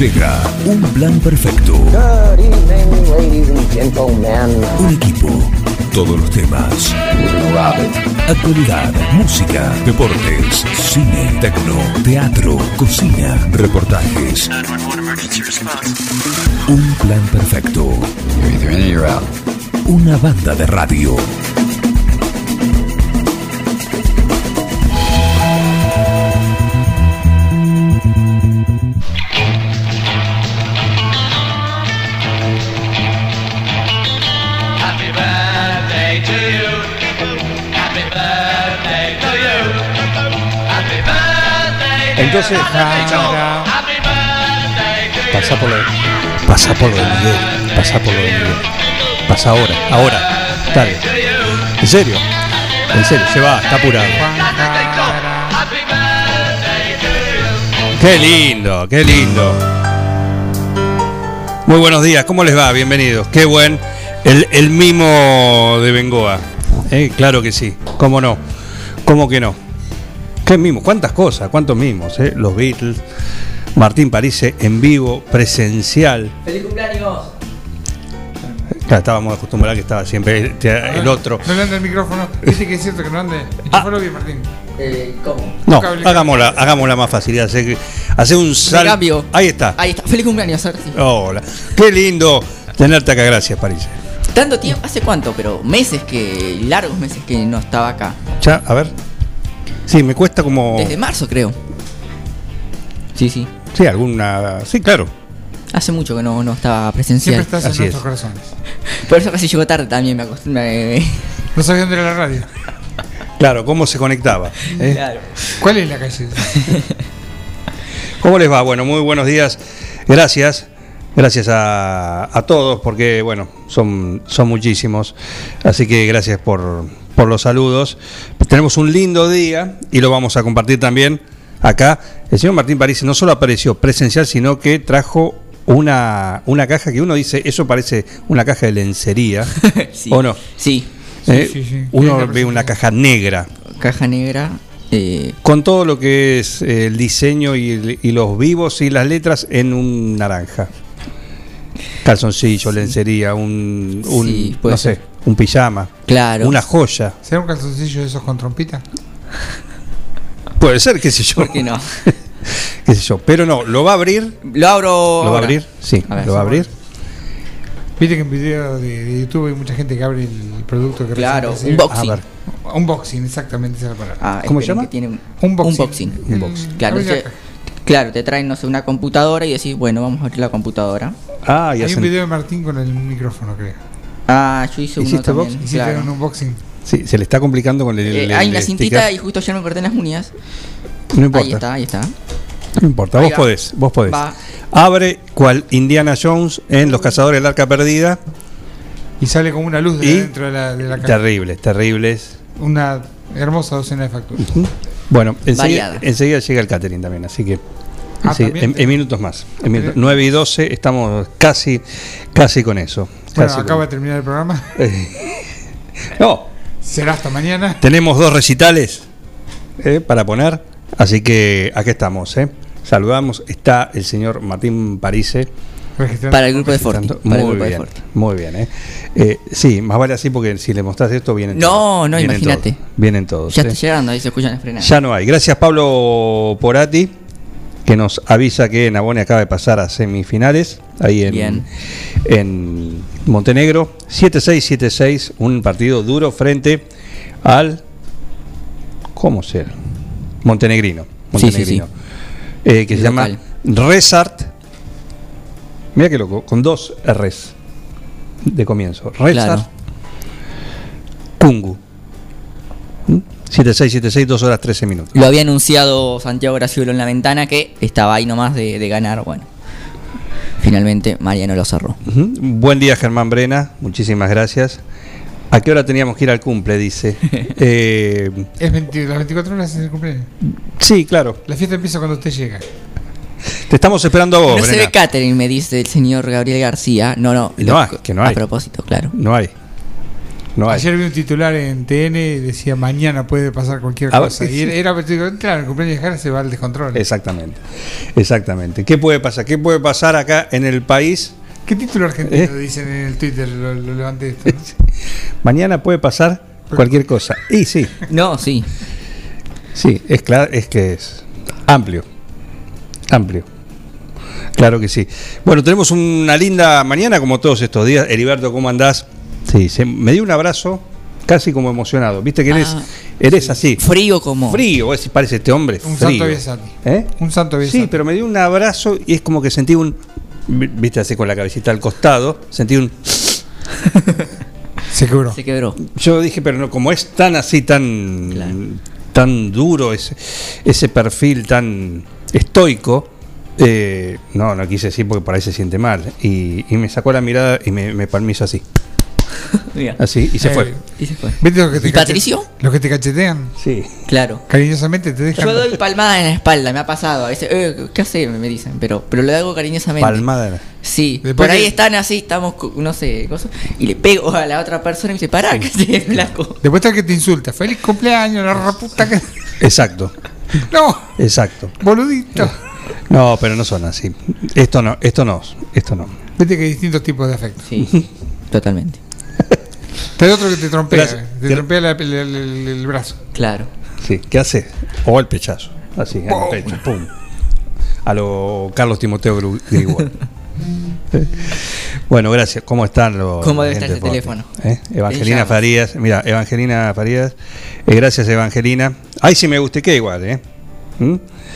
Llega un plan perfecto. Good evening, ladies and gentlemen. Un equipo, todos los temas. Actualidad, música, deportes, cine, tecno, teatro, cocina, reportajes. Un plan perfecto. You're either in or you're out. Una banda de radio. Entonces, pasa por lo de Miguel, pasa ahora, dale. En serio, se va, está apurado. Qué lindo. Muy buenos días, ¿cómo les va? Bienvenidos. Qué buen el mimo de Bengoa. Claro que sí, cómo no, cómo que no. ¿Qué mimos? ¿Cuántas cosas? ¿Cuántos mimos? Los Beatles, Martín Parise en vivo, presencial. ¡Feliz cumpleaños! Claro, estábamos acostumbrados a que estaba siempre el otro. No le anda el micrófono. Dice que es cierto que no ande. Enchúfalo bien, Martín. ¿Cómo? No, hagámosla más fácil. Hacer un salto. Cambio. Ahí está. ¡Feliz cumpleaños! Ahora sí. Hola. Qué lindo tenerte acá. Gracias, Parise. Tanto tiempo, ¿hace cuánto? Pero largos meses que no estaba acá. Ya, a ver. Sí, me cuesta como... Desde marzo, creo. Sí. Sí, Sí, claro. Hace mucho que no estaba presencial. Siempre estás Así en es. nuestros corazones. Por eso casi llegó tarde también, me acostumbré. No sabía dónde era la radio. Claro, cómo se conectaba. Claro. ¿Cuál es la calle? ¿Cómo les va? Bueno, muy buenos días. Gracias a todos, porque bueno, son muchísimos. Así que gracias por los saludos. Tenemos un lindo día y lo vamos a compartir también acá. El señor Martín Parise no solo apareció presencial, sino que trajo una caja que uno dice, eso parece una caja de lencería. Sí. ¿O no? Sí. Sí. Uno ve una caja negra. Caja negra. Con todo lo que es el diseño y los vivos y las letras en un naranja. Calzoncillo, lencería, Sí, no sé, un pijama. Claro. Una joya. ¿Será un calzoncillo de esos con trompita? Puede ser, qué sé yo. ¿Por qué no? Qué sé yo. Pero no, ¿lo va a abrir? Lo abro. ¿Lo va a ahora. abrir? Sí, A ver, lo va a abrir. Viste que en video de YouTube hay mucha gente que abre el producto que Claro, recibe. unboxing. A ver. Unboxing, exactamente esa es la palabra. ¿Cómo se esperen llama? que tiene Unboxing. Unboxing. Claro, claro, te traen, no sé, una computadora y decís, bueno, vamos a abrir la computadora. Ah, y Hay un hacen... video de Martín con el micrófono, creo. Yo hice uno ¿Hiciste también. box? Hiciste Claro. un unboxing. Sí, se le está complicando con el Hay una cintita sticker. y justo ayer me corté las uñas. No importa. Ahí está. No importa, Ahí vos podés. Va. Abre cual Indiana Jones en Los Cazadores del Arca Perdida. Y sale como una luz de Y dentro de la caja. Terribles. Una hermosa docena de facturas. Bueno, Variada. enseguida llega el catering también, así que ¿también? en minutos más. 9 y 12 estamos casi con eso. Bueno, Casi acaba de terminar el programa. No, Será hasta mañana. tenemos 2 recitales para poner, así que aquí estamos. Saludamos, está el señor Martín Parise. Registrando. Para el grupo de Forti. Muy bien. Sí, más vale así porque si le mostrás esto vienen No, todos. imagínate. Vienen todos. Ya está llegando, ahí se escuchan las frenadas. Ya no hay. Gracias Pablo Porati, que nos avisa que Navone acaba de pasar a semifinales, ahí en Montenegro. 7-6, un partido duro frente al... ¿Cómo ser? Montenegrino. Sí. Que se llama Local. Resart. Mira qué loco, con 2 R's de comienzo. Resart. Claro. Kungu. 7-6, 2 horas 13 minutos. Lo había anunciado Santiago Graciolo en la ventana que estaba ahí nomás de ganar. Bueno, finalmente Mariano lo cerró. Buen día, Germán Brena. Muchísimas gracias. ¿A qué hora teníamos que ir al cumple? Dice. Es las 24 horas es el cumpleaños. Sí, claro. La fiesta empieza cuando usted llega. Te estamos esperando a vos, No se Brena. ve catering, me dice el señor Gabriel García. No. No hay, que no hay. A propósito, claro. No hay. No hay. Ayer vi un titular en TN y decía mañana puede pasar cualquier Ah, cosa. sí. Y era claro, el cumpleaños de Jara se va al descontrol. Exactamente. Exactamente. ¿Qué puede pasar? ¿Qué puede pasar acá en el país? ¿Qué título argentino dicen en el Twitter? Lo levanté esto, ¿no? Mañana puede pasar cualquier cosa. Y sí, No, sí. sí, es claro, es que es amplio. Amplio. Claro que sí. Bueno, tenemos una linda mañana como todos estos días. Heriberto, ¿cómo andás? Sí, me dio un abrazo casi como emocionado. Viste que eres así. Frío como. Frío, vos decís, parece este hombre Un frío. santo Biasati. ¿Eh? Un santo Biasati. Sí, pero me dio un abrazo y es como que sentí viste así con la cabecita al costado, sentí Se quebró. Se quebró. yo dije, pero no, como es tan así, tan Claro. tan duro ese perfil tan estoico, no quise decir porque por ahí se siente mal y me sacó la mirada y me palmizó así, Mira. así y se fue. Y se fue. ¿Viste lo que te ¿Y Patricio? Los que te cachetean, Sí. Claro. cariñosamente te dejan. Yo doy palmadas en la espalda, me ha pasado. A veces, ¿qué hace? Me dicen, pero lo hago cariñosamente. Palmada. Sí, Después por ahí que- están así, estamos, no sé, cosas, y le pego a la otra persona y me dice, pará, que se flaco. Después está el que te insulta. Feliz cumpleaños, la reputa que. Exacto, No, exacto. boludito. No, pero no son así. Esto no. Viste que hay distintos tipos de afecto. Sí, totalmente. Está el otro que te trompea. Gracias. Te trompea el brazo. Claro. Sí, ¿qué hace? O el pechazo, así, en el ¡Pum! pecho, pum. A lo Carlos Timoteo Grigol. Bueno, gracias. ¿Cómo están los? ¿Cómo debe la estar gente ese por aquí? teléfono? Evangelina llamas. Farías. Mira, Evangelina Farías. Gracias, Evangelina. Ay, sí me guste, ¿qué igual, ¿Mm?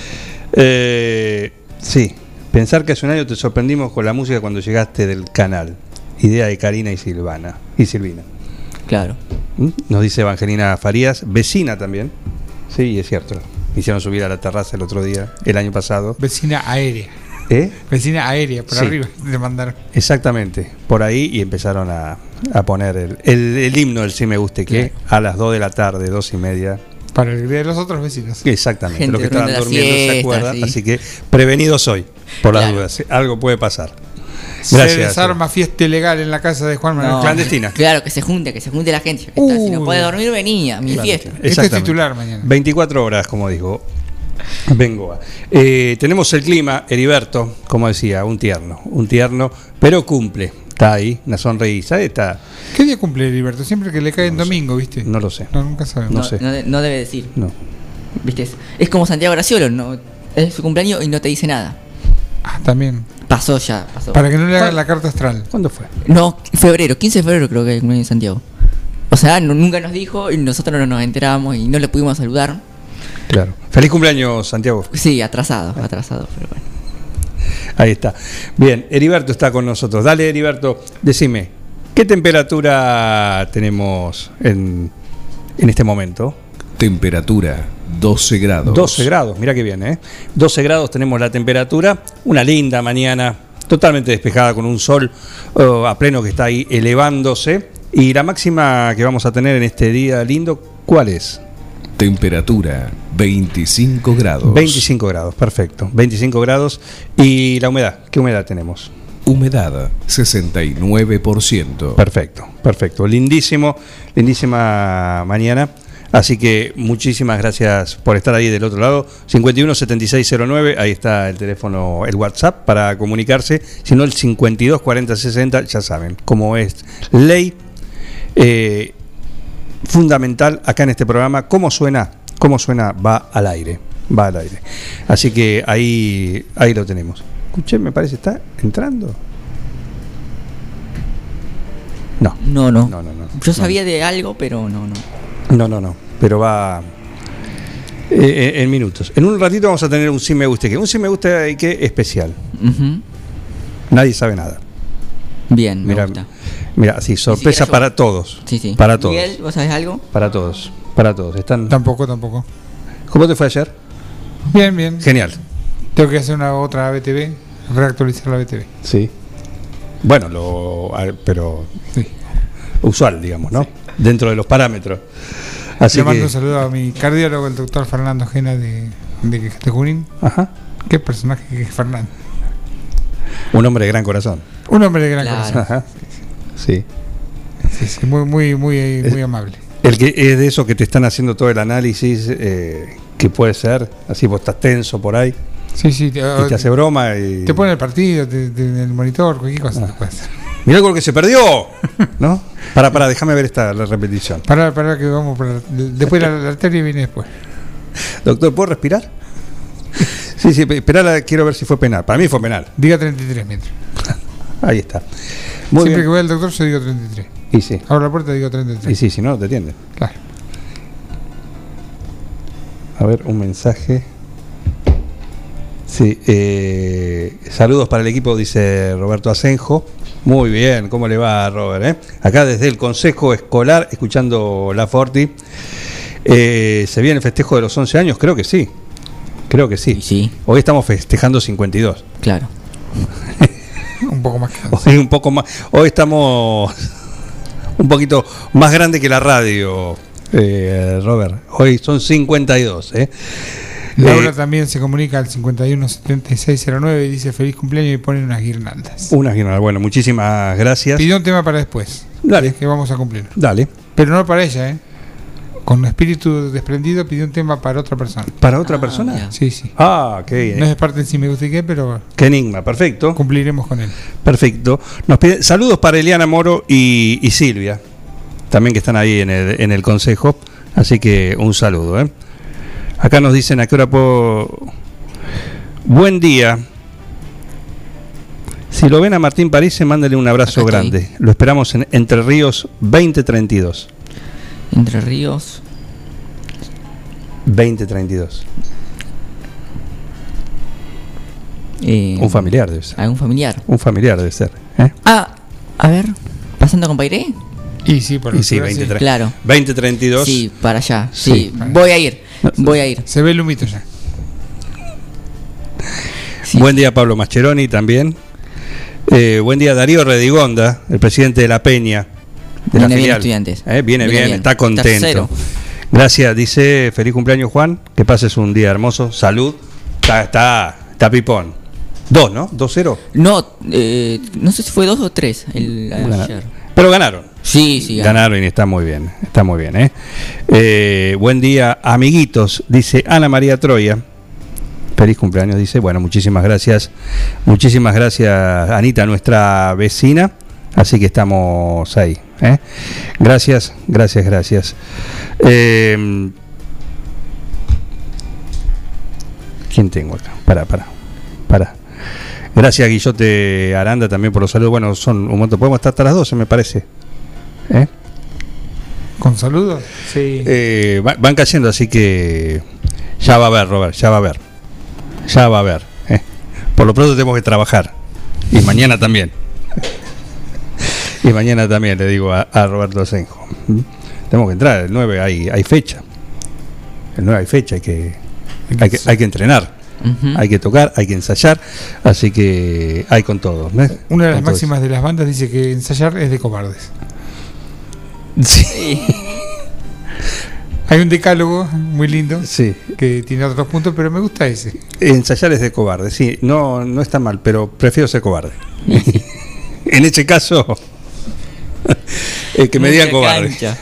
Sí, pensar que hace un año te sorprendimos con la música cuando llegaste del canal. Idea de Karina y Silvina. Claro. Nos dice Evangelina Farías, vecina también. Sí, es cierto. Me hicieron subir a la terraza el otro día, el año pasado. Vecina aérea. ¿Eh? Vecina aérea, por Sí. arriba. Le mandaron. Exactamente, por ahí y empezaron a poner el himno del Sí Me Guste Que a las 2 de la tarde, 2:30. Para el de los otros vecinos. Exactamente, Gente los que estaban durmiendo la durmiendo se siesta, acuerdan, sí. así que prevenido soy, por las Claro. dudas, algo puede pasar. Se Gracias. desarma fiesta ilegal en la casa de Juan Manuel. No, Clandestina. Claro, que se junte la gente. Si no puede dormir, venía, mi fiesta. Este es Exactamente. titular mañana. 24 horas, como dijo Bengoa. Tenemos el clima, Heriberto, como decía, un tierno, pero cumple. Está ahí, una sonrisa, está, ¿Qué día cumple Heriberto? Siempre que le cae en domingo, ¿viste? no lo sé. No, nunca sabemos. No No, sé. no debe decir. No. ¿Viste? Es como Santiago Graciolo, ¿no? Es su cumpleaños y no te dice nada. Ah, también. Pasó ya, pasó. Para que no le hagan la carta astral. ¿Cuándo fue? No, febrero, 15 de febrero creo que es el cumpleaños de Santiago. O sea, nunca nos dijo y nosotros no nos enterábamos y no le pudimos saludar. Claro. Feliz cumpleaños, Santiago. Sí, atrasado, pero bueno. Ahí está. Bien, Heriberto está con nosotros. Dale, Heriberto, decime, ¿qué temperatura tenemos en este momento? Temperatura 12 grados. 12 grados, mira qué bien, ¿eh? 12 grados tenemos la temperatura, una linda mañana, totalmente despejada con un sol a pleno que está ahí elevándose. Y la máxima que vamos a tener en este día lindo, ¿cuál es? Temperatura 25 grados. 25 grados, perfecto. 25 grados. ¿Y la humedad? ¿Qué humedad tenemos? Humedad 69%. Perfecto, perfecto. Lindísima mañana. Así que muchísimas gracias por estar ahí del otro lado. 517609, ahí está el teléfono, el WhatsApp para comunicarse. Si no, el 524060, ya saben, como es ley fundamental acá en este programa. ¿Cómo suena? Va al aire. Así que ahí lo tenemos. Escuché, me parece, ¿está entrando? No. No. No. Yo sabía de algo, pero no. No, pero va en minutos. En un ratito vamos a tener un Sí Me Guste Que. Un Sí Me Guste Que especial. Ujú. Nadie sabe nada. Bien, me gusta. Mira, sí, sorpresa siquiera yo. para todos. Sí. Para todos. Miguel, ¿vos sabés algo? Para todos. Están... Tampoco. ¿Cómo te fue ayer? Bien. Genial. Tengo que hacer otra BTV, reactualizar la BTV. Sí. Bueno, pero Sí. usual, digamos, ¿no? Dentro de los parámetros. Así Le mando que... un saludo a mi cardiólogo, el doctor Fernando Gena de Junín. Ajá. Qué personaje que es Fernando. Un hombre de gran corazón. Un hombre de gran Claro. corazón. Ajá. Sí. Sí, muy amable. El que es de esos que te están haciendo todo el análisis, que puede ser, así vos estás tenso por ahí, Sí, y te hace broma y... te pone el partido, en el monitor, cualquier cosa. te puede hacer. Mirá con lo que se perdió, ¿no? Para, déjame ver la repetición. Para que vamos después la arteria viene después. Doctor, ¿puedo respirar? Sí, esperá, quiero ver si fue penal. Para mí fue penal. Diga 33 mientras. Ahí está. Muy Siempre bien. que voy al doctor yo digo 33. Y sí, Abro la puerta y digo 33. y sí, si no, no te atienden. Claro. A ver, un mensaje. Sí, saludos para el equipo, dice Roberto Asenjo. Muy bien, ¿cómo le va, Robert? Acá desde el Consejo Escolar, escuchando La Forti. ¿Se viene el festejo de los 11 años? Creo que sí. Creo que sí. Sí. Hoy estamos festejando 52. Claro. Un poco más que Hoy un poco más. Hoy estamos un poquito más grande que la radio, Robert. Hoy son 52. Laura también se comunica al 517609 y dice feliz cumpleaños y pone unas guirnaldas. Unas guirnaldas. Bueno, muchísimas gracias. Pidió un tema para después. Dale. Que vamos a cumplir. Dale. Pero no para ella, Con espíritu desprendido pidió un tema para otra persona. ¿Para otra persona? mira. Sí, sí. Ah, qué bien. No es de parte de si me gusta y qué, pero Qué enigma, perfecto. cumpliremos con él. Perfecto. Nos pide saludos para Eliana Moro y Silvia, también que están ahí en el consejo. Así que un saludo. Acá nos dicen a qué hora puedo. Buen día. Si lo ven a Martín París, mándale un abrazo Acá estoy. grande. Lo esperamos en Entre Ríos 2032. Entre Ríos. 2032. Un familiar debe ser. ¿Algún familiar? Un familiar debe ser. A ver. ¿Pasando con Pairé? Y sí, por Y sí, altura, 23. Claro. 2032. Sí, para allá. Sí. Sí, voy a ir. Voy a ir. Se ve el humito ya. Sí. Buen día, Pablo Mascheroni también. Buen día, Darío Redigonda, el presidente de la Peña. De la Viene bien, filial. Estudiantes. Viene bien, está contento. Tercero. Gracias, dice feliz cumpleaños, Juan. Que pases un día hermoso. Salud. Está pipón. 2, ¿no? 2-0. No, no sé si fue 2 o 3 el ayer. Pero ganaron. Sí, sí. Ganaron y está muy bien. Está muy bien, buen día, amiguitos, dice Ana María Troya. Feliz cumpleaños, dice. Bueno, muchísimas gracias. Muchísimas gracias, Anita, nuestra vecina. Así que estamos ahí. Gracias. ¿Quién tengo acá? Para. Gracias, Guillote Aranda, también por los saludos. Bueno, son un montón. Podemos estar hasta las 12, me parece. ¿Con saludos? Sí. Van cayendo, así que ya va a haber, Robert, ya va a haber. Por lo pronto tenemos que trabajar. Y mañana también. Le digo a Roberto Asenjo. Tenemos que entrar, el 9 hay fecha. El 9 hay fecha, hay que entrenar. Ujú. Hay que tocar, hay que ensayar, así que hay con todo. Una de las Con todo máximas de las bandas dice que ensayar es de cobardes. eso. Sí. Hay un decálogo muy lindo Sí. que tiene otros puntos, pero me gusta ese. Ensayar es de cobarde, sí, no está mal, pero prefiero ser cobarde. En este caso, que me digan Mucha cobarde. cancha.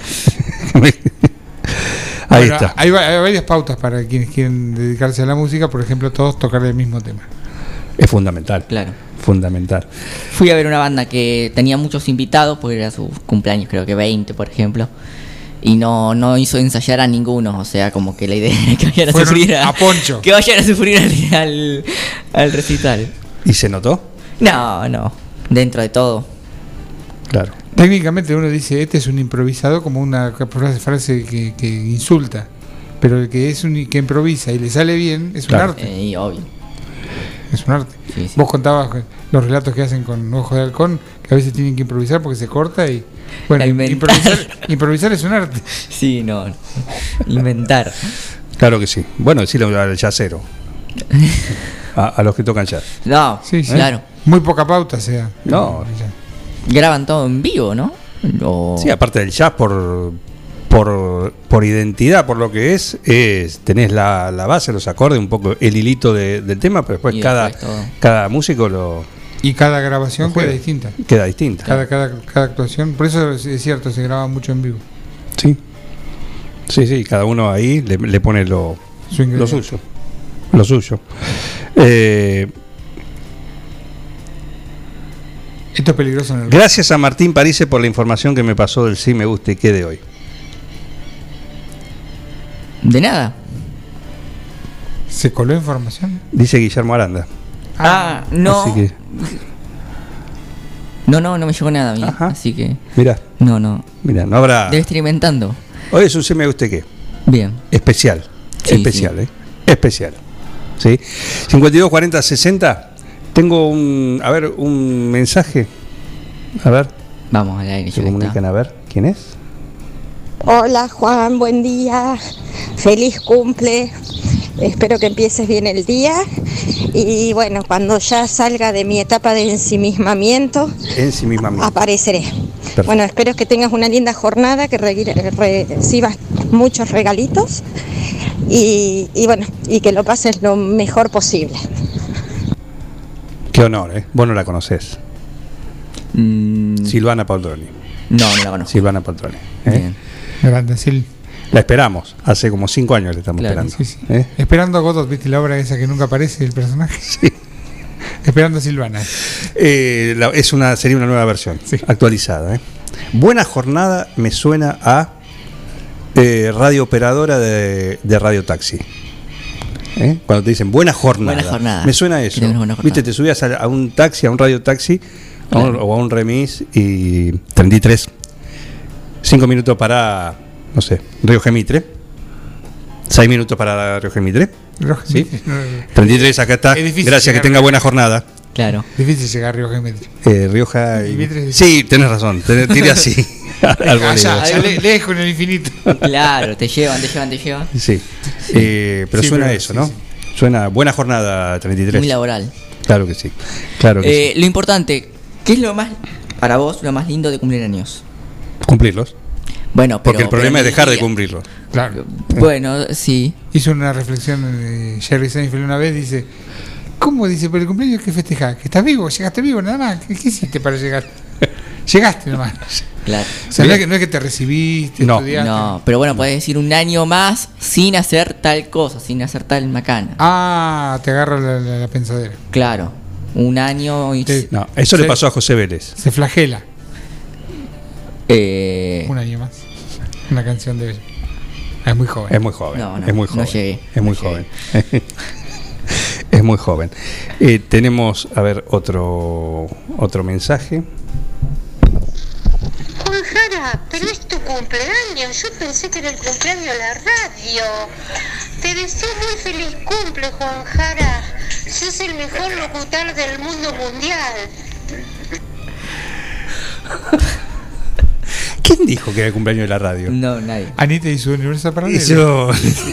Ahí Bueno, está. hay varias pautas para quienes quieren dedicarse a la música, por ejemplo, todos tocar el mismo tema. Es fundamental. Claro. Fundamental. Fui a ver una banda que tenía muchos invitados, porque era su cumpleaños, creo que 20, por ejemplo. Y no hizo ensayar a ninguno, o sea, como que la idea era que vayan a Fueron sufrir a Poncho. Que vayan a sufrir al recital. ¿Y se notó? No, dentro de todo. Claro. Técnicamente uno dice, este es un improvisado como una frase que insulta, pero el que que improvisa y le sale bien es Claro. un arte. Y obvio. Es un arte. Sí, sí. Vos contabas los relatos que hacen con Ojo de Halcón, que a veces tienen que improvisar porque se corta y... Bueno, A inventar. improvisar es un arte. Sí, no. Inventar. Claro que sí. Bueno, decirle al jazzero. A los que tocan jazz. No, Sí, sí. claro. Muy poca pauta, o sea. No. Graban todo en vivo, ¿no? O- Sí, aparte del jazz por identidad, por lo que es tenés la base, los acordes, un poco el hilito del tema, pero después Y cada después todo. cada músico Y cada grabación Los jueves. queda distinta. Queda distinta. Cada actuación. Por eso es cierto, se graba mucho en vivo. Sí. Sí, cada uno ahí le pone lo suyo. Lo suyo. Esto es peligroso en el Gracias a Martín Parise por la información que me pasó del Sí Me Gusta y Qué de hoy. De nada. ¿Se coló información? Dice Guillermo Aranda. No. Así que, No me llegó nada a mí. Ajá. Así que. mirá, No. no habrá. Debe estar inventando. Hoy es un Sí Me Gusta y Qué. Bien. Especial. Sí, Especial, ¿eh? Especial. ¿Sí? 52 40 60. Tengo un mensaje. A ver, Vamos al aire. se ya comunican está. a ver. ¿Quién es? Hola Juan, buen día, feliz cumple, espero que empieces bien el día y bueno, cuando ya salga de mi etapa de ensimismamiento, En sí misma. apareceré. Perfecto. Bueno, espero que tengas una linda jornada, que recibas muchos regalitos y bueno, y que lo pases lo mejor posible. Qué honor, ¿eh? Vos no la conocés. Silvana Poltroni. No la conozco. Silvana Poltroni. Bien. Grande, Sil. La esperamos. Hace como 5 años le estamos Claro, esperando. Sí, sí. ¿Eh? Esperando a Godot, ¿viste la obra esa que nunca aparece el personaje? Sí. Esperando a Silvana. Sería una nueva versión, Sí. actualizada. ¿eh? Buena jornada me suena a radio operadora de Radio Taxi. Cuando te dicen buena jornada. Buena jornada. Me suena a Que eso. tengas buena jornada. Viste, te subías a un taxi, a un radio taxi, Claro. o a un remis y 33. 5 minutos para, no sé, Río Gemitre. 6 minutos para Río Gemitre. ¿Sí? 33, acá está. Es difícil Gracias, que llegar tenga a- buena jornada. Claro. Difícil llegar a Río Gemétrico. Rioja y... Gemitre. Sí, tenés razón. Tiré así. al bolido. Allá, lejos en el infinito. Claro, te llevan. Sí. Pero Sí, suena pero- eso, sí, ¿no? sí. Suena buena jornada 33. Muy laboral. Claro que sí. Claro que sí. Lo importante, ¿qué es lo más, para vos, lo más lindo de cumplir años? Cumplirlos. Bueno, pero. Porque el problema es pero dejar de día. cumplirlos. Claro. Bueno, sí. Hizo una reflexión Jerry Seinfeld una vez, dice, ¿cómo? Dice, por el cumpleaños que festejás, que estás vivo, llegaste vivo nada más, ¿qué hiciste para llegar? Llegaste nomás. Claro. O sea, no es que te recibiste, No. estudiaste. No, pero bueno, podés decir un año más sin hacer tal cosa, sin hacer tal macana. Ah, te agarra la pensadera. Claro. Un año y. Te- No, eso le Sí. pasó a José Vélez. Se flagela Eh, un año más. Una canción de... Es muy joven. Es muy joven. No, es muy no joven. llegué, Es muy no joven. Es muy joven. Tenemos, a ver, otro mensaje. Juan Jara, pero es tu cumpleaños. Yo pensé que era el cumpleaños de la radio. Te deseo muy feliz cumple, Juan Jara. Sos el mejor locutor del mundo mundial. ¿Quién dijo que era el cumpleaños de la radio? no, nadie. Anita y su universo paralelo. Eso.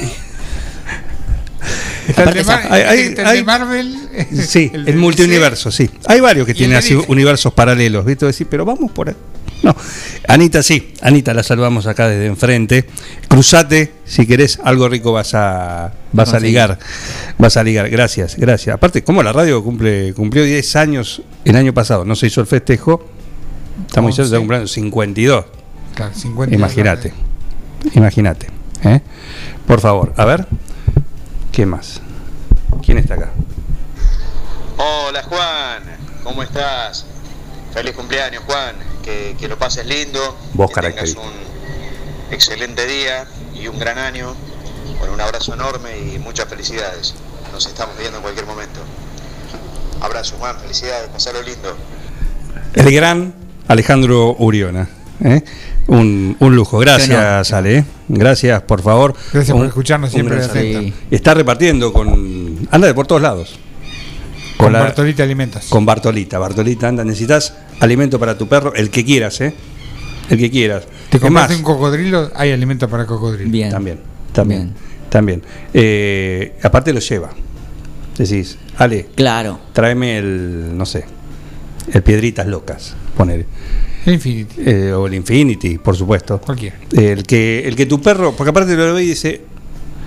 Está el de, Aparte, está el de Marvel. Sí, de el DC. multiuniverso, sí. Hay varios que Y tienen el de así DC. universos paralelos, ¿viste? Decir, pero vamos por ahí. No. Anita, sí. Anita, la saludamos acá desde enfrente. Cruzate, si querés, algo rico vas a ligar. Vas a ligar. Gracias. Aparte, como la radio cumplió 10 años el año pasado, no se hizo el festejo. Estamos diciendo que está cumpliendo 52. Claro, 50. Imagínate. ¿Eh? Por favor, a ver. ¿Qué más? ¿Quién está acá? Hola Juan, ¿cómo estás? Feliz cumpleaños Juan, que lo pases lindo, Vos que tengas característico. un excelente día y un gran año. Bueno, un abrazo enorme y muchas felicidades. Nos estamos viendo en cualquier momento. Abrazo Juan, felicidades, pasalo lindo. El gran Alejandro Uriona. ¿Eh? Un lujo. Gracias, Ale. ¿eh? Gracias, por favor. Gracias por escucharnos siempre gran atenta. saludo. Está repartiendo anda por todos lados. Con Bartolita Alimentos. Con Bartolita. Bartolita, anda. Necesitas alimento para tu perro, el que quieras, ¿eh? El que quieras. Te Es compraste más, un cocodrilo, hay alimento para cocodrilo. Bien. También. Aparte lo lleva. Decís, Ale, Claro. tráeme el, no sé, el Piedritas Locas, poner. El Infinity. O el Infinity, por supuesto. Cualquiera. El que tu perro, porque aparte lo ve y dice,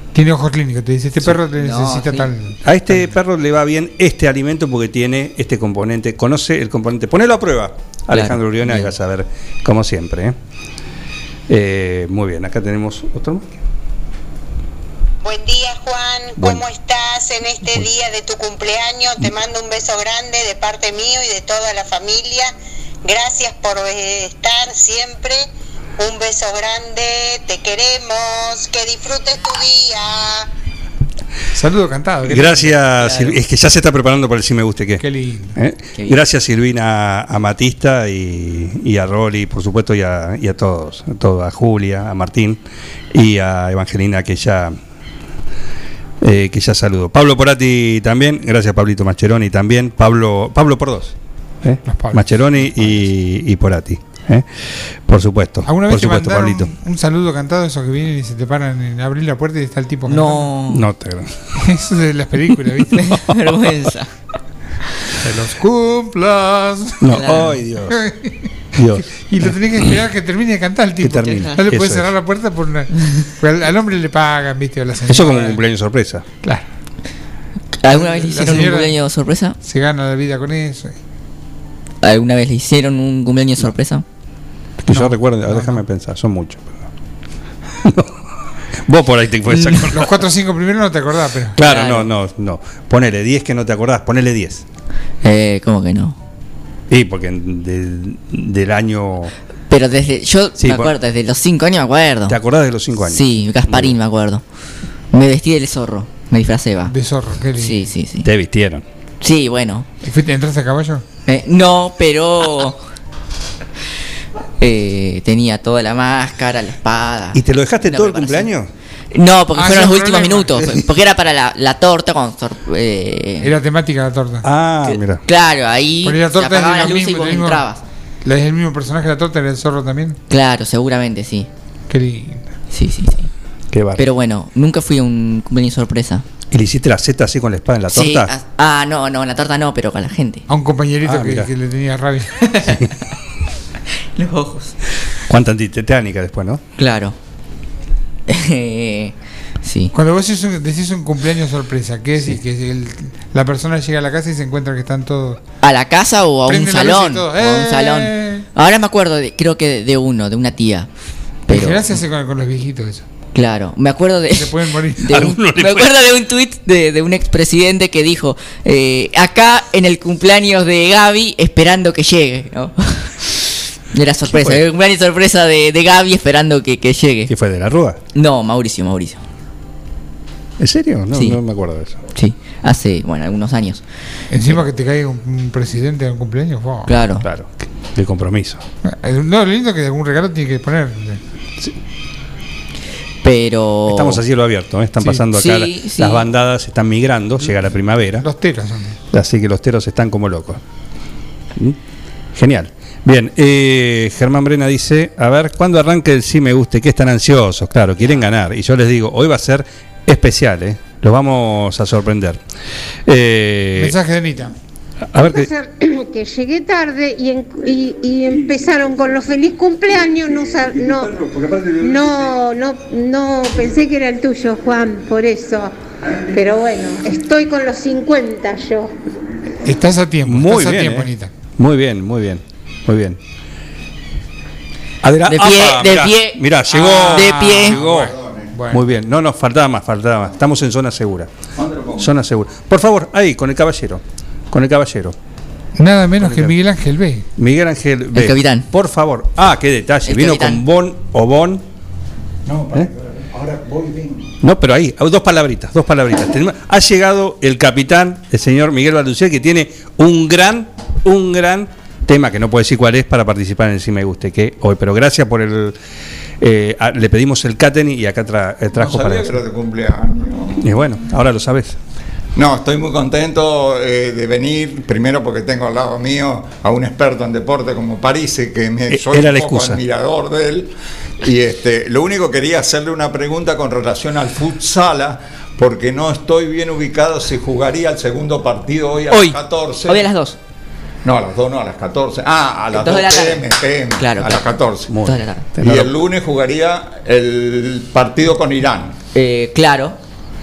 Tiene ojos clínicos, te dice, este perro te necesita sí. tal. A este perro le va bien este alimento porque tiene este componente. Conoce el componente. Ponelo a prueba, Alejandro Uriona, y vas a ver, como siempre. Muy bien, acá tenemos otro más. Buen día, Juan. ¿Cómo estás en este día de tu cumpleaños? Te mando un beso grande de parte mío y de toda la familia. Gracias por estar siempre. Un beso grande. Te queremos. Que disfrutes tu día. Saludo cantado. Gracias, Claro. es que ya se está preparando para el Si Me Guste Qué. Qué lindo. Qué bien. Gracias, Silvina, a Matista y a Rolly, por supuesto, y a todos, a Julia, a Martín y a Evangelina, que ya saludó. Pablo Porati también, gracias Pablito Mascheroni también, Pablo por dos, Los Pablos. Mascheroni y Porati, por supuesto, ¿Alguna por vez te supuesto, mandaron Pablito. un saludo cantado, esos que vienen y se te paran en abrir la puerta y está el tipo cantando? No, No te Eso de las películas, ¿viste? vergüenza. ¡Que los cumplas! no, Claro. ay Dios, Dios. Y lo tenés que esperar que termine de cantar el tipo. Que termine. No le puedes Eso cerrar es. la puerta por una. Porque al hombre le pagan, ¿viste? O la señora. Eso como un cumpleaños sorpresa. Claro. ¿Alguna vez le La hicieron un señora- cumpleaños sorpresa? Se gana la vida con eso. ¿Alguna vez le hicieron un cumpleaños sorpresa? Que yo recuerdo, déjame pensar, son muchos. Pero no. Vos por ahí te puedes acordar. Los 4 o 5 primeros no te acordás, pero. Claro, Claro. no. Ponele 10 que no te acordás, ponele 10. ¿Cómo que no? Sí, porque del año. Pero desde. Yo Sí, me acuerdo, desde los 5 años me acuerdo. ¿Te acordás de los 5 años? Sí, Gasparín me acuerdo. Me vestí del zorro, me disfracé, va. De zorro, qué lindo. Sí, sí, sí. Te vistieron. Sí, bueno. ¿Y entraste a caballo? No, pero. Tenía toda la máscara, la espada. ¿Y te lo dejaste Una todo el preparación. cumpleaños? No, porque Ah, fueron ese los es el últimos problema. minutos. Porque era para la torta con. Era temática la torta. Ah, mira. Claro, ahí Porque la se torta es apagaban de las lo luces y mismo, vos del mismo- entrabas. ¿La es el mismo personaje de la torta? ¿Era el zorro también? Claro, seguramente sí. Qué lindo. Sí, sí, sí. Qué bárbaro. Pero bueno, nunca fui a un cumpleaños sorpresa. ¿Y le hiciste la Z así con la espada en la Sí, torta? no, en la torta no, pero con la gente. A un compañerito Ah, mirá. que le tenía rabia. Los ojos. Cuánta antitetánica después, ¿no? Claro. Sí. Cuando vos decís un cumpleaños sorpresa, ¿qué decís? Que la persona llega a la casa y se encuentra que están todos. ¿A la casa o a un Prende la luz y salón? todo. O a un salón. Ahora me acuerdo, creo que de una tía. En Pero, general se hace con los viejitos eso. claro, me acuerdo de. Se pueden morir. Me acuerdo de un tuit de un expresidente que dijo: acá en el cumpleaños de Gaby, esperando que llegue, ¿no? Era sorpresa, el cumpleaños sorpresa de Gaby esperando que llegue. ¿Qué fue de la Rúa? No, Mauricio. ¿En serio? No, Sí. no me acuerdo de eso. Sí, hace, algunos años. Encima que te caiga un presidente de un cumpleaños. Wow. Claro. Claro, de compromiso. No, lo lindo es que algún regalo tiene que poner. Pero. Estamos a cielo abierto, ¿eh? Están Sí. pasando acá, Sí, sí. las bandadas están migrando, llega la primavera, Los teros son. así que los teros están como locos. ¿Mm? Genial. Bien, Germán Brena dice, a ver, ¿cuándo arranca el Sí Me Guste? ¿Qué están ansiosos? Claro, quieren ganar. Y yo les digo, hoy va a ser especial, ¿eh? Los vamos a sorprender. Mensaje de Anita. A ver qué... Que llegué tarde y empezaron con los feliz cumpleaños. No pensé que era el tuyo, Juan, por eso. Pero bueno, estoy con los 50 yo. Estás a tiempo. Muy estás a bien, tiempo, ¿eh? Anita. Muy bien, muy bien, muy bien. De pie. Mirá, llegó. De pie. Llegó. Bueno. Muy bien. No, faltaba más. Estamos en zona segura. Zona segura. Por favor, ahí, con el caballero. Nada menos que Miguel Ángel B. Miguel Ángel B. El capitán. Por favor. Ah, qué detalle. El Vino capitán. con Bon o Bon. No, ahora voy bien. No, pero ahí, dos palabritas. Ha llegado el capitán, el señor Miguel Balducía, que tiene un gran tema, que no puedo decir cuál es, para participar en el Sí Me Guste, que hoy, pero gracias por el... le pedimos el catering y acá trajo No para sabía eso. que era de cumpleaños. Y bueno, ahora lo sabes. No, estoy muy contento de venir, primero porque tengo al lado mío a un experto en deporte como Parise, que soy Era un la poco excusa. admirador de él. Y lo único quería hacerle una pregunta con relación al futsala, porque no estoy bien ubicado si jugaría el segundo partido hoy a las 14. Hoy a las 2. No, a las 2 no, a las 14. Ah, a las 2 2 de la tarde. PM, Claro, a claro. las 14. Muy Dos de la tarde. Y el lunes jugaría el partido con Irán. Claro.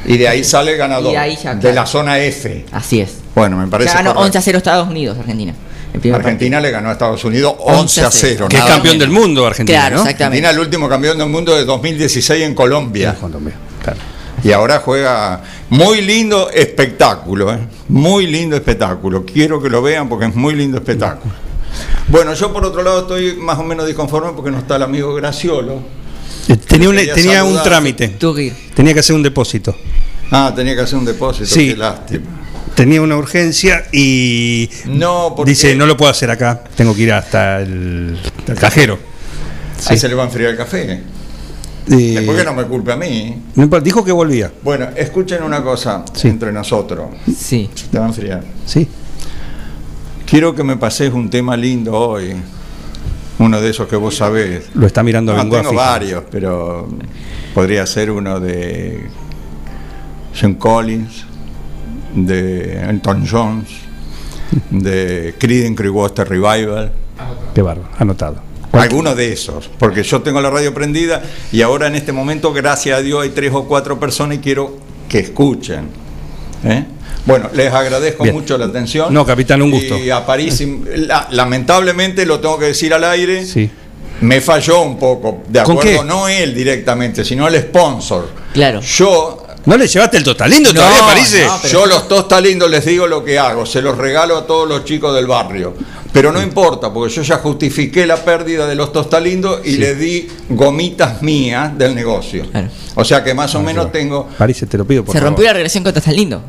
Y de ahí sale el ganador. Y ahí ya, de claro. la zona F. Así es. Bueno, me parece Ya ganó correcto. 11-0 Estados Unidos, Argentina. El primer Argentina le ganó a Estados Unidos 11-0. Que es nada campeón menos. del mundo, Argentina, Claro, ¿no? exactamente. Argentina el último campeón del mundo de 2016 en Colombia. Claro. Y ahora juega muy lindo espectáculo, ¿eh? Muy lindo espectáculo. Quiero que lo vean porque es muy lindo espectáculo. Bueno, yo por otro lado estoy más o menos disconforme porque no está el amigo Graciolo. Tenía Quería un saludar. trámite. Tenía que hacer un depósito. Ah, tenía que hacer un depósito, Sí. qué lástima. Tenía una urgencia y No, porque dice, no lo puedo hacer acá, tengo que ir hasta el cajero. ahí se le va a enfriar el café. Después que no me culpe a mí. No importa, dijo que volvía. Bueno, escuchen una cosa entre nosotros. Sí. Te va a enfriar. Sí. Quiero que me pases un tema lindo hoy. Uno de esos que vos sabés. Lo está mirando No, Bengoa tengo fijo. varios, pero podría ser uno de Sean Collins, de Elton Jones, de Creedence Clearwater Revival. Qué bárbaro, anotado. Alguno de esos, porque yo tengo la radio prendida y ahora en este momento, gracias a Dios, hay 3 o 4 personas y quiero que escuchen. ¿eh? Bueno, les agradezco Bien. mucho la atención. No, capitán, un gusto. Y a París, lamentablemente, lo tengo que decir al aire, Sí. me falló un poco, de ¿Con acuerdo, qué? no él directamente, sino el sponsor. Claro. Yo ¿No le llevaste el Tostalindo todavía, París? yo los Tostalindos les digo lo que hago, se los regalo a todos los chicos del barrio. Pero no importa, porque yo ya justifiqué la pérdida de los Tostalindos y le di gomitas mías del negocio. Claro. O sea que más o menos tengo... París, te lo pido, por Se favor. rompió la relación con Tostalindo.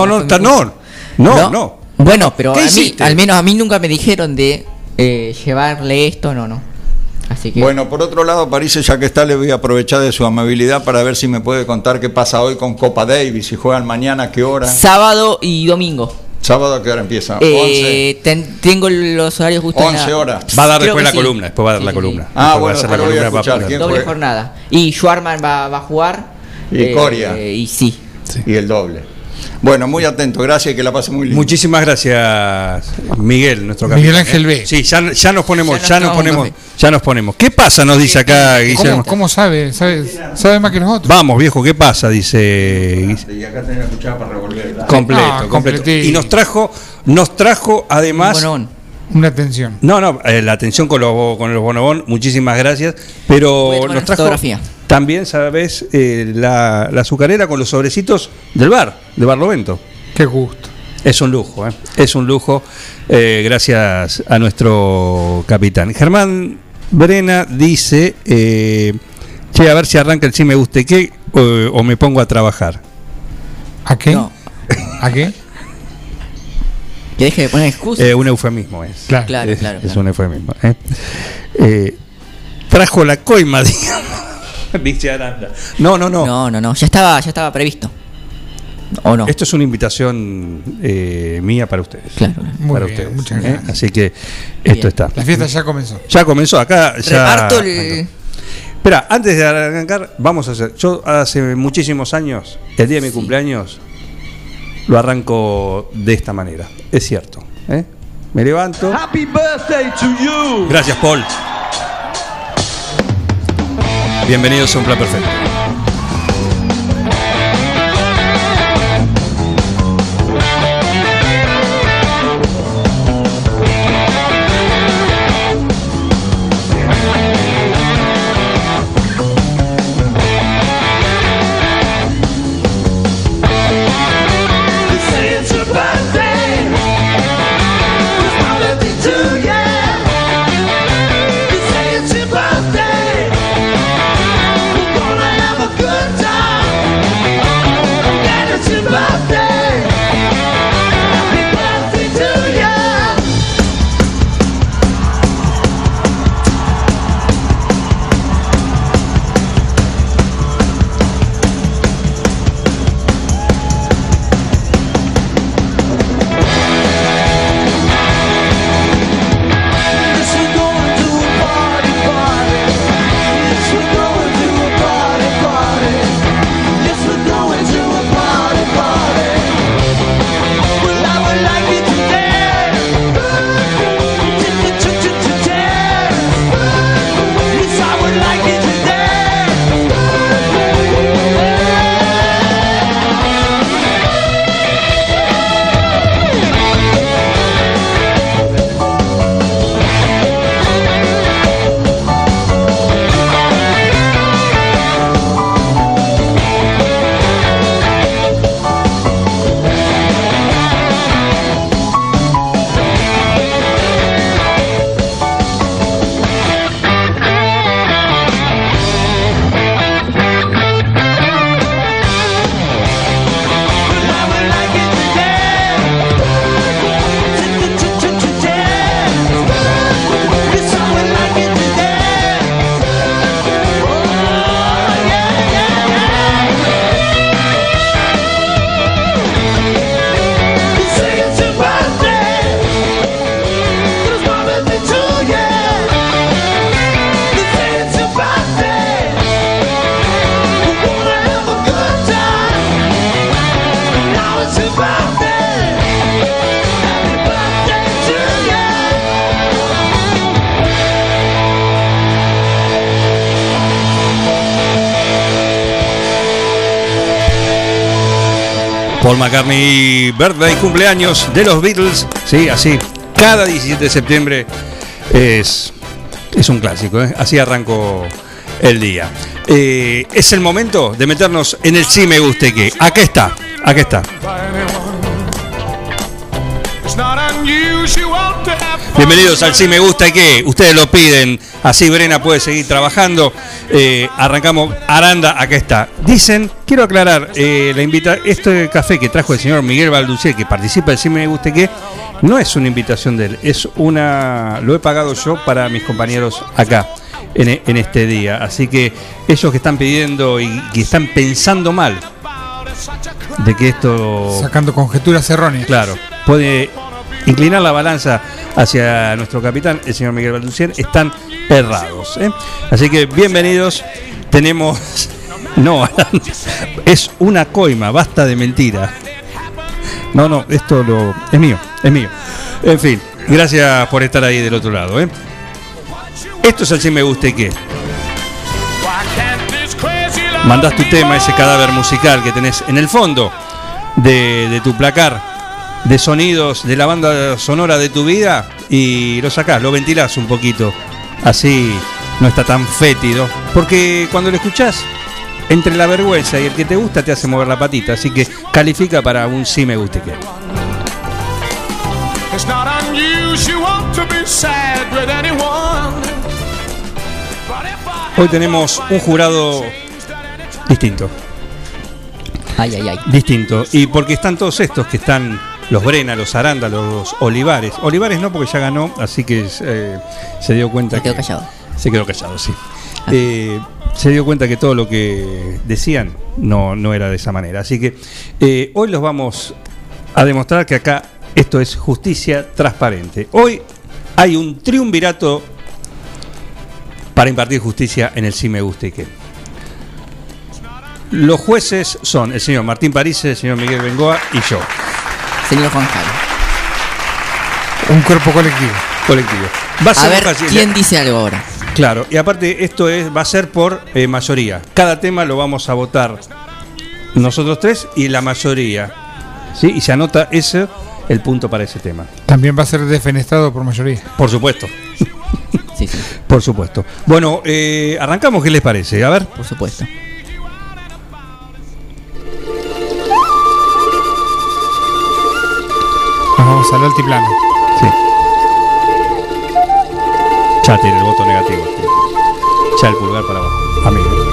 No. Bueno, pero ¿Qué a mí, hiciste? al menos a mí nunca me dijeron de llevarle esto, no. Así que Bueno, por otro lado, París, ya que está, le voy a aprovechar de su amabilidad para ver si me puede contar qué pasa hoy con Copa Davis, si juegan mañana, a qué hora. sábado y domingo. ¿Sábado a qué hora empieza? 11. Tengo los horarios justo en 11 la- horas. Va a dar Creo después que la sí. columna, después va a dar la Sí, columna. Ah, Después va bueno, a hacer la después voy a columna para escuchar. poner. ¿Quién doble fue? jornada. Y Schwarman va a jugar. Y Coria. Y sí. Y el doble. Bueno, muy atento, gracias y que la pase muy lindo. Muchísimas gracias, Miguel, nuestro capitán. Miguel Ángel B. Sí, ya nos ponemos, Ya nos tomamos ya nos ponemos. ¿Qué pasa? Nos dice acá Guillermo. ¿Cómo sabe? ¿Sabe más que nosotros? Vamos, viejo, ¿qué pasa? Dice Y acá tenés la cuchara para revolver. completo, Ah, completo. completito. Y nos trajo además Bonobón. Una atención. No, la atención con los bonobón, muchísimas gracias. Pero Voy a tomar nos trajo fotografía. también, ¿sabes? La azucarera con los sobrecitos del bar, de Barlovento. Qué gusto. Es un lujo, es un lujo, gracias a nuestro capitán. Germán Brena dice, che, a ver si arranca el sí me guste qué o me pongo a trabajar. ¿A qué? No. ¿A qué? Que deje de poner excusas. Un eufemismo es. Claro. Claro, Es, claro. es un eufemismo. Trajo la coima, digamos. Dice Aranda. No. No. Ya estaba previsto. ¿O no? Esto es una invitación mía para ustedes. Claro. Muy para bien, ustedes. muchas gracias. Así que Bien. esto está. La fiesta ya comenzó. Ya comenzó acá. Ya Reparto el. Espera, antes de arrancar, vamos a hacer. Yo hace muchísimos años, el día de mi cumpleaños, lo arranco de esta manera. Es cierto. Me levanto. Happy birthday to you. Gracias, Paul. Bienvenidos a Un Plan Perfecto. You say it's your birthday. It's my birthday too, yeah. You say it's your birthday. We're gonna have Paul McCartney Birthday, cumpleaños de los Beatles. Sí, así. Cada 17 de septiembre es un clásico, ¿eh? Así arrancó el día. Es el momento de meternos en el Sí Me Guste Que. Acá está. Bienvenidos al Sí Me Gusta Que. Ustedes lo piden, así Brena puede seguir trabajando. Arrancamos. Aranda, acá está. Dicen, quiero aclarar, este café que trajo el señor Miguel Balducier, que participa del Sí Me Guste Que, no es una invitación de él, lo he pagado yo para mis compañeros acá en este día. Así que ellos que están pidiendo y que están pensando mal de que esto, sacando conjeturas erróneas, claro, puede inclinar la balanza hacia nuestro capitán, el señor Miguel Balducier, están errados, ¿eh? Así que bienvenidos. Tenemos no, es una coima, basta de mentira. No, esto es mío. En fin, gracias por estar ahí del otro lado, ¿eh? Esto es el Sí Me Guste Que. Mandás tu tema, ese cadáver musical que tenés en el fondo de tu placar de sonidos de la banda sonora de tu vida, y lo sacás, lo ventilás un poquito, así no está tan fétido, porque cuando lo escuchás, entre la vergüenza y el que te gusta te hace mover la patita, así que califica para un Sí Me Guste Que. Hoy tenemos un jurado distinto. Ay. Distinto. Y porque están todos estos que están, los Brena, los Aranda, los Olivares. Olivares no, porque ya ganó, así que se dio cuenta. Se quedó callado, sí. Se dio cuenta que todo lo que decían no era de esa manera. Así que hoy los vamos a demostrar que acá esto es justicia transparente. Hoy hay un triunvirato para impartir justicia en el Sí Me Guste Que. Los jueces son el señor Martín Parise, el señor Miguel Bengoa y yo. Señor Juan Jara. Un cuerpo colectivo. Va a ser ver quién dice algo ahora. Claro, y aparte esto va a ser por mayoría. Cada tema lo vamos a votar nosotros tres y la mayoría, ¿sí? Y se anota el punto para ese tema. También va a ser defenestrado por mayoría. Por supuesto. Sí. Por supuesto. Bueno, arrancamos, ¿qué les parece? A ver. Por supuesto. Nos vamos al altiplano. Sí. Ya tiene el voto negativo. Ya el pulgar para abajo. Amigo.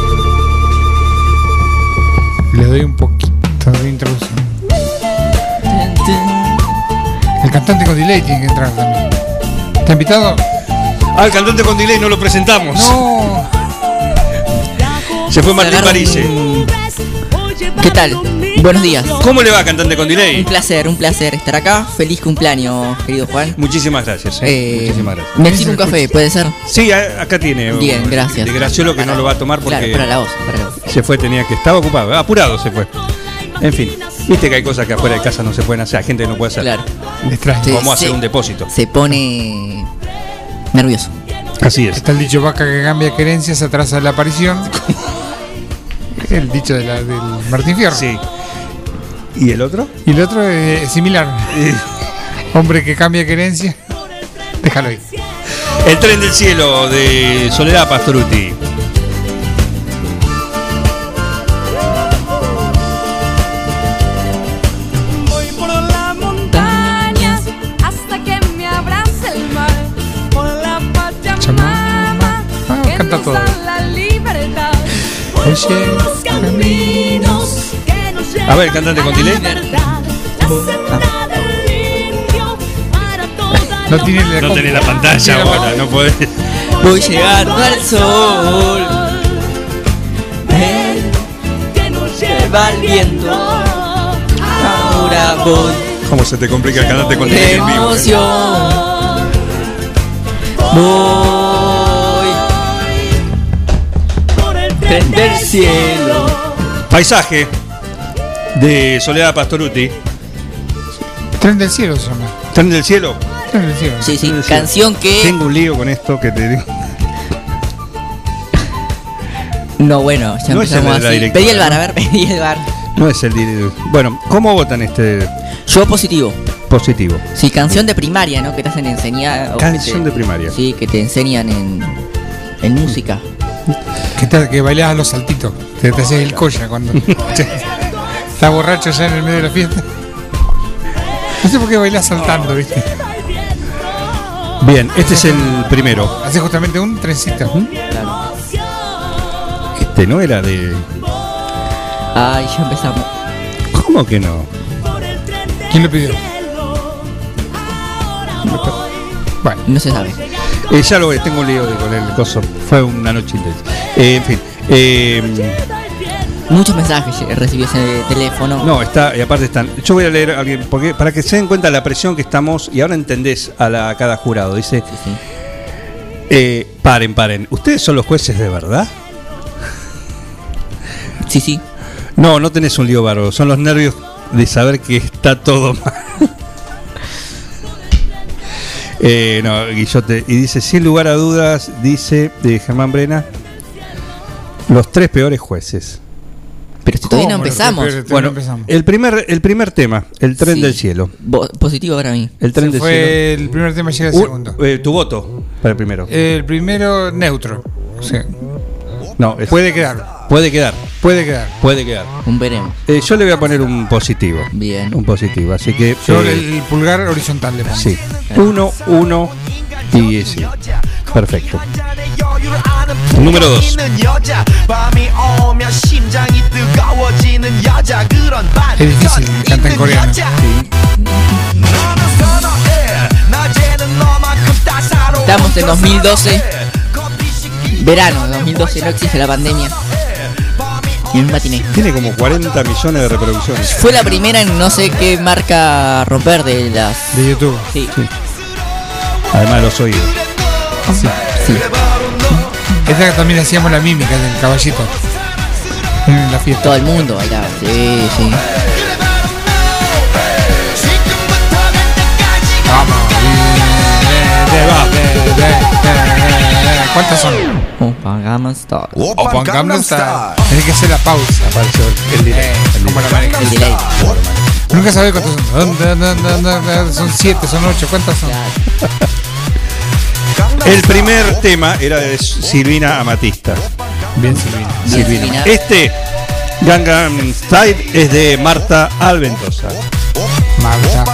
Le doy un poquito de introducción. El cantante con delay tiene que entrar también. ¿Está invitado? El cantante con delay no lo presentamos. No. Se fue Martín Parise. ¿Qué tal? Buenos días. ¿Cómo le va, cantante con delay? Un placer estar acá. Feliz cumpleaños, querido Juan. Muchísimas gracias. Muchísimas gracias. ¿Me sirve un café? ¿Puede ser? Sí, acá tiene. Bien, gracias. De Graciolo, que no lo va a tomar porque claro, para la voz. Se fue, estaba ocupado, apurado se fue. En fin, viste que hay cosas que afuera de casa no se pueden hacer, hay gente que no puede hacer. Claro. Vamos a hacer un depósito. Se pone nervioso. Así es. Está el dicho: vaca que cambia querencia se atrasa la aparición. El dicho del Martín Fierro. Sí. ¿Y el otro? Y el otro es similar. Hombre que cambia querencia, déjalo ahí. El tren del cielo de Soledad Pastorutti. Voy por las montañas hasta que me abrace el mar. Por la Pachamama que canta nos todo. da la libertad. Por los caminos que nos llevan A ver, cantante con delay. No tiene la pantalla ahora, no podés. Voy llegando al sol. Ven, que nos lleva el viento. Ahora voy. ¿Cómo se te complica el cantante con delay en vivo? Emoción. Voy por el tren del cielo. Paisaje de Soledad Pastorutti. Tren del cielo se llama. ¿Tren del cielo? Tren del cielo. Sí, sí, canción que... Tengo un lío con esto que te digo. No, bueno, ya No es empezamos el de la así. directora, Pedí el bar, ¿no? a ver, pedí el bar. No es el directo. Bueno, ¿cómo votan este Yo positivo. positivo? Sí, canción de primaria, ¿no? Que te hacen enseñar. Canción de primaria. Sí, que te enseñan en música. ¿Qué tal? Que bailás a los saltitos. Te haces el colla cuando estás borracho ya en el medio de la fiesta. No sé por qué bailás saltando, ¿viste? Bien, este es el primero. Hace justamente un trencito. Claro. Este no era de... Ay, ya empezamos. ¿Cómo que no? ¿Quién lo pidió? Bueno, no se sabe. Ya lo ves, tengo un lío con el coso. Fue una noche intensa. En fin. Muchos mensajes recibí ese teléfono. No, está, y aparte están. Yo voy a leer a alguien, porque para que se den cuenta la presión que estamos, y ahora entendés a cada jurado. Dice: paren. ¿Ustedes son los jueces de verdad? Sí. No tenés un lío bárbaro. Son los nervios de saber que está todo mal. No, Guillote. Y dice, sin lugar a dudas, dice Germán Brena, los 3 peores jueces. Pero si todavía no empezamos. Bueno, el primer tema, el tren del cielo. Positivo para mí. El tren del fue cielo. El primer tema, llega el segundo. Tu voto para el primero. El primero, neutro. Sí. No, puede quedar. Puede quedar. Un veremos. Yo le voy a poner un positivo. Bien. Un positivo, así que... Yo el pulgar horizontal le pongo. Sí. 1 y sí. Perfecto. Número 2. Es difícil, canta en coreano. Sí. Estamos en 2012. Verano de 2012, no existe la pandemia. Y un matiné. Tiene como 40 millones de reproducciones. Fue la primera en no sé qué marca romper de las... De YouTube. Sí. Además de los oídos. Sí. Esta también hacíamos la mímica del caballito en la fiesta. Todo el mundo bailaba. Sí. Vamos. ¿Cuántas son? Open Gangnam Style. Open Gangnam Style. Tenés que hacer la pausa. Apareció el delay. El delay. Nunca sabés cuántas son. Son 7, son 8. ¿Cuántas son? El primer tema era de Silvina Amatista. Bien, Silvina. Este Gangnam Style es de Marta Alventosa. Marta.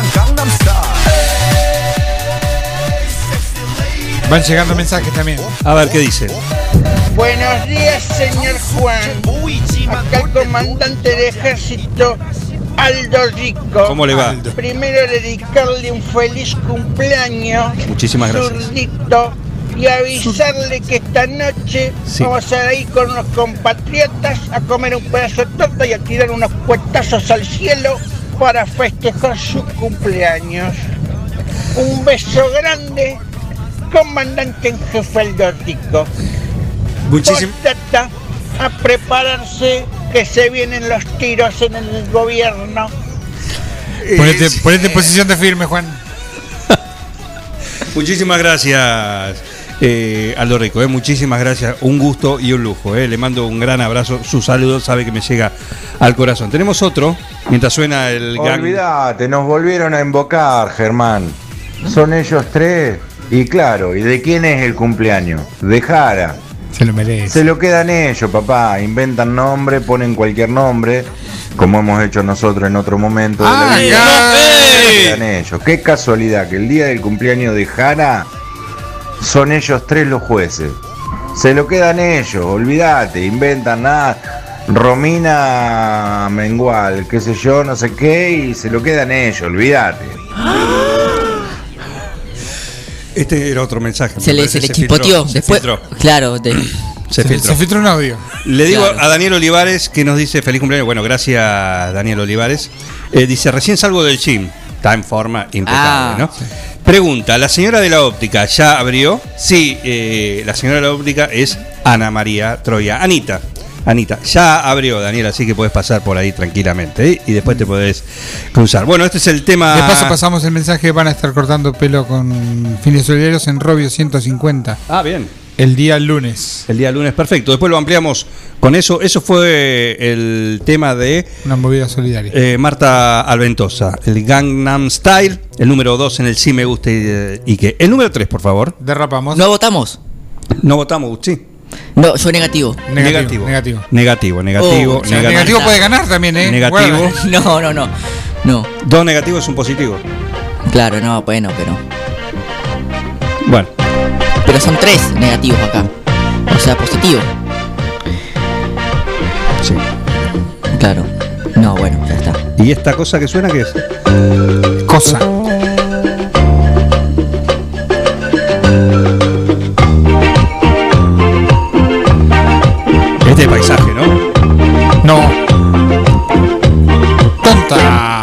Van llegando mensajes también. A ver qué dice. Buenos días, señor Juan. Acá el comandante de ejército Aldo Rico. ¿Cómo le va? Primero dedicarle un feliz cumpleaños. Muchísimas gracias. Zurdito, y avisarle que esta noche vamos a ir con los compatriotas a comer un pedazo de torta y a tirar unos cuetazos al cielo para festejar su cumpleaños. Un beso grande, comandante en jefe Aldo Rico. Postdata, a prepararse que se vienen los tiros en el gobierno. Ponete en posición de firme, Juan. Muchísimas gracias, Aldo Rico. Muchísimas gracias. Un gusto y un lujo. Le mando un gran abrazo. Su saludo sabe que me llega al corazón. Tenemos otro, mientras suena el gang. Olvídate, nos volvieron a invocar, Germán. Son ellos 3. Y claro, ¿y de quién es el cumpleaños? De Jara. Se lo merece. Se lo quedan ellos, papá. Inventan nombre, ponen cualquier nombre, como hemos hecho nosotros en otro momento de la vida. Se lo quedan ellos. Qué casualidad que el día del cumpleaños de Jara son ellos 3 los jueces. Se lo quedan ellos, olvídate, inventan nada. Romina Mengual, qué sé yo, no sé qué, y se lo quedan ellos, olvídate. Este era otro mensaje. Se le chipoteó. Después, claro, se filtró un audio. Le digo a Daniel Olivares, que nos dice feliz cumpleaños. Bueno, gracias, Daniel Olivares. Dice, recién salgo del gym. Está en forma impecable, ¿no? Sí. Pregunta, ¿la señora de la óptica ya abrió? Sí, la señora de la óptica es Ana María Troya. Anita, ya abrió, Daniel, así que podés pasar por ahí tranquilamente, ¿eh? Y después te podés cruzar. Bueno, este es el tema. De paso pasamos el mensaje, van a estar cortando pelo con fines solidarios en Robio 150. Ah, bien. El día lunes. El día lunes, perfecto. Después lo ampliamos con eso. Eso fue el tema de una movida solidaria. Marta Alventosa, el Gangnam Style, el número 2 en el Sí Me Gusta y que. El número 3, por favor. Derrapamos. ¿No votamos? No votamos, sí. No, yo negativo. Negativo. Negativo puede ganar también, ¿eh? Negativo. No. 2 negativos es un positivo. Claro, no, bueno, pero. Bueno. Pero son 3 negativos acá. O sea, positivo. Sí. Claro. No, bueno, ya está. ¿Y esta cosa que suena qué es? Cosa. Este es paisaje, ¿no? No. Tonta.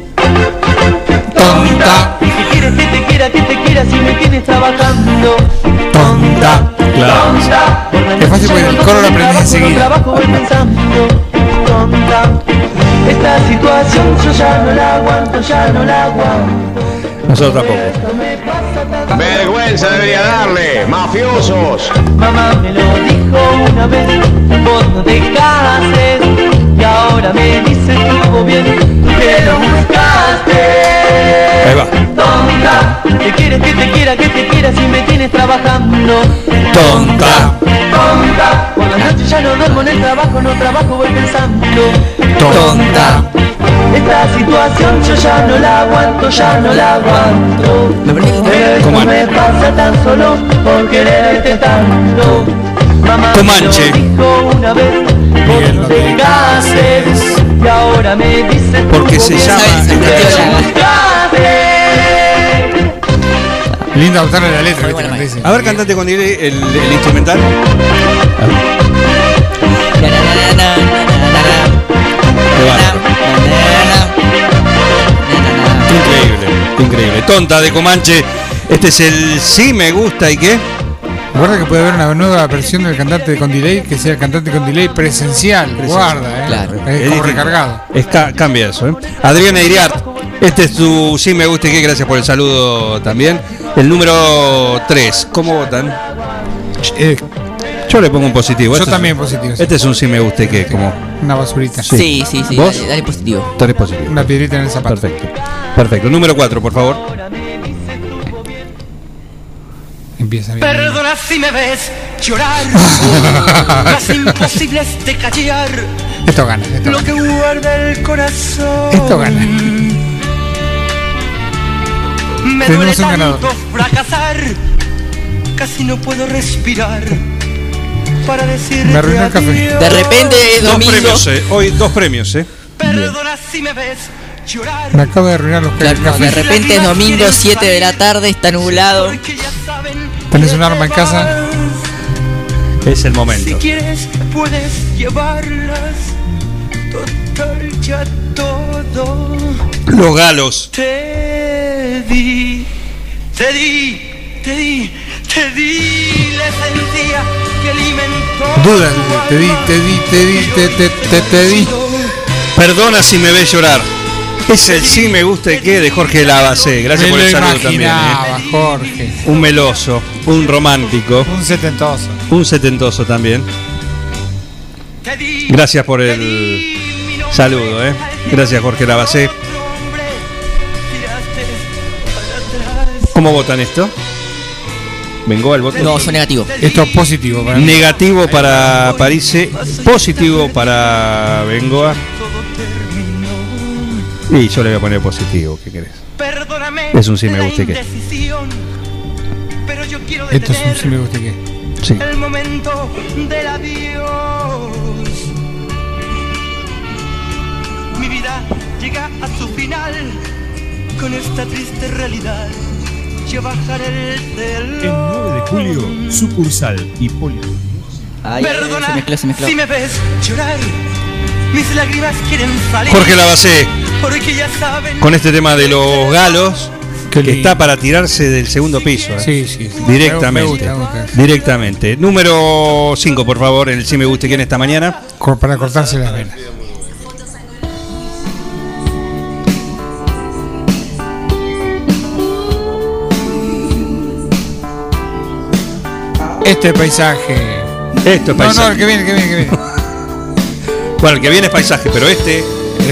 Que te quiera si me tienes trabajando. Tonta. Claro. Es fácil porque el coro lo aprendí enseguida. Trabajo voy pensando. Tonta. Esta situación yo ya no la aguanto. Nosotros tampoco. Vergüenza debería darle, mafiosos. Mamá me lo dijo una vez, vos no te cases. Y ahora me dice estuvo bien, que lo buscaste. Ahí va. Tonta, que quieres que te quiera si me tienes trabajando. Tonta. Por la noche ya no duermo en el trabajo, no trabajo, voy pensando. Tonta. Esta situación yo ya no la aguanto. Esto me pasa tan solo por quererte tanto. Mamá Comanche. me lo dijo una vez, vos no te cases. Y ahora me dice Porque se llama. Linda autarle la letra. A ver, cantate con el instrumental. Increíble. Tonta de Comanche. Este es el Sí Me Gusta y qué. Guarda que puede haber una nueva versión del cantante con delay, que sea el cantante con delay presencial. Guarda, Claro. Es como recargado. Cambia eso, Adriana Iriart. Este es tu Sí Me Gusta y qué. Gracias por el saludo también. El número 3. ¿Cómo votan? Yo le pongo un positivo. Yo también positivo. Este es un Sí Me Gusta y qué. Como una basurita. Sí. ¿Vos? Dale positivo. Tú eres positivo. Una piedrita en el zapato. Perfecto. Número 4, por favor. Empieza bien. Perdona si me ves llorar. Las imposibles de callar. Esto gana. Lo que guarda el corazón. Esto gana. Me Tenemos duele un ganador. tanto fracasar. Casi no puedo respirar. Para decirte Me arruinó el café. adiós. De repente es domingo. 2 premios, Hoy 2 premios, Perdona si me ves llorar. Me acabo de arruinar los Claro, cafés. de repente es domingo, 7 de la tarde, está nublado. ¿Tenés un arma en casa? Es el Si momento. quieres puedes llevarlas. Total ya todo. Los galos. Te di la esencia que alimentó. Dudas. Te di. Perdona si me ves llorar. Es el Sí Me Gusta y qué de Jorge Lavacé. Gracias por el saludo también. Jorge. Un meloso, un romántico, Un setentoso. un setentoso también. Gracias por el saludo, Gracias, Jorge Lavacé. ¿Cómo votan esto? ¿Vengo al voto? No, son negativos. Esto es positivo para mí. Negativo para París, positivo para Bengoa. Y yo le voy a poner positivo, ¿qué querés? Es un Sí Me Gusta y qué. Esto es un Sí Me Gusta y qué. Sí. El momento del adiós. Mi vida llega a su final con esta triste realidad. Yo bajaré el telón. El 9 de julio, sucursal Hipólito. Perdona se mezcló. si me ves llorar. Mis lágrimas quieren salir. Jorge Lavacé, Porque ya saben. con este tema de los galos, Qué que lindo. está para tirarse del segundo piso. Sí. Directamente. Me gusta. Directamente. Número 5, por favor, en el Sí Me Gusta y quién esta mañana. Para cortarse las venas. Este paisaje. Esto es paisaje. No, el que viene. Bueno, el que viene es paisaje, pero este.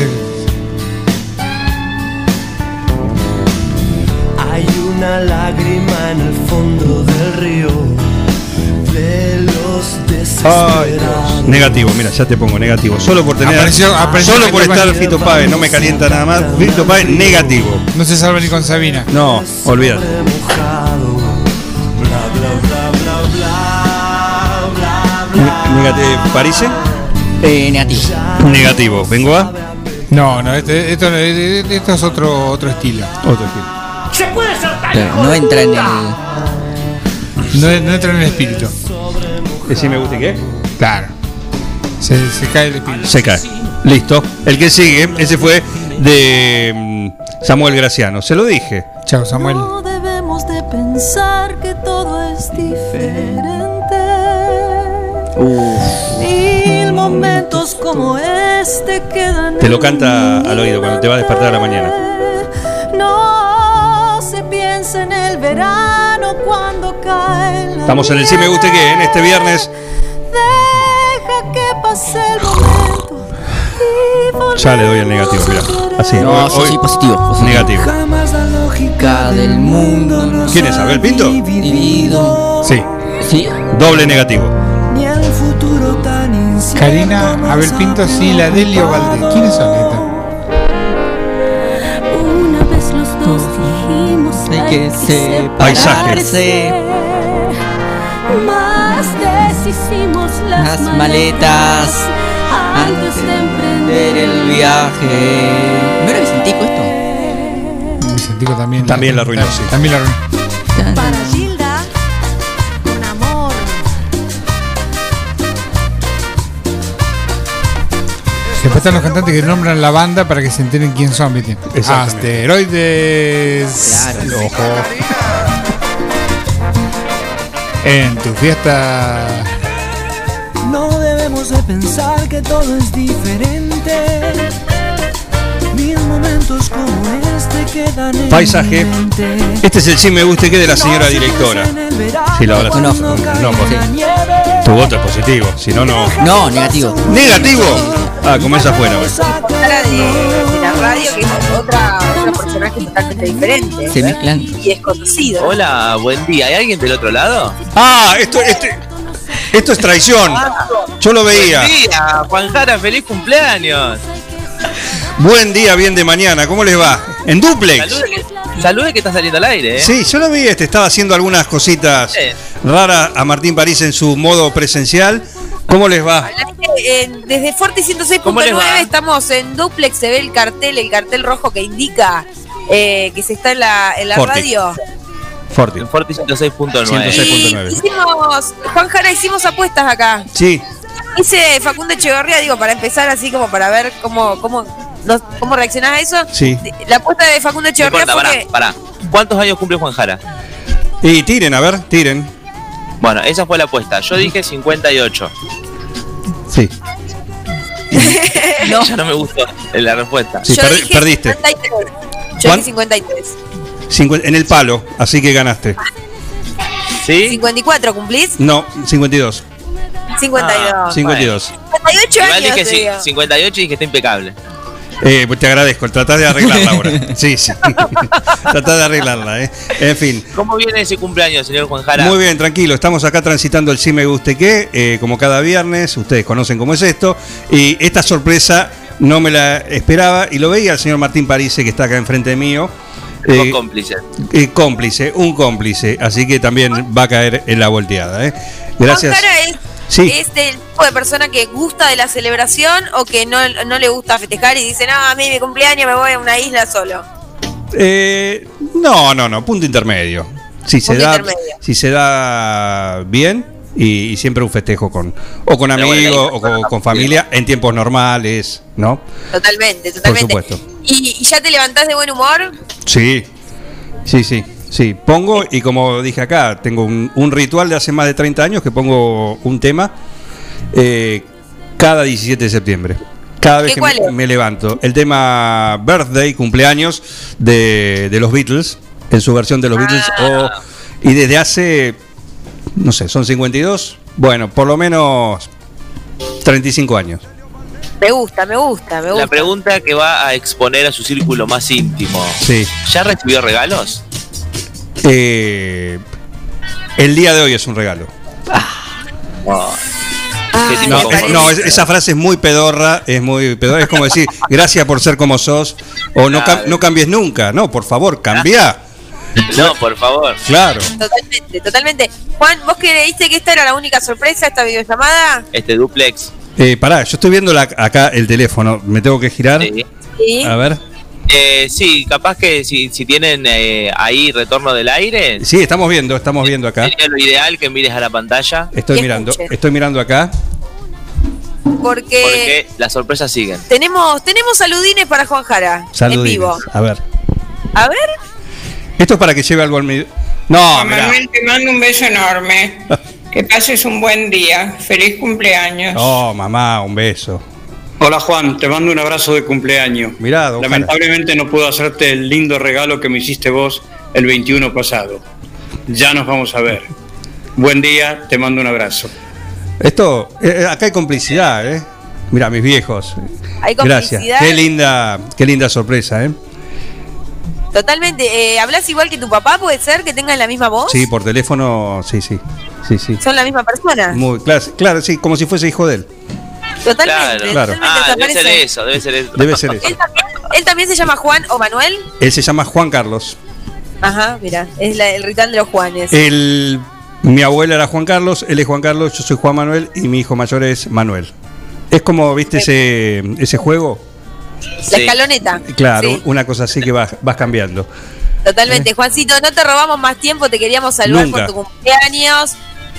Hay una lágrima en el fondo del río de los desesperados. Negativo, mira, ya te pongo negativo. Solo por tener. Apareció solo por estar Fito Páez, no me calienta nada más. Fito Páez, negativo. No se salva ni con Sabina. No, olvídate. Negativo. ¿Parece? Negativo. Negativo. ¿Vengo a? No, esto es otro estilo. Otro estilo. Se puede saltar. No entra en el. No entra en el espíritu. ¿Sí me gusta qué? Claro. Se cae el espíritu. Se cae. Listo. El que sigue, ese fue de Samuel Graciano. Se lo dije. Chao, Samuel. No debemos de pensar que todo es diferente. Mil momentos como este quedan. Te lo canta al oído cuando te va a despertar a la mañana. No se piensa en el verano cuando cae la Estamos en el Sí Me Guste Qué, en este viernes. Deja que pase el momento. Ya le doy el negativo, mira. Así. No, sí, positivo. Negativo. Jamás la lógica del mundo. ¿Quién es? ¿Abel Pinto? Dividido. Sí. Sí. Doble negativo. Ni el futuro tan incierto. Karina, Abel Pinto, sí, la Delio Valdés. ¿Quiénes son estas? Una vez los dos dijimos Hay que Paisaje. Más deshicimos Las maletas antes de emprender el viaje. ¿No era Vicentico esto? Vicentico también. También la arruinó, sí. También la arruinó. Para Gilda, con amor. Después están los cantantes que nombran la banda para que se enteren quién son, ¿viste? Exactamente. Asteroides. Claro. Ojo. En tu fiesta. No debemos de pensar que todo es diferente. Mil momentos como este quedan en Paisaje. mi mente. Este es el Sí Me Guste Qué de la señora directora. Si la hablas. No, No, sí. tu voto es positivo. Si no, no. No, negativo. ¿Negativo? Ah, como esa fuera. Cara de la radio, que es otro personaje totalmente diferente. Se mezclan. Y es conocido. Hola, buen día. ¿Hay alguien del otro lado? Ah, esto es traición. Yo lo veía. Buen día, Juan Jara, feliz cumpleaños. Buen día, bien de mañana. ¿Cómo les va? En duplex. Salude que está saliendo al aire, ¿eh? Sí, yo lo vi. Estaba haciendo algunas cositas raras a Martín París en su modo presencial. ¿Cómo les va? Desde Forti ¿Cómo les 106.9 va? estamos en duplex, se ve el cartel rojo que indica que se está en la Forti. radio. Forti. En Forti 106.9. 106.9. Juan Jara, hicimos apuestas acá. Sí. Hice Facundo Echeverría, digo, para empezar así como para ver cómo reaccionás a eso. Sí. La apuesta de Facundo No Echeverría importa, fue que pará. ¿Cuántos años cumple Juan Jara? Y tiren, a ver, tiren. Bueno, esa fue la apuesta. Yo dije 58. Sí. No. Ya no me gustó la respuesta. Sí, yo dije perdiste. 53. Yo dije 53. En el palo, así que ganaste. ¿Sí? 54, ¿cumplís? No, 52. 52. 52. 58 Igual años. dije te digo. 58 y dije está impecable. Pues te agradezco, tratás de arreglarla ahora. Sí. Tratás de arreglarla, En fin. ¿Cómo viene ese cumpleaños, señor Juan Jara? Muy bien, tranquilo. Estamos acá transitando el Sí Me Guste Qué, como cada viernes. Ustedes conocen cómo es esto. Y esta sorpresa no me la esperaba. Y lo veía el señor Martín Parise, que está acá enfrente mío. Cómplice. Un cómplice. Así que también va a caer en la volteada. Gracias. Juan Jara Sí. es del tipo de persona que gusta de la celebración o que no le gusta festejar y dice, no, a mí mi cumpleaños me voy a una isla solo. No, punto intermedio. Si Punto intermedio. se da bien y siempre un festejo con amigos o con familia en tiempos normales, ¿no? Totalmente. Por supuesto. ¿Y ya te levantás de buen humor? Sí. Pongo, y como dije acá, tengo un ritual de hace más de 30 años que pongo un tema cada 17 de septiembre. Cada vez que me levanto. El tema Birthday, cumpleaños de los Beatles, en su versión de los Beatles. Y desde hace no sé, son 52. Bueno, por lo menos 35 años. Me gusta. La pregunta que va a exponer a su círculo más íntimo. Sí. ¿Ya recibió regalos? El día de hoy es un regalo. Esa frase es muy pedorra, es como decir, gracias por ser como sos, o no cambies nunca. No, por favor, cambia. No, por favor. Claro. Totalmente. Juan, ¿vos creíste que esta era la única sorpresa, esta videollamada? Este duplex. Pará, yo estoy viendo acá el teléfono, me tengo que girar. Sí. A ver. Sí, capaz que si tienen ahí retorno del aire. Sí, estamos viendo acá. Sería lo ideal que mires a la pantalla. Estoy mirando acá. Porque las sorpresas siguen. Tenemos saludines para Juan Jara. Saludines. En vivo. A ver. Esto es para que lleve algo al medio. No, Juan Manuel, te mando un beso enorme. Que pases un buen día. Feliz cumpleaños. Oh, mamá, un beso. Hola Juan, te mando un abrazo de cumpleaños. Mirá, lamentablemente no puedo hacerte el lindo regalo que me hiciste vos el 21 pasado. Ya nos vamos a ver. Buen día, te mando un abrazo. Esto, acá hay complicidad, Mira, mis viejos. Hay complicidad. Gracias. Qué linda sorpresa, Totalmente. ¿Hablas igual que tu papá? ¿Puede ser que tengan la misma voz? Sí, por teléfono, sí. ¿Son la misma persona? Muy claro, sí, como si fuese hijo de él. Totalmente. Claro. Debe ser eso. ¿Él también se llama Juan o Manuel? Él se llama Juan Carlos. Ajá, mira, es el ritual de los Juanes. Mi abuela era Juan Carlos, él es Juan Carlos, yo soy Juan Manuel y mi hijo mayor es Manuel. Es como, ¿viste ese juego? La escaloneta. Claro, sí. Una cosa así que vas cambiando. Totalmente. Juancito, no te robamos más tiempo, te queríamos saludar por tu cumpleaños.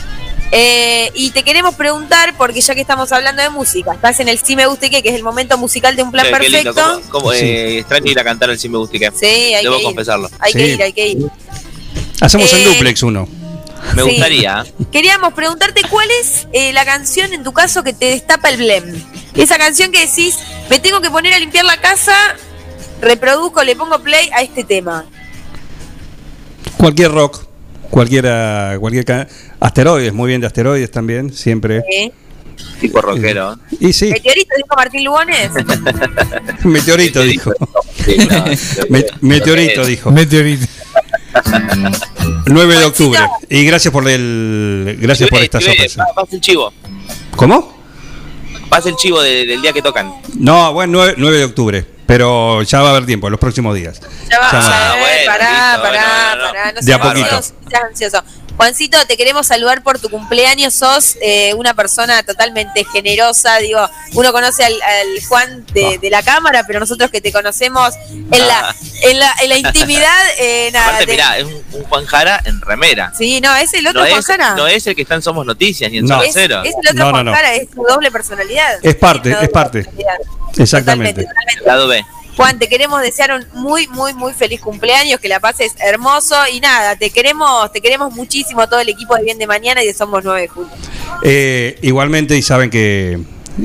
Y te queremos preguntar, porque ya que estamos hablando de música, estás en el Sí Me Gusta y Qué, que es el momento musical de Un Plan Perfecto. Lindo, extraño ir a cantar el Sí Me Gusta y Qué. Sí, debo confesarlo. Hay que ir. Hacemos en duplex uno. Me gustaría. Queríamos preguntarte cuál es la canción en tu caso que te destapa el blem. Esa canción que decís, me tengo que poner a limpiar la casa, reproduzco, le pongo play a este tema. Cualquier rock, cualquier Asteroides, muy bien de Asteroides también, siempre. Sí. Tipo rockero. Y sí. ¿Meteorito dijo Martín Lugones? Meteorito dijo. Sí, claro. Meteorito dijo. Meteorito. 9 de octubre. Y gracias por esta sorpresa. Pasa el chivo. ¿Cómo? Pasa el chivo del día que tocan. No, bueno, 9 de octubre. Pero ya va a haber tiempo en los próximos días. Pará. No de a poquito. Seas ansioso. Juancito, te queremos saludar por tu cumpleaños. Sos una persona totalmente generosa. Digo, uno conoce al Juan de la cámara, pero nosotros que te conocemos en la intimidad. Aparte, mirá, es un Juan Jara en remera. Sí, no, es el otro Juan Jara. No es el que está en Somos Noticias ni en Somos Cero. Es el otro Juan Jara, es su doble personalidad. Es parte. Exactamente. Totalmente. Lado B. Juan, te queremos desear un muy, muy, muy feliz cumpleaños, que la pases hermoso y nada, te queremos muchísimo todo el equipo de Bien de Mañana y de Somos 9 de Julio. Igualmente, y saben que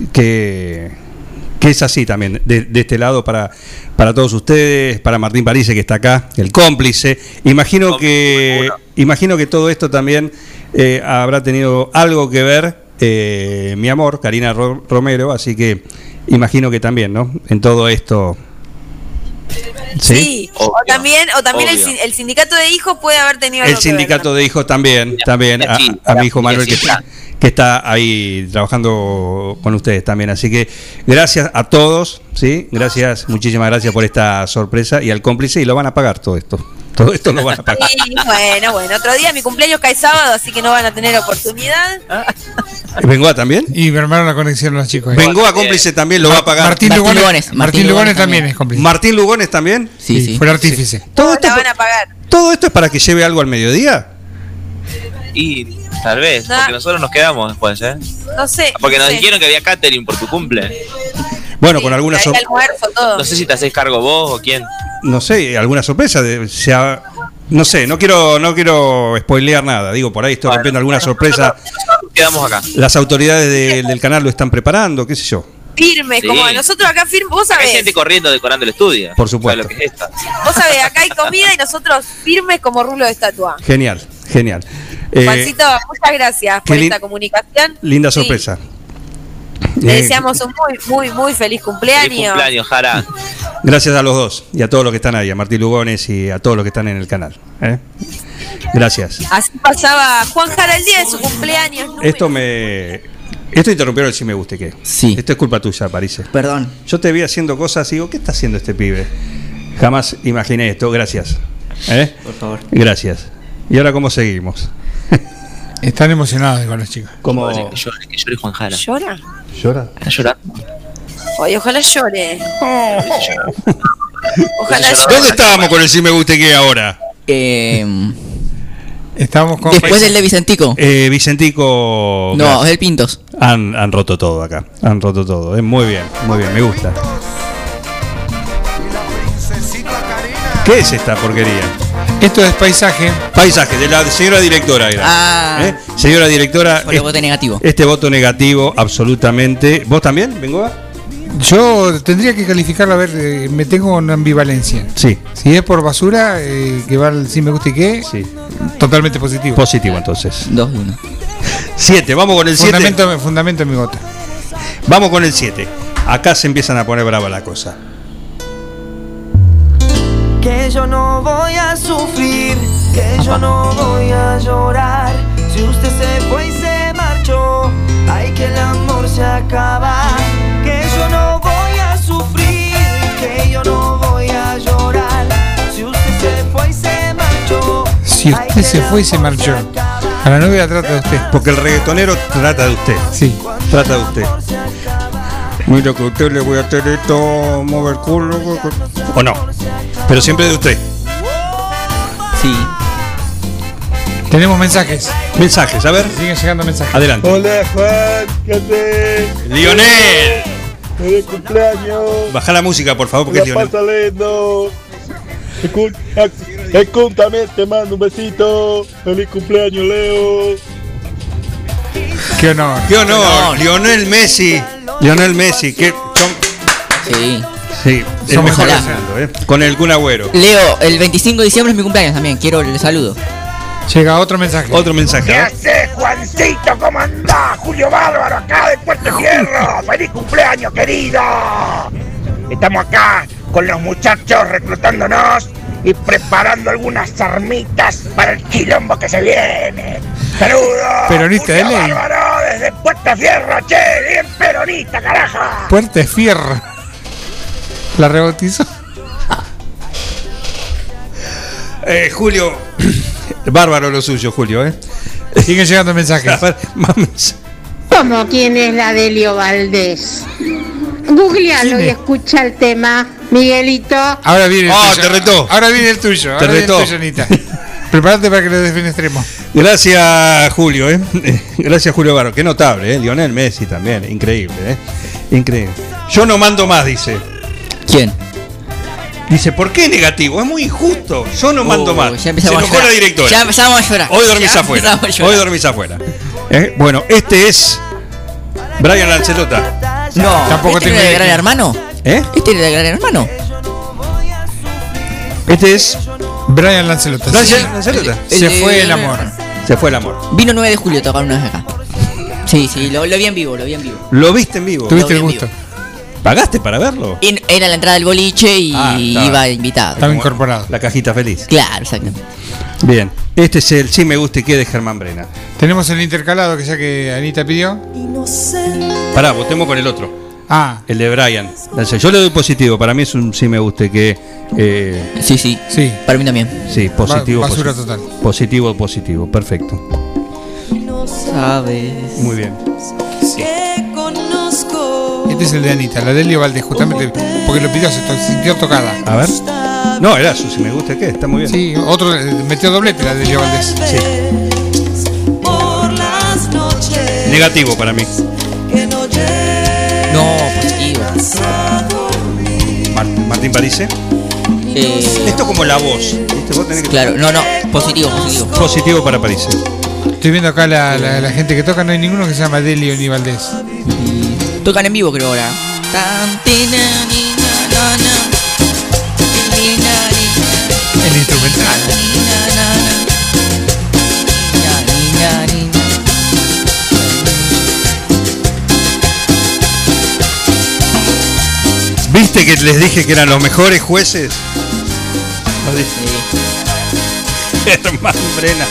es así también, de este lado para todos ustedes, para Martín Parise que está acá, el cómplice. Imagino que todo esto también habrá tenido algo que ver mi amor, Karina Romero, así que imagino que también, ¿no? En todo esto. Sí, o también el sindicato de hijos puede haber tenido algo el sindicato que ver, ¿no? de hijos también a mi hijo Manuel que está ahí trabajando con ustedes también, así que gracias a todos, sí, muchísimas gracias por esta sorpresa y al cómplice, y lo van a pagar todo esto lo van a pagar. Sí, bueno, otro día mi cumpleaños cae sábado, así que no van a tener oportunidad. ¿Bengoa también? Y me armaron la conexión los chicos. Bengoa cómplice también lo va a pagar. Martín Lugones también es cómplice. ¿Martín Lugones también? Sí. Fue el artífice. Todos la van a pagar. ¿Todo esto es para que lleve algo al mediodía? Y tal vez, porque nosotros nos quedamos después, No sé. Porque nos dijeron que había catering por tu cumple. Bueno, con alguna sorpresa. No sé si te haces cargo vos o quién. No sé, alguna sorpresa. No sé, no quiero spoilear nada. Digo, por ahí estoy rompiendo alguna sorpresa. Quedamos acá. Las autoridades del canal lo están preparando, qué sé yo. Firmes, sí. Como nosotros acá firmes, vos sabés. Hay gente corriendo, decorando el estudio. Por supuesto. Lo que es esto. Vos sabés, acá hay comida y nosotros firmes como rulo de estatua. Genial. Genial. Juancito, muchas gracias por esta comunicación. Linda Sí. sorpresa. Le deseamos un muy feliz cumpleaños. Feliz cumpleaños, Jara. Gracias a los dos y a todos los que están ahí, a Martín Lugones y a todos los que están en el canal. Gracias. Así pasaba Juan Jara el día de su cumpleaños. Esto interrumpió el sí me guste qué. Sí. Esto es culpa tuya, París. Perdón. Yo te vi haciendo cosas y digo, ¿qué está haciendo este pibe? Jamás imaginé esto. Gracias. Por favor. Gracias. ¿Y ahora cómo seguimos? Están emocionados con los chicos. ¿Cómo? Que llore Juan Jara. ¿Llora? ¿Llora? ¿Está llorando? Ay, ojalá llore. Ojalá llore. ¿Dónde estábamos con el sí me guste qué ahora? Estamos con Después del de Vicentico. Vicentico. No, gracias. es el Pintos. Han roto todo acá. Han roto todo. Muy bien, me gusta. ¿Qué es esta porquería? Esto es paisaje. Paisaje, de la señora directora era. Ah. Señora directora. Por el voto negativo. Este voto negativo, absolutamente. ¿Vos también, Bengoa? Yo tendría que calificarlo, a ver, me tengo una ambivalencia. Sí. Si es por basura, que va al sí me gusta y qué, sí. Totalmente positivo. Positivo, entonces. 2-1. 7, vamos con el 7. Fundamento en mi voto. Vamos con el 7. Acá se empiezan a poner brava la cosa. Que yo no voy a sufrir, que yo no voy a llorar. Si usted se fue y se marchó, ay, que el amor se acaba. Que yo no voy a sufrir, que yo no voy a llorar. Si usted se fue y se marchó. Si usted se fue y se marchó. A la novia trata de usted. Porque el reggaetonero trata de usted. Sí. Trata de usted. Mira que a usted le voy a hacer esto, mover culo. O no. Pero siempre de usted. Sí. Tenemos mensajes. Mensajes, a ver. Siguen llegando mensajes. Adelante. Hola Juan, ¿qué haces? ¡Lionel! ¡Feliz cumpleaños! Baja la música, por favor, porque es La Lionel. pasa lindo. Ekun también te mando un besito. ¡Feliz cumpleaños, Leo! ¡Qué honor! ¡Qué honor! Lionel Messi. Lionel Messi. Sí. Sí, el Somos mejor del ojalá. mundo, con el Kun Agüero. Leo, el 25 de diciembre es mi cumpleaños también. Quiero el saludo. Llega otro mensaje. Otro mensaje. ¿Qué haces, Juancito? ¿Cómo andás? Julio Bárbaro, acá de Puerto Fierro. ¡Feliz cumpleaños, querido! Estamos acá con los muchachos reclutándonos y preparando algunas armitas para el quilombo que se viene. ¡Saludos! Peronista de Julio ley. Bárbaro desde Puerto Fierro, che, bien peronista, carajo. Puerta de Fierro. La rebautizó. Julio, bárbaro lo suyo, Julio, Siguen llegando mensajes. ¿Cómo quién es la Delio Valdés? Googlealo y escucha el tema, Miguelito. Ahora viene el tuyo. te retó. Ahora viene el tuyo. Te Ahora viene retó. el tuyo, Anita. Prepárate para que lo defenestremos. Gracias, Julio, Gracias, Julio Bárbaro. Qué notable, Lionel Messi también. Increíble, Increíble. Yo no mando más, dice. ¿Quién? Dice, ¿por qué negativo? Es muy injusto. Yo no mando más. Ya Se empezamos enojó a llorar. la directora. Ya empezamos a llorar. Hoy dormís Ya afuera. empezamos a llorar. Hoy dormís afuera. Bueno, este es Brian Lancelota. No, Tampoco ¿este tengo era el idea. gran hermano? ¿Este era el gran hermano? Este es Brian Lancelota. Brian Lancelota. Se fue el amor. Se fue el amor. Vino 9 de julio a tocar una vez acá. Sí, lo vi en vivo, ¿Lo viste en vivo? Tuviste Lo el vi en gusto. ¿Pagaste para verlo? Y era la entrada del boliche y iba invitado. Estaba incorporado. La cajita feliz. Claro, exactamente. Bien. Este es el sí me gusta y qué de Germán Brena. Tenemos el intercalado que ya que Anita pidió. Pará, votemos con el otro. Ah. El de Brian. Yo le doy positivo. Para mí es un sí me gusta que. Sí. Para mí también. Sí, positivo. Basura positivo. total. Positivo. Perfecto. Sabes. Muy bien. Este es el de Anita, la de Delio Valdés, justamente porque lo pidió, se sintió tocada. A ver. No, era su si me gusta qué, está muy bien. Sí, otro metió doblete la de Delio Valdés. Sí. Negativo para mí. No, positivo. Martín Parise. Esto como la voz. ¿Viste? Vos tenés que... Claro, no, positivo. Positivo para Parise. Estoy viendo acá la gente que toca, no hay ninguno que se llama Delio ni Valdés. Tocan en vivo, creo ahora. El instrumental. ¿Viste que les dije que eran los mejores jueces? Germán Brena.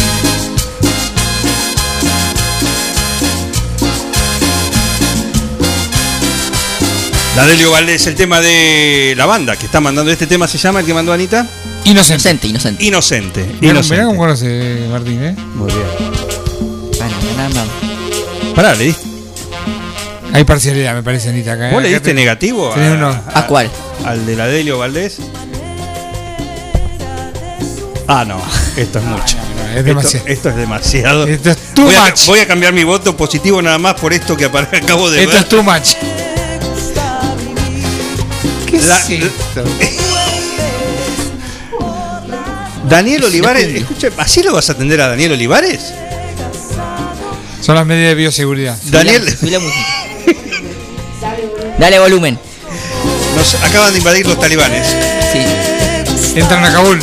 La Delio Valdés, el tema de la banda que está mandando. Este tema se llama, el que mandó Anita. Inocente. Mirá cómo conoce Martín, ¿eh? Muy bien. Pará, le diste. Hay parcialidad, me parece, Anita. Acá, ¿Vos le diste negativo? ¿A cuál? Al de la Delio Valdés. Ah, no, esto es mucho. Es demasiado. Esto es demasiado. Esto es too much. Voy a cambiar mi voto positivo nada más por esto que acabo de ver. Esto es too much. ¿Qué es esto? Daniel Olivares, escucha, ¿así lo vas a atender a Daniel Olivares? Son las medidas de bioseguridad. Daniel. Dale volumen. Nos acaban de invadir los talibanes. Sí. Entran a Kabul.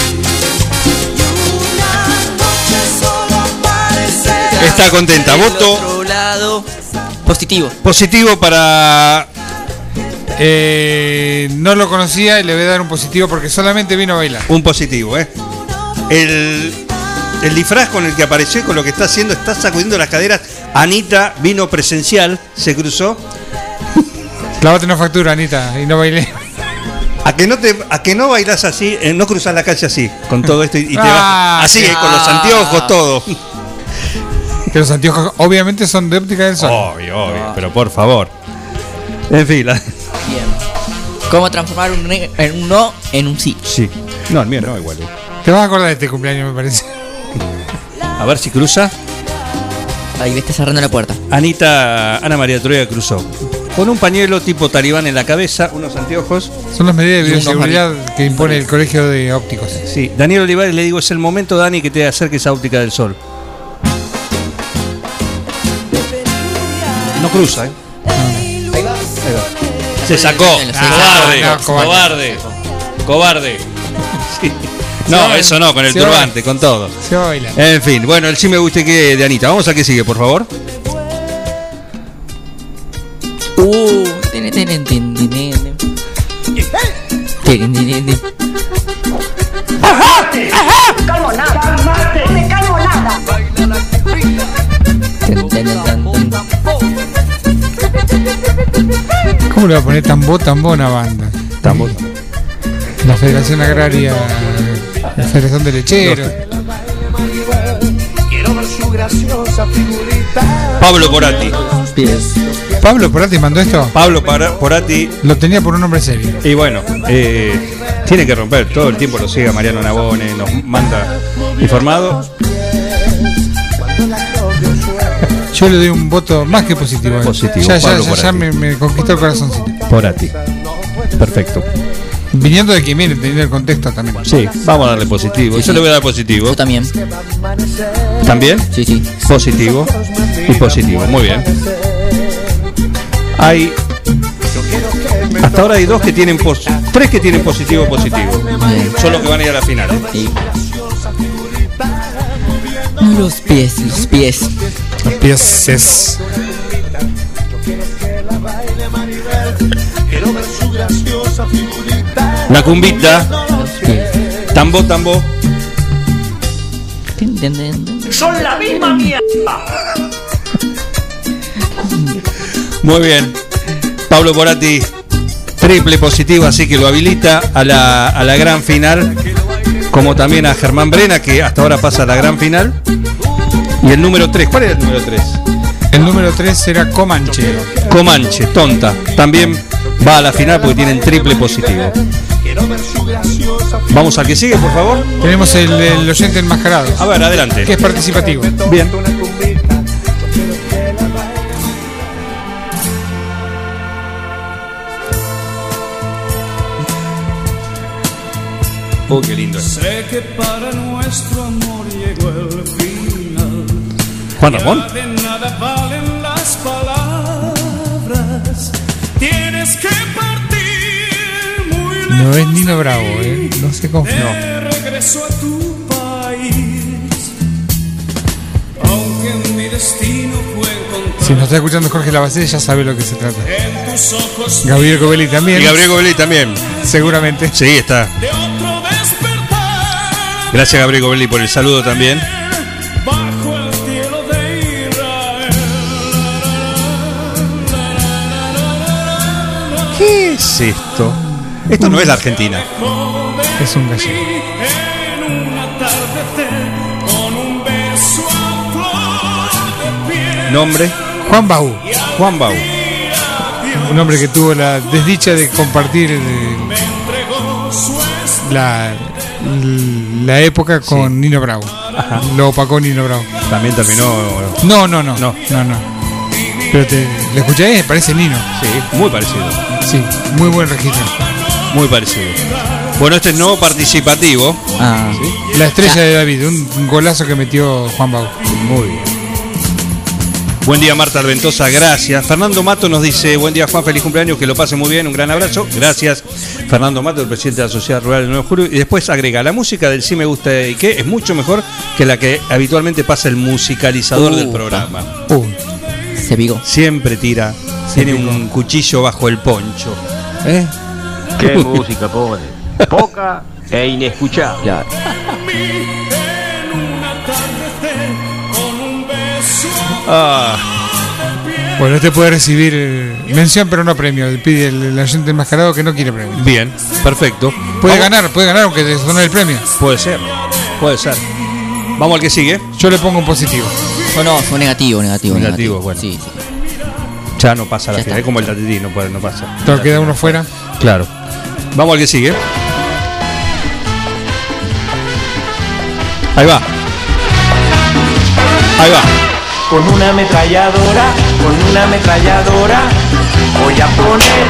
Está contenta. Voto. Otro lado. Positivo. Positivo para. No lo conocía y le voy a dar un positivo porque solamente vino a bailar. Un positivo, ¿eh? El disfraz con el que apareció y con lo que está haciendo, está sacudiendo las caderas. Anita vino presencial, se cruzó. Clávate una factura, Anita, y no bailé. A que no bailás así, no cruzás la calle así, con todo esto y te vas así, con los anteojos, todo. Que los anteojos obviamente son de óptica del sol. Obvio, pero por favor. En fin. Bien. ¿Cómo transformar un no en un sí? Sí. No, el mío no, igual. Te vas a acordar de este cumpleaños, me parece. A ver si cruza. Ahí está cerrando la puerta. Ana María Troya cruzó. Con un pañuelo tipo talibán en la cabeza, unos anteojos. Son las medidas de bioseguridad que impone el Colegio de Ópticos. Sí, Daniel Olivares, le digo, es el momento, Dani, que te acerques a Óptica del Sol. No cruza, ¿eh? Ahí va. Se sacó. Cobarde. Sí. No, eso no, con el turbante, con todo. Se va a bailar. En fin, bueno, el sí me gusta que de Anita. Vamos a que sigue, por favor. Calmo nada. No me calmo nada. ¿Cómo le va a poner tambó a una banda? Tambó. La Federación Agraria, la Federación de Lecheros. Pablo Porati. ¿Pablo Porati mandó esto? Pablo Porati. Lo tenía por un hombre serio. Y bueno, tiene que romper. Todo el tiempo lo sigue Mariano Nabone, nos manda informado. Yo le doy un voto más que positivo. Positivo. Ya me conquistó el corazoncito. Porati. Perfecto. Viniendo de quien viene, teniendo el contexto también. Sí, vamos a darle positivo. Yo le voy a dar positivo. Yo también. ¿También? Sí. Positivo y positivo. Muy bien. Hay. Hasta ahora hay tres que tienen positivo. Son los que van a ir a la final. Sí. Los pies. Los pies. La cumbita. Tambo. Son la misma mierda. Muy bien. Pablo Porati, triple positivo, así que lo habilita a la gran final. Como también a Germán Brena, que hasta ahora pasa a la gran final. Y el número 3, ¿cuál era el número 3? El número 3 era Comanche, tonta. También va a la final porque tienen triple positivo. Vamos al que sigue, por favor. Tenemos el oyente enmascarado. A ver, adelante. Que es participativo. Bien. Oh, qué lindo. Sé que para nuestro amor llegó el final. Juan Ramón. De nada valen las palabras. Tienes que partir muy lejos. No es Nino Bravo, no se confunde. Regreso a tu país. Aunque mi destino fue encontrar. Si nos está escuchando Jorge Lavacé, ya sabe lo que se trata. Gabriel Covelli también. Y Gabriel Covelli también. Seguramente. Sí, está. Gracias, Gabriel Covelli, por el saludo también. ¿Qué es esto? Esto no es la Argentina. Es un gallego. Nombre. Juan Bau. Juan Bau. Un hombre que tuvo la desdicha de compartir la época con Nino Bravo. Ajá. Lo opacó Nino Bravo. También terminó. No. Pero ¿le escucháis? Me parece Nino. Sí, muy parecido. Sí, muy buen registro. Muy parecido. Bueno, este es nuevo participativo. ¿Sí? La estrella de David, un golazo que metió Juan Bau. Muy bien. Buen día, Marta Alventosa, gracias. Fernando Mato nos dice, buen día, Juan, feliz cumpleaños, que lo pase muy bien, un gran abrazo. Gracias, Fernando Mato, el presidente de la Sociedad Rural del 9 de Julio. Y después agrega, la música del Sí Me Gusta y qué es mucho mejor que la que habitualmente pasa el musicalizador del programa. Se picó. Siempre tira, tiene un cuchillo bajo el poncho. ¿Qué música pone? Poca e inescuchable. Claro. Bueno, este puede recibir mención pero no premio. Pide el oyente enmascarado que no quiere premio. Bien, perfecto. Puede ganar aunque desdone el premio. Puede ser. Vamos al que sigue. Yo le pongo un positivo. No, fue negativo. Bueno. Sí. Ya no pasa la Ya final, está. es como el tatití, no pasa. Todo queda uno fuera. Claro. Vamos al que sigue. Ahí va. Con una ametralladora, voy a poner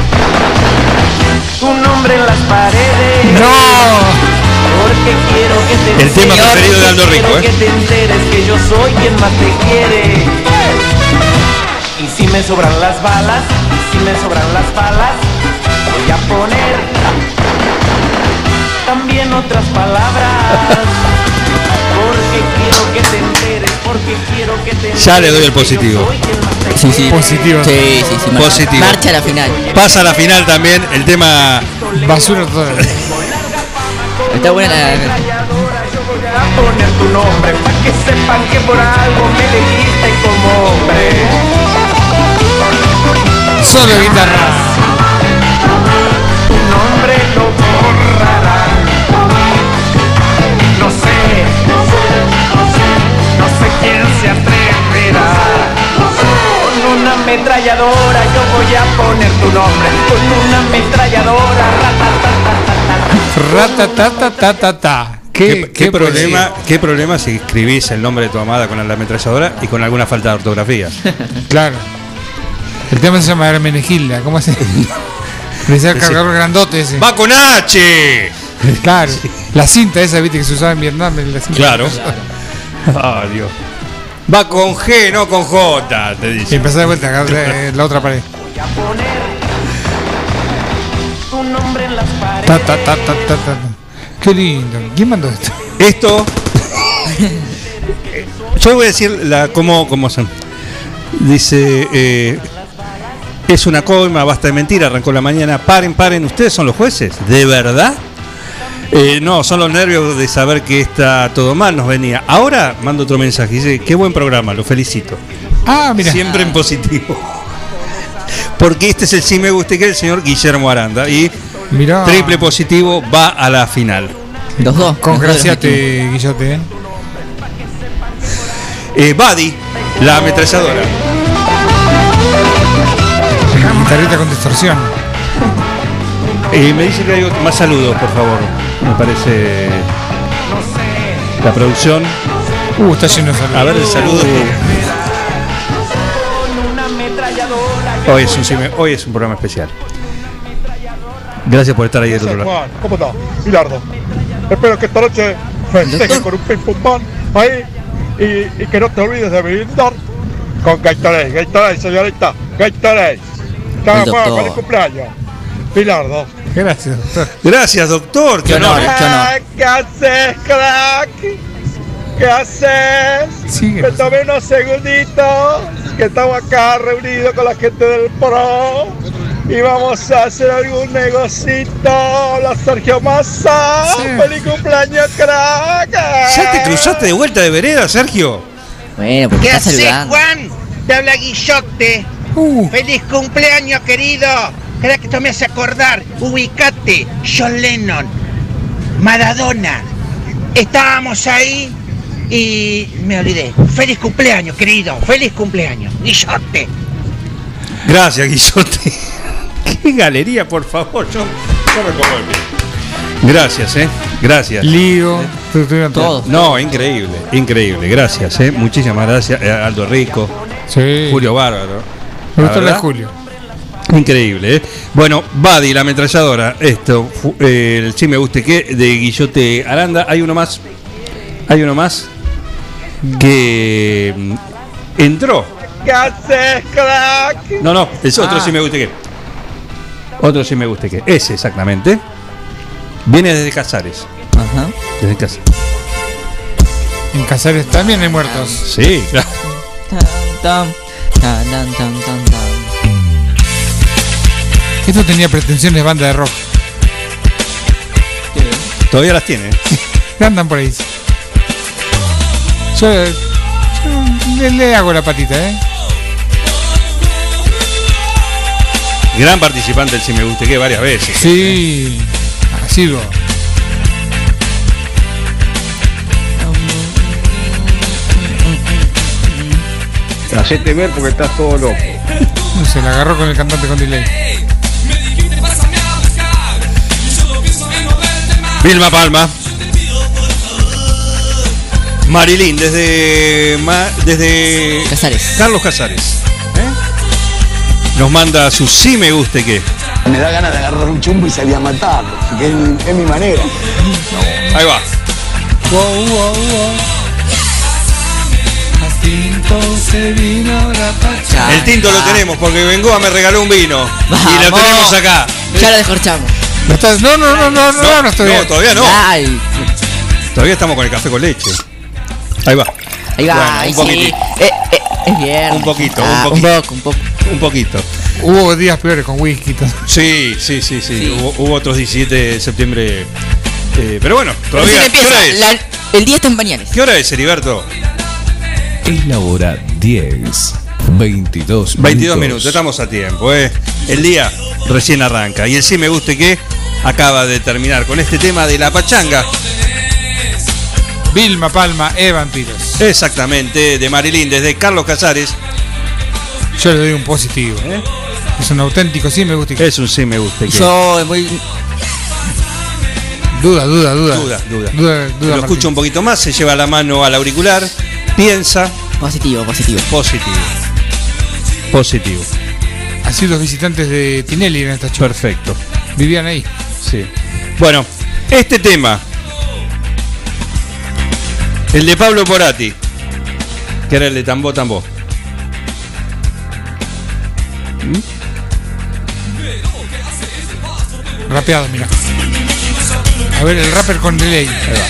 tu nombre en las paredes. ¡No! Porque quiero que te El tema enteres, preferido de Aldo Rico, quiero que te enteres que yo soy quien más te quiere. Y si me sobran las balas, voy a poner también otras palabras. Porque quiero que te enteres, Ya le doy el positivo. Sí. Positivo. Sí. Positivo. Marcha a la final. Pasa a la final también el tema. Basura total. Está buena la. A poner tu nombre para que sepan que por algo me elegiste como hombre. Solo guitarra. Tu nombre lo borrarán. No sé quién se atreverá. Con una ametralladora yo voy a poner tu nombre. Con una ametralladora. Ratatatata. ¿Qué problema si escribís el nombre de tu amada con la ametralladora y con alguna falta de ortografía? Claro. El tema se llama Hermenegilda. ¿Cómo se? Decía el cargador grandote ese. ¡Va con H! Claro. La cinta esa, viste, que se usaba en Vietnam. La cinta. Claro. Ah, Dios. Va con G, no con J, te dice. Y empezó de vuelta, la otra pared. Voy a poner tu nombre en las paredes. Qué lindo. ¿Quién mandó esto? Esto. Yo voy a decir cómo se dice. Es una coima, basta de mentir, arrancó la mañana. Paren, ustedes son los jueces, ¿de verdad? No, son los nervios de saber que está todo mal, nos venía. Ahora mando otro mensaje, dice, qué buen programa, lo felicito. Ah, mira. Siempre en positivo. Porque este es el Sí Me Gusta y que el señor Guillermo Aranda. Y mirá. Triple positivo va a la final. Los dos. Congraciate, Guillote. Buddy, la ametralladora. Guitarrita con distorsión. Me dice que hay más saludos, por favor. Me parece. La producción. Está lleno de saludos. A ver el saludo. Hoy es un programa especial. Gracias por estar ahí del otro lado. Juan, ¿cómo estás? Bilardo. Espero que esta noche festejes con un ping pong pan ahí y que no te olvides de brindar con Gatorade, señorita, Gatorade. Feliz cumpleaños. Bilardo. Gracias, doctor. Gracias, doctor. Qué honor. ¿Qué haces, crack? ¿Qué haces? Sigue. Me tomé unos segunditos. que estamos acá reunidos con la gente del PRO y vamos a hacer algún negocito. Hola Sergio Massa, feliz cumpleaños, crack. ¿Ya te cruzaste de vuelta de vereda, Sergio? Bueno, porque ¿Qué está haces, saludando. Juan? Te habla Guillote. Feliz cumpleaños, querido. Creo que esto me hace acordar. Ubicate, John Lennon, Maradona. Estábamos ahí y me olvidé. Feliz cumpleaños, querido. Feliz cumpleaños. Guillote. Gracias, Guillote. Qué galería, por favor. Yo me como el pie. Gracias, gracias. Lío, todo. No, increíble. Gracias, muchísimas gracias. Aldo Rico, sí. Julio Bárbaro. Me gustó la de verdad, Julio. Increíble, Bueno, Buddy, la ametralladora. Esto, el sí me guste que de Guillote Aranda. Hay uno más que entró. ¿Qué haces, crack? No, es otro sí me guste que. Otro sí me guste que. Ese exactamente. Viene desde Casares. Ajá. Desde Casares. En Casares también hay muertos. Sí, claro. Esto tenía pretensiones de banda de rock. Todavía las tiene. Andan por ahí. Yo le hago la patita, Gran participante del Si Me Guste Que varias veces. Sí, asiduo. Hacete ver porque estás todo loco. Se la agarró con el cantante con delay. Vilma Palma. Marilyn desde Casares. Carlos Casares. Nos manda su Sí Me Guste Que. Me da ganas de agarrar un chumbo y salir a matarlo, que es mi manera. Ahí va. El tinto lo tenemos porque Bengoa me regaló un vino. Y lo tenemos acá. Ya lo descorchamos. No, estoy bien. Todavía no. Ay. Todavía estamos con el café con leche. Ahí va. Bueno, un poquitito. Es bien. Un poquito. Un poquito. Hubo días peores con whisky. Sí. Hubo otros 17 de septiembre. Pero bueno, todavía. ¿Qué hora es? El día está en pañales. ¿Qué hora es, Heriberto? Es la hora 10. 22 minutos. Estamos a tiempo. El día recién arranca. Y el Sí Me Guste Que acaba de terminar con este tema de la pachanga. Vilma Palma, Vampiros. Exactamente, de Marilyn, desde Carlos Casares. Yo le doy un positivo. Es un auténtico Sí Me Guste Que. Es un Sí Me Guste Que. Yo muy... Duda. Lo escucho un poquito más, se lleva la mano al auricular, piensa. Positivo. Así los visitantes de Tinelli en esta chica. Perfecto. Vivían ahí. Sí. Bueno, este tema, el de Pablo Porati, que era el de Tambó. Rapeado, mira. A ver, el rapper con delay. Ahí va.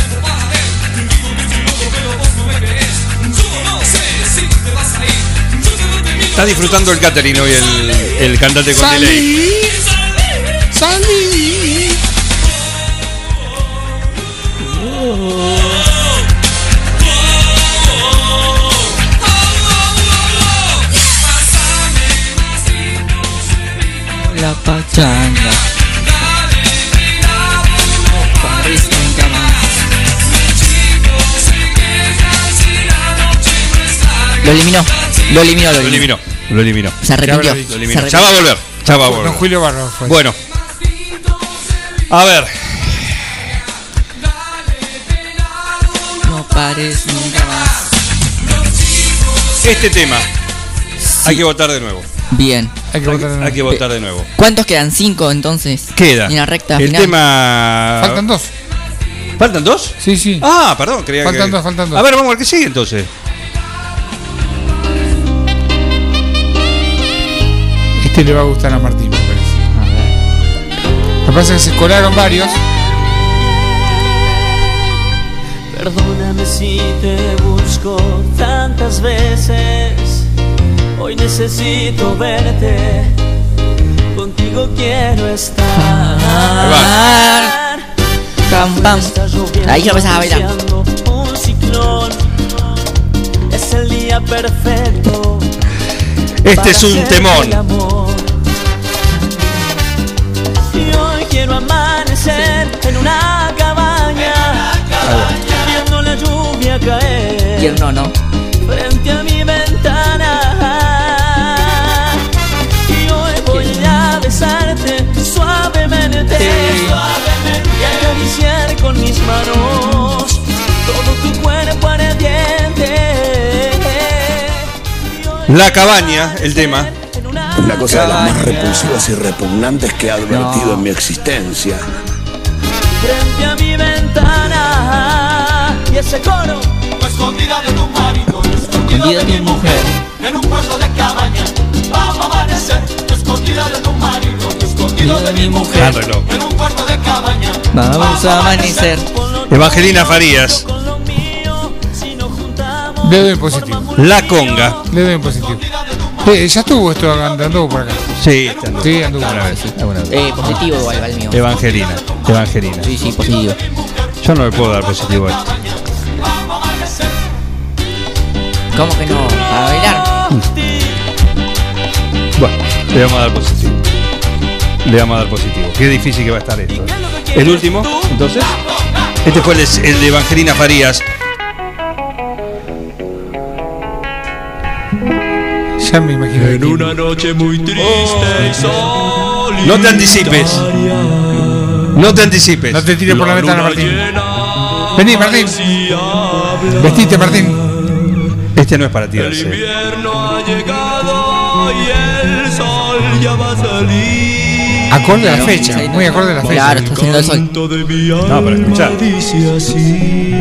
Está disfrutando el catering hoy el cantante con delay. Salí. La pachanga. Lo eliminó. Se arrepintió. Ya va a volver. Don Julio Barro fue. Bueno. A ver. No pares nunca más. Este tema. Hay que votar de nuevo. Bien. Hay que votar de nuevo. ¿Cuántos quedan? 5 entonces. Queda. En la recta el final. tema. Faltan 2. ¿Faltan 2? Sí. Ah, perdón, creía faltan que. Faltan 2. A ver, vamos al que sigue entonces. Este le va a gustar a Martín, me parece. Lo que pasa es que se colaron varios. Perdóname si te busco tantas veces Hoy necesito verte, contigo quiero estar. Pam, pam. Ahí ya empezaba a bailar. Un ciclón, es el día perfecto. Este es un temón. Y hoy quiero amanecer en una cabaña, viendo la lluvia caer. Tierno, ¿no? Frente a mi ventana. Y hoy voy a besarte suavemente, y acariciar con mis manos todo tu cuerpo ardiente. La cabaña, el tema. Una cosa de las más repulsivas y repugnantes que he advertido en mi existencia. Frente a mi ventana. Y ese coro. Escondida de tu marido, escondida de mi mujer, en un puesto de cabaña, vamos a amanecer. Escondida de tu marido, escondida de mi mujer, en un puesto de cabaña, vamos a amanecer. Evangelina Farías. Le doy en positivo. La conga. Le doy en positivo. Ya estuvo esto andando por acá. Sí, anduvo. Positivo igual, el mío. Evangelina. Sí, positivo. Yo no le puedo dar positivo a esto. ¿Cómo que no? ¿A bailar? Bueno, le vamos a dar positivo. Qué difícil que va a estar esto. El último, entonces. Este fue el de Evangelina Farías. Ya me imagino. En una noche muy triste y solitaria. No te anticipes. No te anticipes. No te tires por la ventana, Martín. Vení, Martín. Vestite, Martín. Este no es para tirarse. El invierno ha llegado y el sol ya va a salir. Acorde a la fecha, muy acorde a la fecha. Claro, está haciendo el sol. No, pero escuchá. Dice así.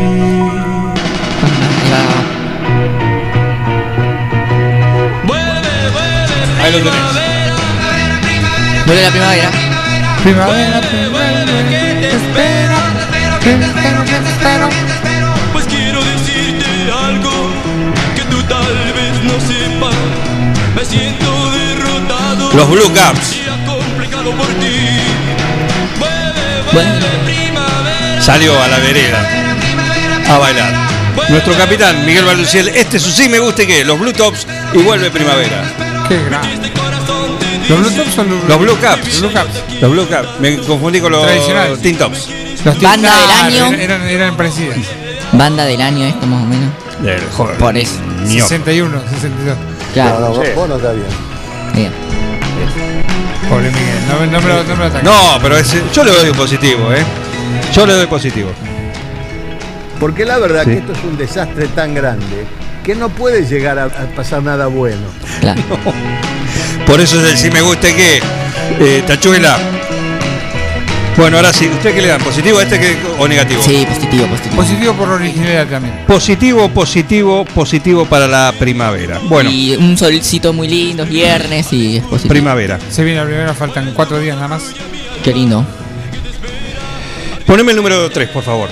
Ahí lo tenés. Vuelve la primavera. Primavera, que te espera. Que te espero. Pues quiero decirte algo que tú tal vez no sepas. Me siento derrotado. Los Blue Caps. Complicado por ti. Vuelve primavera. Salió a la vereda a bailar. Nuestro capitán Miguel Baluciel. Este es su sí me guste que los Blue Tops y vuelve primavera. Qué grande. ¿Los Blue Tops son los Blue Caps? Los Blue Caps. Me confundí con los Teen Tops. Banda del año. Eran parecidas. Banda del año esto más o menos. Joder. Por eso. 61, 62. Claro. No, vos no está bien. Bien. Pobre Miguel, no me lo ataques. No, pero yo le doy un positivo, Yo le doy positivo. Porque la verdad que esto es un desastre tan grande que no puede llegar a pasar nada bueno. Claro. No. Por eso es el sí me guste que Tachuela. Bueno, ahora sí, ¿usted qué le dan? ¿Positivo a este o negativo? Sí, positivo. Positivo por originalidad también. Positivo para la primavera. Bueno. Y un solcito muy lindo, viernes y es positivo. Primavera. Se viene la primavera, faltan 4 días nada más. Qué lindo. Poneme el número 3, por favor.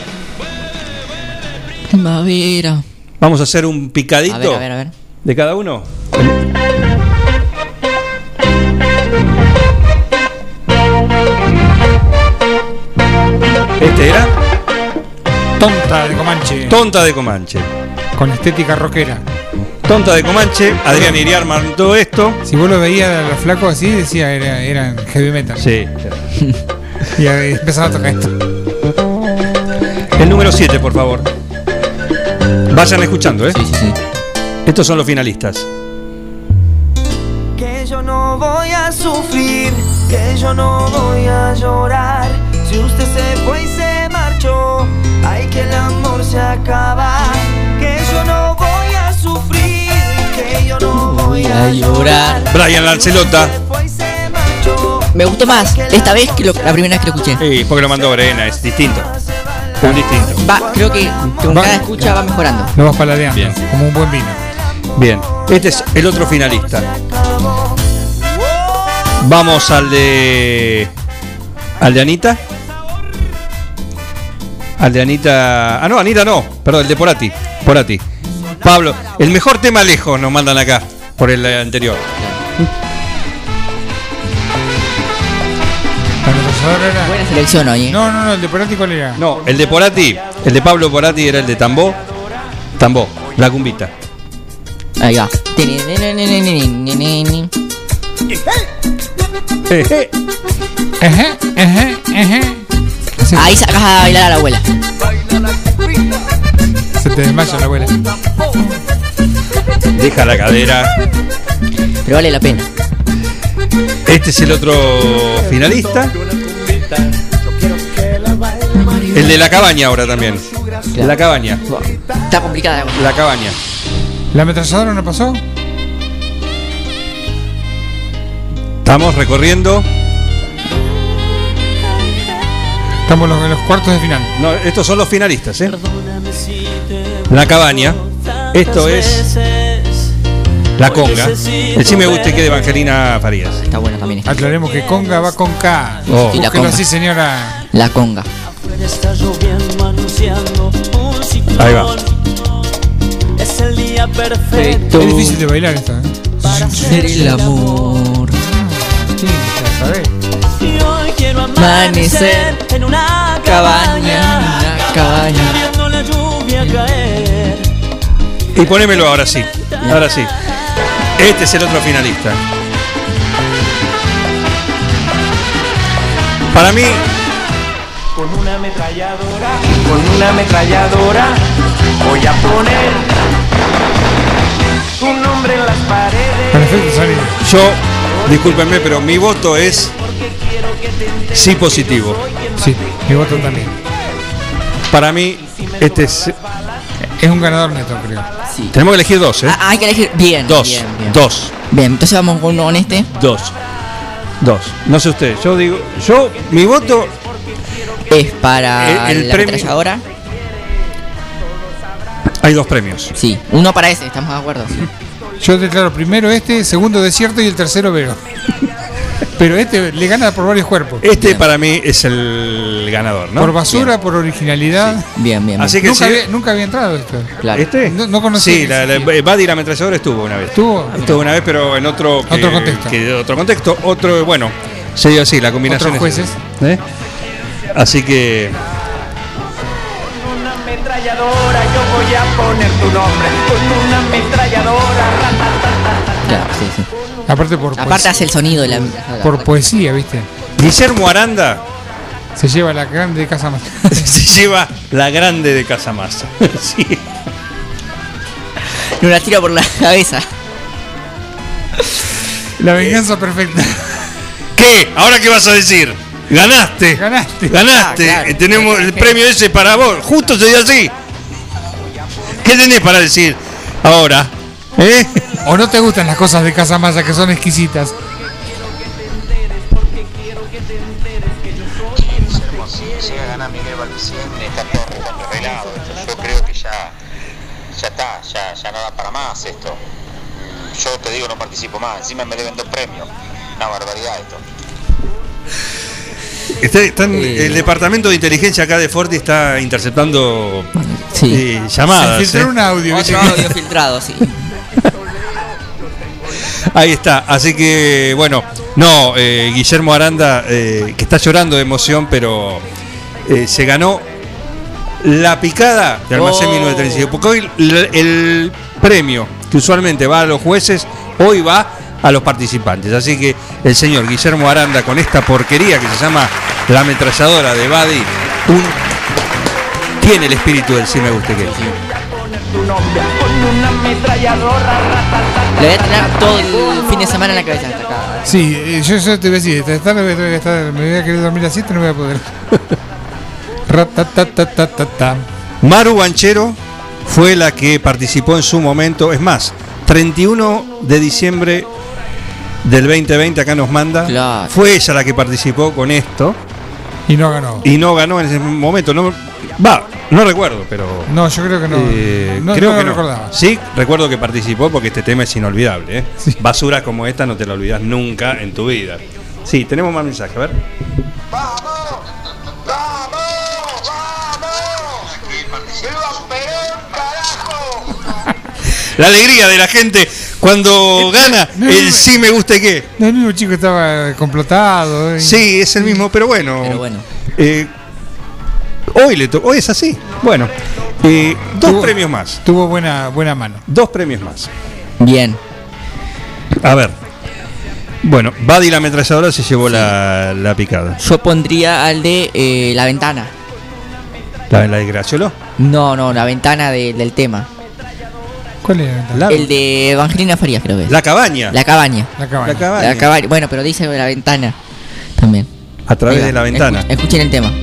Primavera. Vamos a hacer un picadito. A ver. ¿De cada uno? ¿Este era? Tonta de Comanche. Con estética rockera. Tonta de Comanche, Adrián Iriar todo esto. Si vos lo veías a los flacos así, decía eran heavy metal. Sí. Y empezaba a tocar esto. El número 7, por favor. Vayan escuchando, Sí. Estos son los finalistas. Que yo no voy a sufrir, que yo no voy a llorar. Si usted se fue y se marchó, ay, que el amor se acaba. Que yo no voy a sufrir, que yo no voy a llorar. Brian Lancelota. Me gustó más esta vez que la primera vez que lo escuché. Sí, porque lo mandó Brena, es distinto. Un distinto. Creo que con cada escucha va mejorando. Lo vas paladeando, bien. Como un buen vino. Bien, este es el otro finalista. Vamos al de Anita. Al de Anita. No, Anita no. Perdón, el de Porati. Pablo, el mejor tema lejos nos mandan acá. por el anterior. Buena selección hoy, ¿eh? No, el de Porati, ¿cuál era? No, el de Porati, el de Pablo Porati era el de Tambó, la cumbita. Ahí va. Ahí sacas a bailar a la abuela. Se te desmaya la abuela. Deja la cadera. Pero vale la pena. Este es el otro finalista. El de la cabaña ahora también. Claro. La cabaña. Está complicada. La cabaña. ¿La ametralladora no pasó? Estamos recorriendo. Estamos en los cuartos de final. No, estos son los finalistas, ¿eh? La cabaña. Esto es la conga. El sí me gusta que de Evangelina Farías. Está buena también. Aclaremos que conga va con K. Oh. Sí, la Búsquelo conga. así, señora. La conga. Ahí va. Es el día perfecto. Es difícil de bailar esta, ¿eh? Para hacer el amor. Sí, ya sabés. Y hoy quiero amanecer en una cabaña, viendo la lluvia caer. Y ponémelo ahora sí. Ahora sí. Este es el otro finalista. Para mí, Con una ametralladora voy a poner tu nombre en las paredes. Perfecto, sonido. yo, discúlpenme, pero mi voto es sí positivo. Sí, mi voto también. Para mí, este es. Es un ganador neto, creo. Sí. Tenemos que elegir dos, ¿eh? Hay que elegir bien. Dos. Bien, bien. Dos. Bien, entonces vamos con uno con este. Dos. No sé usted. Yo digo. Mi voto. Es para El la premio- ametralladora. Hay dos premios. Sí, uno para ese, estamos de acuerdo. Yo declaro primero este, segundo desierto y el tercero Vero. Pero este le gana por varios cuerpos. Este para mí es el ganador, ¿no? Por basura, por originalidad. Bien, bien. Así que Nunca había entrado esto. Claro. ¿Este? No conocía. Sí, Buddy la ametralladora estuvo una vez. Estuvo una vez, pero en otro contexto. Otro contexto. Otro, bueno, se dio así, la combinación. Otros es jueces. esa, ¿eh? Así que. Con una ametralladora yo voy a poner tu nombre. Con una ametralladora. Claro, sí, sí. Aparte hace el sonido de la. Por poesía, ¿viste? Guillermo Aranda se lleva la grande de Casa Masa. se lleva la grande de Casa Masa. Sí. No la tira por la cabeza. La venganza perfecta. ¿Qué? ¿Ahora qué vas a decir? Ganaste. Ganaste. Claro. Tenemos el premio ese para vos. Justo se dio así. ¿Qué tenés para decir ahora? ¿Eh? ¿O no te gustan las cosas de Casa Masa que son exquisitas? Si llega a ganar Miguel Valdecien, está todo arreglado. Yo creo que ya está, ya no da para más esto. Yo te digo, no participo más. Encima me deben 2 premios. Una barbaridad esto. El departamento de inteligencia acá de Forti está interceptando llamadas. Se filtró un audio. Otro audio filtrado, sí. Ahí está, así que bueno, no, Guillermo Aranda, que está llorando de emoción, pero se ganó la picada de Almacén 1935, porque hoy el premio que usualmente va a los jueces, hoy va a los participantes, así que el señor Guillermo Aranda con esta porquería que se llama la ametralladora de Buddy, tiene el espíritu del sí me guste que Tu nombre con una ametralladora. Le voy a tener todo el fin de semana en la cabeza hasta acá. Sí, yo te voy a decir, me voy a querer dormir a 7, no voy a poder. Ratatatatata. Maru Banchero fue la que participó en su momento, es más, 31 de diciembre del 2020 acá nos manda, Claro. fue ella la que participó con esto Y no ganó. y no ganó en ese momento, no recuerdo, pero No, yo creo que no. No, creo no que lo no. recordaba. Sí, recuerdo que participó porque este tema es inolvidable, ¿eh? Basuras como esta no te la olvidas nunca en tu vida. Sí, tenemos más mensajes, a ver. La alegría de la gente Cuando gana el sí me gusta y qué. No, el mismo chico estaba complotado. Sí, es el mismo, pero bueno. Hoy es así. Bueno, dos premios más. Tuvo buena mano. 2 premios más. Bien. A ver. Bueno, Buddy la ametralladora se llevó la picada. Yo pondría al de La Ventana. ¿La de Graciolo? No, La Ventana del tema. ¿Cuál es la El de Evangelina Farías, creo que es. La Cabaña. La Cabaña. La Cabaña. Bueno, pero dice La Ventana también. A través de la ventana. Escuchen el tema.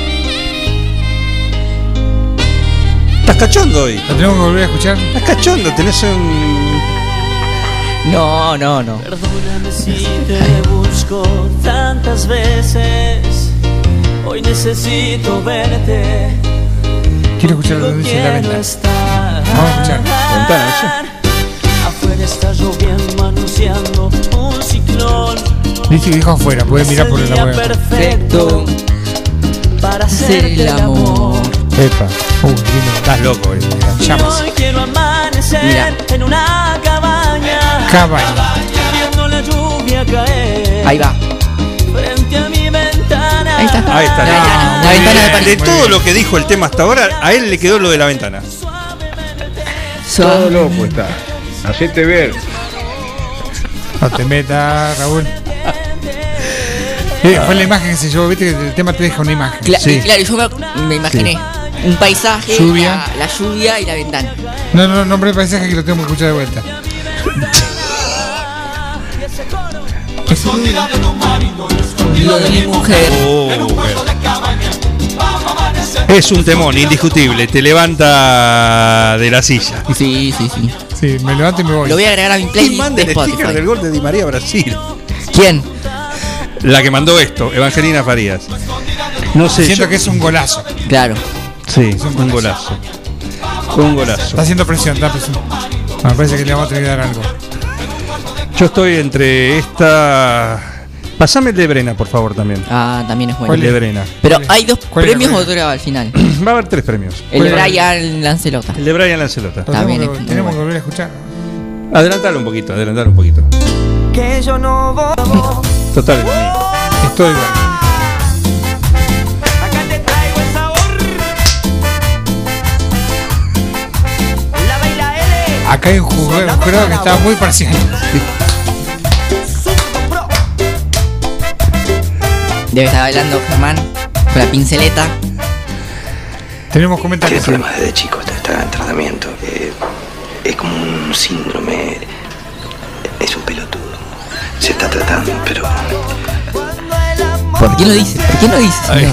¿Estás cachondo hoy? ¿Lo tenemos que volver a escuchar? ¿Estás cachondo? ¿Tenés un...? No. Perdóname si te busco tantas veces. Hoy necesito verte. Quiero escuchar lo que dice La Ventana. Vamos a escuchar. La ventana, Afuera está lloviendo, anunciando un ciclón. Dice que dijo afuera, puedes mirar por la web. Perfecto para hacer el amor. Epa. Lindo. Estás loco, Llamas. Hoy quiero amanecer en una cabaña. Viendo la lluvia caer. Ahí va. Frente a mi ventana. Ahí está. Ahí está. La ventana de París. De todo lo que dijo el tema hasta ahora, a él le quedó lo de la ventana. Todo loco está. Hacete ver. No te metas, Raúl. Fue la imagen que se llevó, viste que el tema te deja una imagen. Claro, yo me imaginé un paisaje, Lluvia. La lluvia y la ventana. No, nombre de paisaje que lo tengo que escuchar de vuelta. Lo de mi mujer. Es un temón indiscutible, te levanta de la silla. Sí. Sí, me levanto y me voy. Lo voy a agregar a mi ¿Quién playlist manda de el Spotify. sticker del gol de Di María a Brasil? ¿Quién? La que mandó esto, Evangelina Farías. No sé. Siento que es un golazo. Claro. Sí, un golazo. Un golazo. Está haciendo presión, Me parece que le vamos a tener que dar algo. Yo estoy entre esta. Pasame el de Brena, por favor, también. Ah, también es bueno. El de Brena. Pero hay 2 ¿Cuál es? premios o 2 al final. Va a haber 3 premios. El de Brian Lancelota. El de Brian Lancelota. También es Tenemos que volver a escuchar. Adelantalo un poquito, Que yo no voy. Total, amigo. Estoy igual. Acá te traigo el sabor. La baila L. Acá hay un jurado que está muy parcial. Debe estar bailando Germán con la pinceleta. Tenemos comentarios. Tiene problemas desde chico, está en tratamiento. Es como un síndrome. Es un pelotudo. Se está tratando, pero. ¿Por qué lo dice? Señor?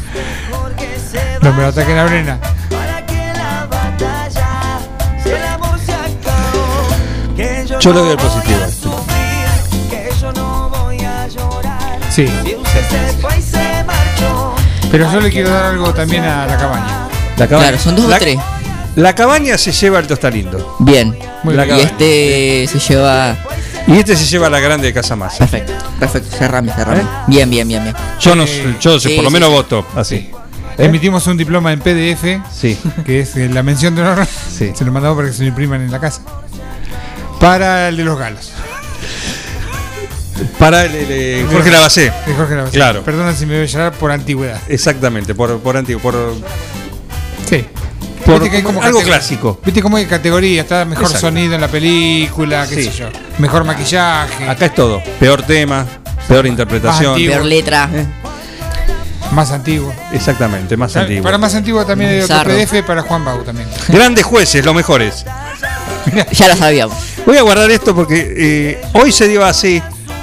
No me ataquen a Brena. Yo le doy el positivo a esto. Sí. Pero yo le quiero dar algo también a La Cabaña. Claro, son 2 o 3. La Cabaña se lleva el Tostalindo. Bien. Muy Y bien. este se lleva. Y este se lleva la grande de Casamasa. Perfecto. Cerrame. Bien. Yo por Sí, lo menos sí. voto así. Emitimos un diploma en PDF, que es la mención de honor. Sí. Se lo mandamos para que se lo impriman en la casa. Para el de los galos. Para el Jorge Lavacé. De Jorge Lavacé. Claro. Perdona si me voy a llorar por antigüedad. Exactamente, por antiguo, Sí. por Viste que hay como algo categ- clásico. Viste cómo hay categoría, está mejor Exacto. sonido en la película, qué Sí. sé yo. Mejor maquillaje. Acá es todo. Peor tema, peor interpretación. Más antiguo. Peor letra. Más antiguo. Exactamente, más antiguo. Para más antiguo también hay otro Bizarro. PDF para Juan Bau también. Grandes jueces, los mejores. Ya lo sabíamos. Voy a guardar esto porque hoy se dio así.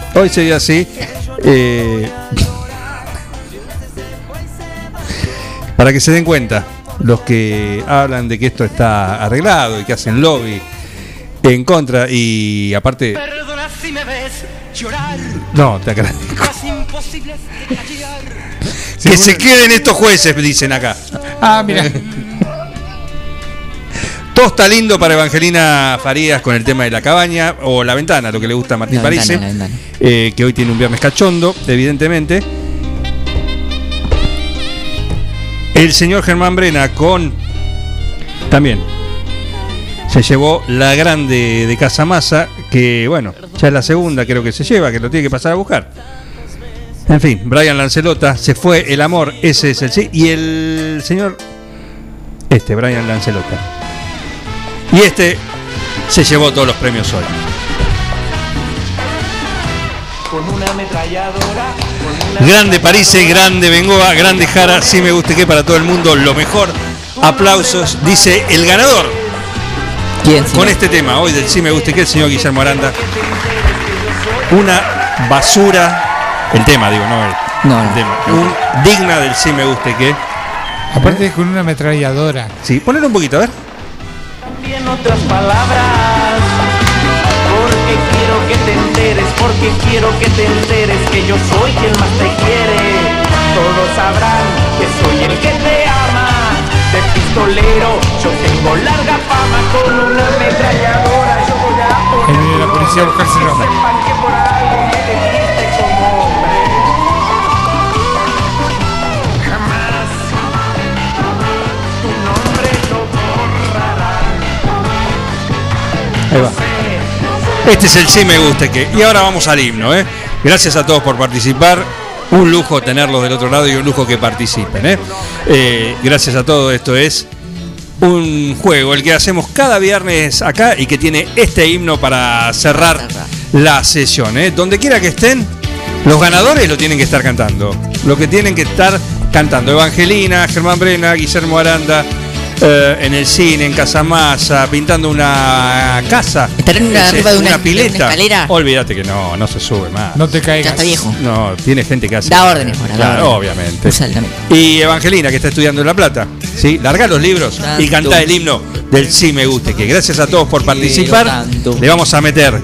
Para que se den cuenta, los que hablan de que esto está arreglado y que hacen lobby en contra y aparte... Perdona si me ves llorar. No, te agradezco. Es imposible estallar. Que se queden estos jueces, dicen acá. Ah, mira. Todo está lindo para Evangelina Farías con el tema de La Cabaña o La Ventana, lo que le gusta a Martín La Parise, Ventana. que hoy tiene un viernes cachondo, evidentemente. El señor Germán Brena con... También. se llevó la grande de Casamasa, que bueno, ya es la segunda creo que se lleva, que lo tiene que pasar a buscar. En fin, Brian Lancelota, se fue el amor, ese es el sí, y el señor Brian Lancelota. Y se llevó todos los premios hoy. Con una ametralladora. Grande Parise, grande Bengoa, grande Jara, sí me gusta que para todo el mundo lo mejor. Aplausos, dice el ganador. ¿Quién? Con este tema hoy del sí me gusta que el señor Guillermo Aranda. Una basura, el tema digo, no el tema. Digna del sí me gusta que. Aparte con una ametralladora. Sí, ponelo un poquito, a ver. En otras palabras, porque quiero que te enteres, que yo soy quien más te quiere. Todos sabrán que soy el que te ama. De pistolero, yo tengo larga fama. Con una ametralladora yo voy a poner. Viene la policía a buscárselo. Que sepan que por algo me elegiste como hombre. Jamás tu nombre lo borrarán. Ahí va. Este es el sí me gusta que. Y ahora vamos al himno, Gracias a todos por participar. Un lujo tenerlos del otro lado y un lujo que participen, Gracias a todos. Esto es un juego, el que hacemos cada viernes acá y que tiene este himno para cerrar la sesión, Donde quiera que estén, los ganadores lo tienen que estar cantando. Lo que tienen que estar cantando. Evangelina, Germán Brena, Guillermo Aranda. En el cine, en Casamasa, pintando una casa. Estar arriba de una pileta. Escalera. Olvídate que no se sube más. No te caigas. Ya está viejo. No, tiene gente que hace. Da órdenes ahora. Claro, obviamente. Y Evangelina, que está estudiando en La Plata. ¿Sí? Larga los libros y canta el himno del sí me gusta. Que gracias a todos por participar. Le vamos a meter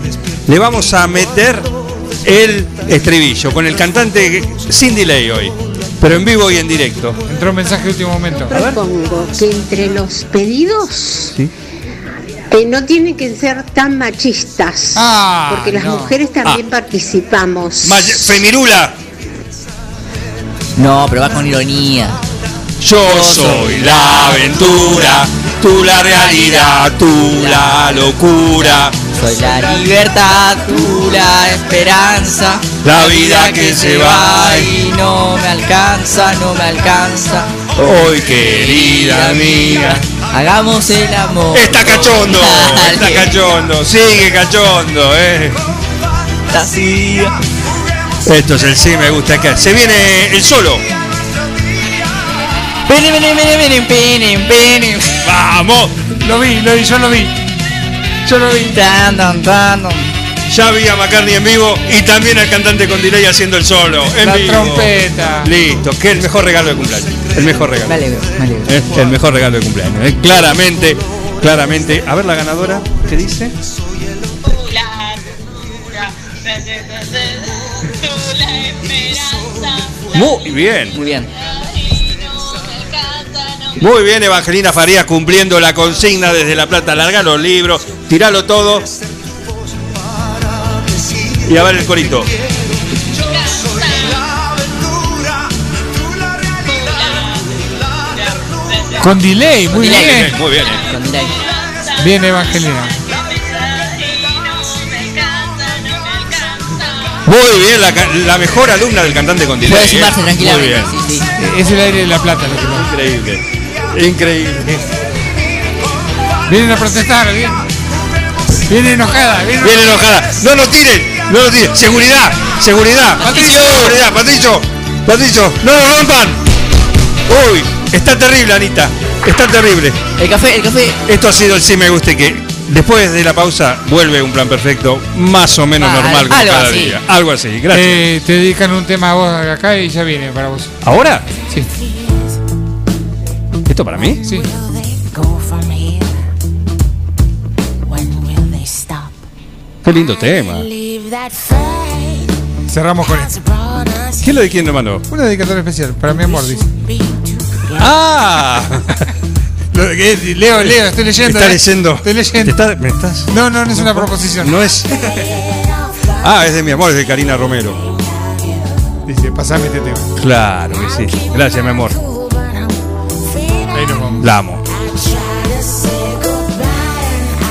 el estribillo con el cantante sin delay hoy. Pero en vivo y en directo. Entró un mensaje de último momento. Propongo que entre los pedidos no tienen que ser tan machistas. Porque las mujeres también participamos. Femirula. No, pero va con ironía. Yo soy la aventura, tú la realidad, tú la locura. Soy la libertad, tú la esperanza. La vida que se va y no me alcanza. Hoy, querida amiga, hagamos el amor. Está cachondo, sigue cachondo, Esto es el sí me gusta que. Se viene el solo. Vamos. Yo lo vi. Ya vi a McCartney en vivo y también al cantante con delay haciendo el solo. La trompeta. Listo, que es el mejor regalo de cumpleaños. El mejor regalo. Me alegro. El mejor regalo de cumpleaños. Claramente. A ver la ganadora, ¿qué dice? Muy bien. Muy bien, Evangelina Farías cumpliendo la consigna desde La Plata. Larga los libros, tiralo todo. Y a ver el corito. Con delay, muy bien. Muy bien. Con delay. Bien, Evangelina. Muy bien, la mejor alumna del cantante con delay. Puede sumarse tranquilamente. Muy bien. Sí. Es el aire de La Plata lo que lo. Increíble. Vienen a protestar, viene enojada. No nos tiren. Seguridad. Patricio, no nos rompan. Uy, está terrible, Anita. Está terrible. El café. Esto ha sido el sí me gusta que después de la pausa vuelve un plan perfecto más o menos normal como cada día. Algo así, gracias. Te dedican un tema a vos acá y ya viene para vos. ¿Ahora? Sí. ¿Esto para mí? Sí. Qué lindo tema. Cerramos con esto. ¿Quién lo mandó? Una dedicatoria especial para mi amor, dice. ¡Ah! Leo, estoy leyendo. Estoy leyendo. ¿Me estás? No es una proposición. No es. Es de mi amor, es de Karina Romero. Dice, pasame este tema. Claro que sí. Gracias, mi amor. Ahí nos vamos. La amo.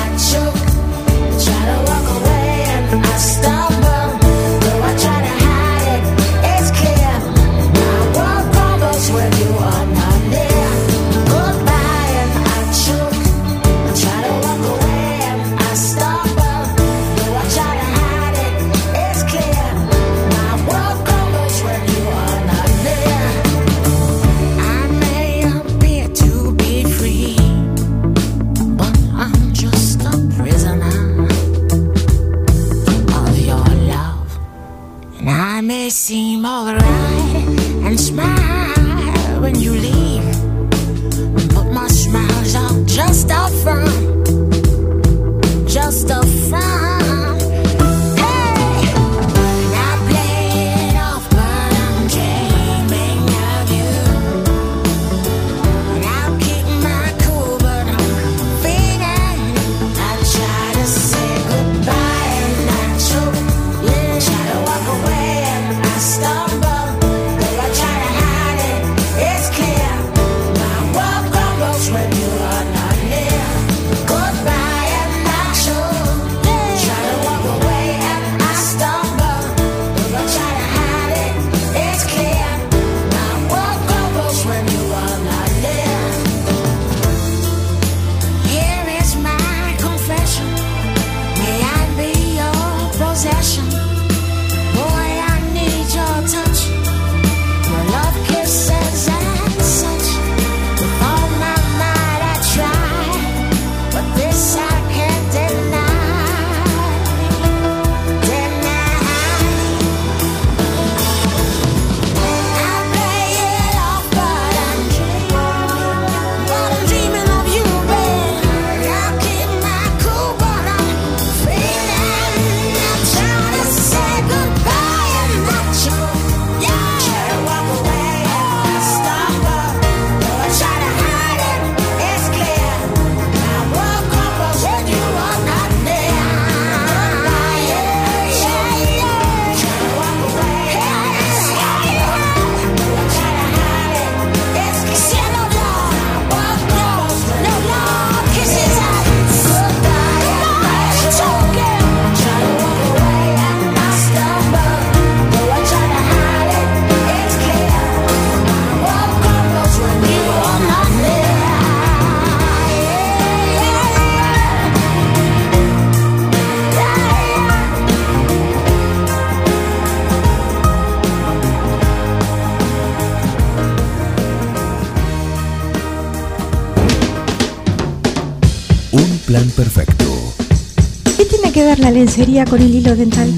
plan perfecto. ¿Qué tiene que ver la lencería con el hilo dental?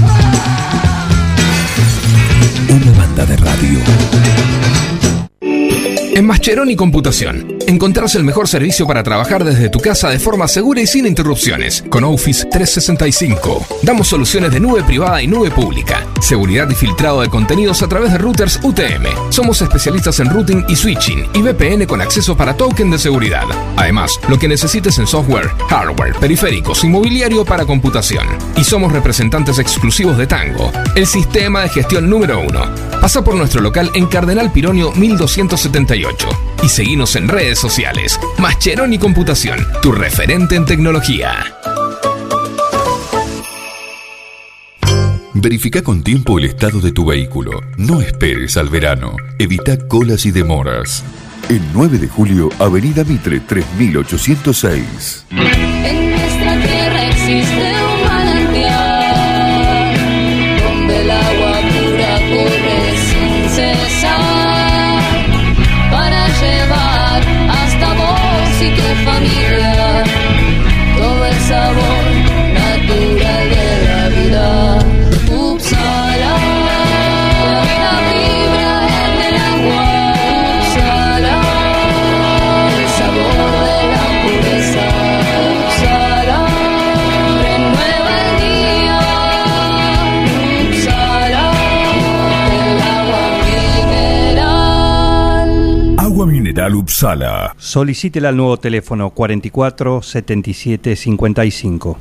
Una banda de radio. En Mascheroni Computación, encontrás el mejor servicio para trabajar desde tu casa de forma segura y sin interrupciones. Con Office 365, damos soluciones de nube privada y nube pública, seguridad y filtrado de contenidos a través de routers UTM. Somos especialistas en routing y switching y VPN con acceso para token de seguridad. Además, lo que necesites en software, hardware, periféricos y mobiliario para computación. Y somos representantes exclusivos de Tango, el sistema de gestión número 1. Pasa por nuestro local en Cardenal Pironio 1278 y seguinos en redes sociales. Mascheroni Computación, tu referente en tecnología. Verifica con tiempo el estado de tu vehículo. No esperes al verano. Evita colas y demoras. El 9 de julio, Avenida Mitre 3806. En nuestra tierra existe un manantial donde el agua pura corre sin cesar para llevar hasta vos y tu familia todo el sabor natural de la vida. Upsala, la vibra en el agua. Upsala, el sabor de la pureza. Upsala, renueva el día. Upsala, el agua mineral. Agua mineral Upsala. Solicítela al nuevo teléfono 44 77 55.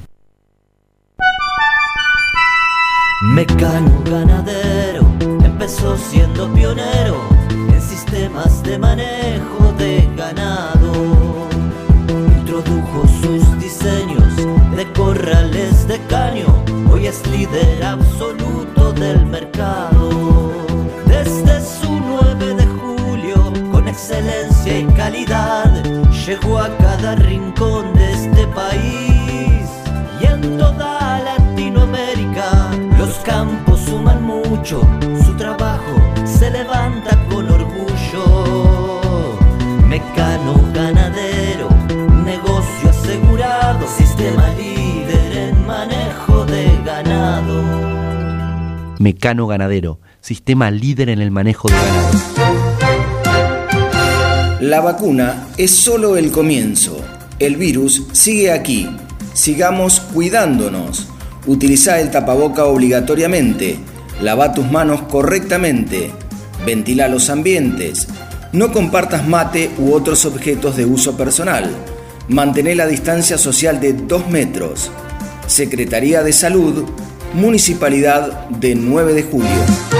Mecano ganadero empezó siendo pionero en sistemas de manejo de ganado. Introdujo sus diseños de corrales de caño, hoy es líder absoluto del mercado. Desde su 9 de julio, con excelencia y calidad, llegó a cada rincón de este país y en toda Latinoamérica. Los campos suman mucho, su trabajo se levanta con orgullo. Mecano ganadero, negocio asegurado, sistema líder en manejo de ganado. Mecano ganadero, sistema líder en el manejo de ganado. La vacuna es solo el comienzo. El virus sigue aquí. Sigamos cuidándonos. Utiliza el tapaboca obligatoriamente, lava tus manos correctamente, ventila los ambientes, no compartas mate u otros objetos de uso personal, mantén la distancia social de 2 metros. Secretaría de Salud, Municipalidad de 9 de julio.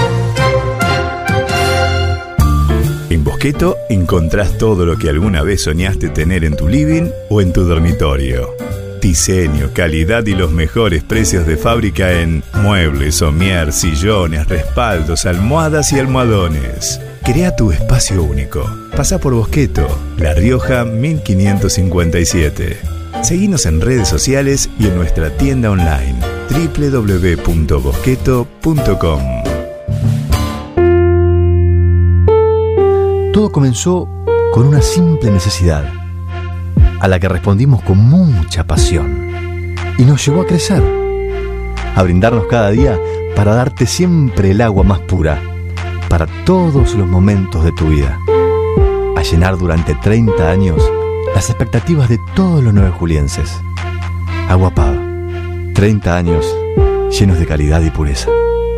En Bosqueto encontrás todo lo que alguna vez soñaste tener en tu living o en tu dormitorio. Diseño, calidad y los mejores precios de fábrica en muebles, somier, sillones, respaldos, almohadas y almohadones. Crea tu espacio único. Pasa por Bosqueto, La Rioja 1557. Seguinos en redes sociales y en nuestra tienda online www.bosqueto.com. Todo comenzó con una simple necesidad, a la que respondimos con mucha pasión, y nos llevó a crecer, a brindarnos cada día para darte siempre el agua más pura, para todos los momentos de tu vida, a llenar durante 30 años las expectativas de todos los nuevejulienses. Agua Pava, 30 años llenos de calidad y pureza.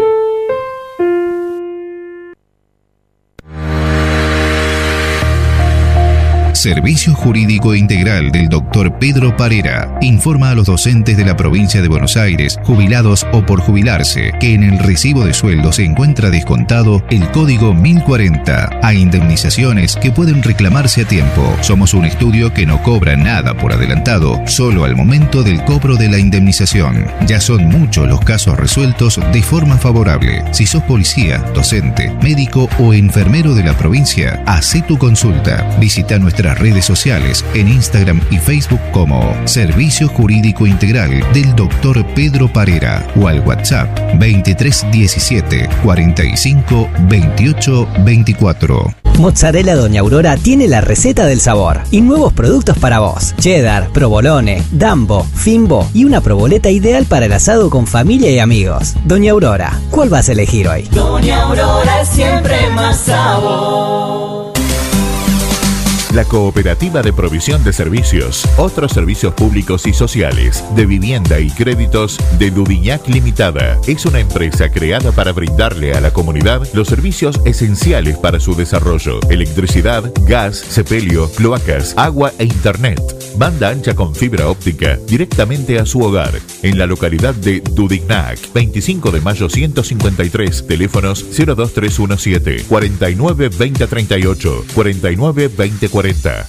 Servicio Jurídico Integral del Dr. Pedro Parera informa a los docentes de la provincia de Buenos Aires, jubilados o por jubilarse, que en el recibo de sueldo se encuentra descontado el código 1040 a indemnizaciones que pueden reclamarse a tiempo. Somos un estudio que no cobra nada por adelantado, solo al momento del cobro de la indemnización. Ya son muchos los casos resueltos de forma favorable. Si sos policía, docente, médico o enfermero de la provincia, hacé tu consulta. Visita nuestras redes sociales en Instagram y Facebook como Servicio Jurídico Integral del Dr. Pedro Parera o al WhatsApp 2317 45 28 24. Mozzarella Doña Aurora tiene la receta del sabor y nuevos productos para vos. Cheddar, provolone, dambo, fimbo y una proboleta ideal para el asado con familia y amigos. Doña Aurora, ¿cuál vas a elegir hoy? Doña Aurora es siempre más sabor. La Cooperativa de Provisión de Servicios, otros servicios públicos y sociales, de vivienda y créditos de Dudignac Limitada. Es una empresa creada para brindarle a la comunidad los servicios esenciales para su desarrollo: electricidad, gas, sepelio, cloacas, agua e internet. Banda ancha con fibra óptica directamente a su hogar. En la localidad de Dudignac, 25 de mayo 153, teléfonos 02317 49 2038, 49 2040.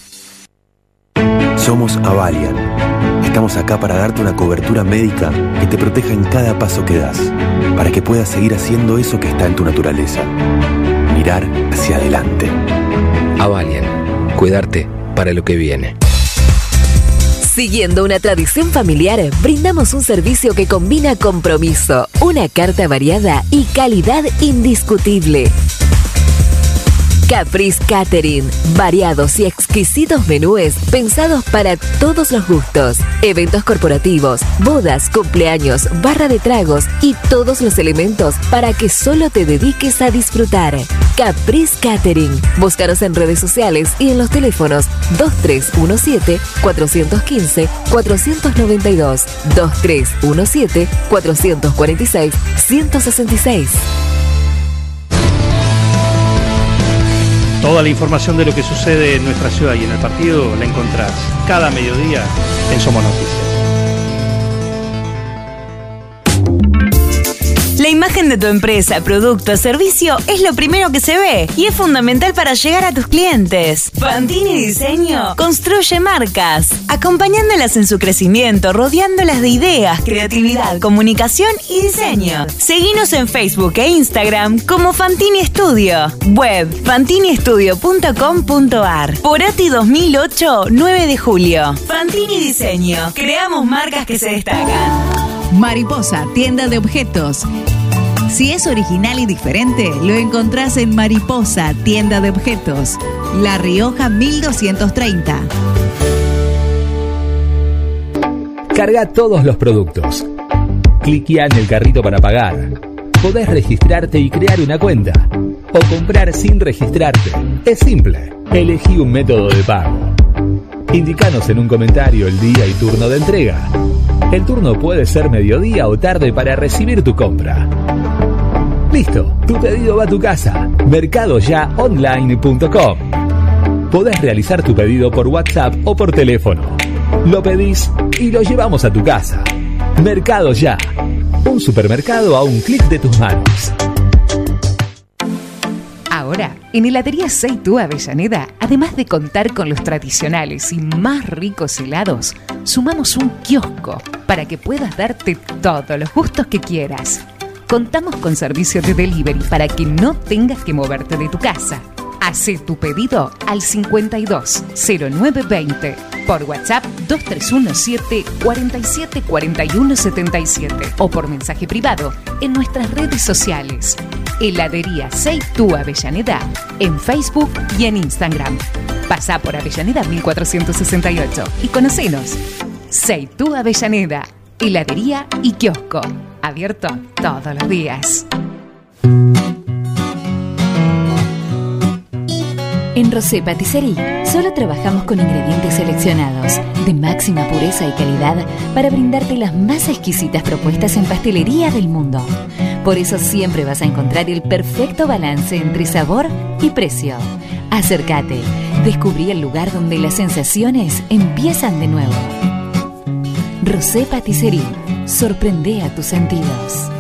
Somos Avalian. Estamos acá para darte una cobertura médica que te proteja en cada paso que das, para que puedas seguir haciendo eso que está en tu naturaleza: mirar hacia adelante. Avalian. Cuidarte para lo que viene. Siguiendo una tradición familiar, brindamos un servicio que combina compromiso, una carta variada y calidad indiscutible. Caprice Catering, variados y exquisitos menúes pensados para todos los gustos. Eventos corporativos, bodas, cumpleaños, barra de tragos y todos los elementos para que solo te dediques a disfrutar. Caprice Catering. Búscanos en redes sociales y en los teléfonos 2317-415-492, 2317-446-166. Toda la información de lo que sucede en nuestra ciudad y en el partido la encontrás cada mediodía en Somos Noticias. La imagen de tu empresa, producto o servicio es lo primero que se ve y es fundamental para llegar a tus clientes. Fantini Diseño construye marcas, acompañándolas en su crecimiento, rodeándolas de ideas, creatividad, comunicación y diseño. Seguinos en Facebook e Instagram como Fantini Studio. Web fantiniestudio.com.ar. Porati 2008, 9 de julio. Fantini Diseño. Creamos marcas que se destacan. Mariposa, tienda de objetos. Si es original y diferente, lo encontrás en Mariposa, tienda de objetos. La Rioja 1230. Carga todos los productos. Cliquea en el carrito para pagar. Podés registrarte y crear una cuenta. O comprar sin registrarte. Es simple. Elegí un método de pago. Indicanos en un comentario el día y turno de entrega. El turno puede ser mediodía o tarde para recibir tu compra. Listo, tu pedido va a tu casa. Mercadoyaonline.com. Podés realizar tu pedido por WhatsApp o por teléfono. Lo pedís y lo llevamos a tu casa. Mercado Ya. Un supermercado a un clic de tus manos. Ahora, en Heladería Seitú Avellaneda, además de contar con los tradicionales y más ricos helados, sumamos un kiosco para que puedas darte todos los gustos que quieras. Contamos con servicio de delivery para que no tengas que moverte de tu casa. Hacé tu pedido al 520920, por WhatsApp 2317 47 41 77 o por mensaje privado en nuestras redes sociales. Heladería Seitú Avellaneda en Facebook y en Instagram. Pasá por Avellaneda 1468 y conocenos. Seitú Avellaneda, heladería y kiosco, abierto todos los días. En Rosé Patisserie solo trabajamos con ingredientes seleccionados de máxima pureza y calidad para brindarte las más exquisitas propuestas en pastelería del mundo. Por eso siempre vas a encontrar el perfecto balance entre sabor y precio. Acércate, descubrí el lugar donde las sensaciones empiezan de nuevo. Rosé Patisserie, sorprende a tus sentidos.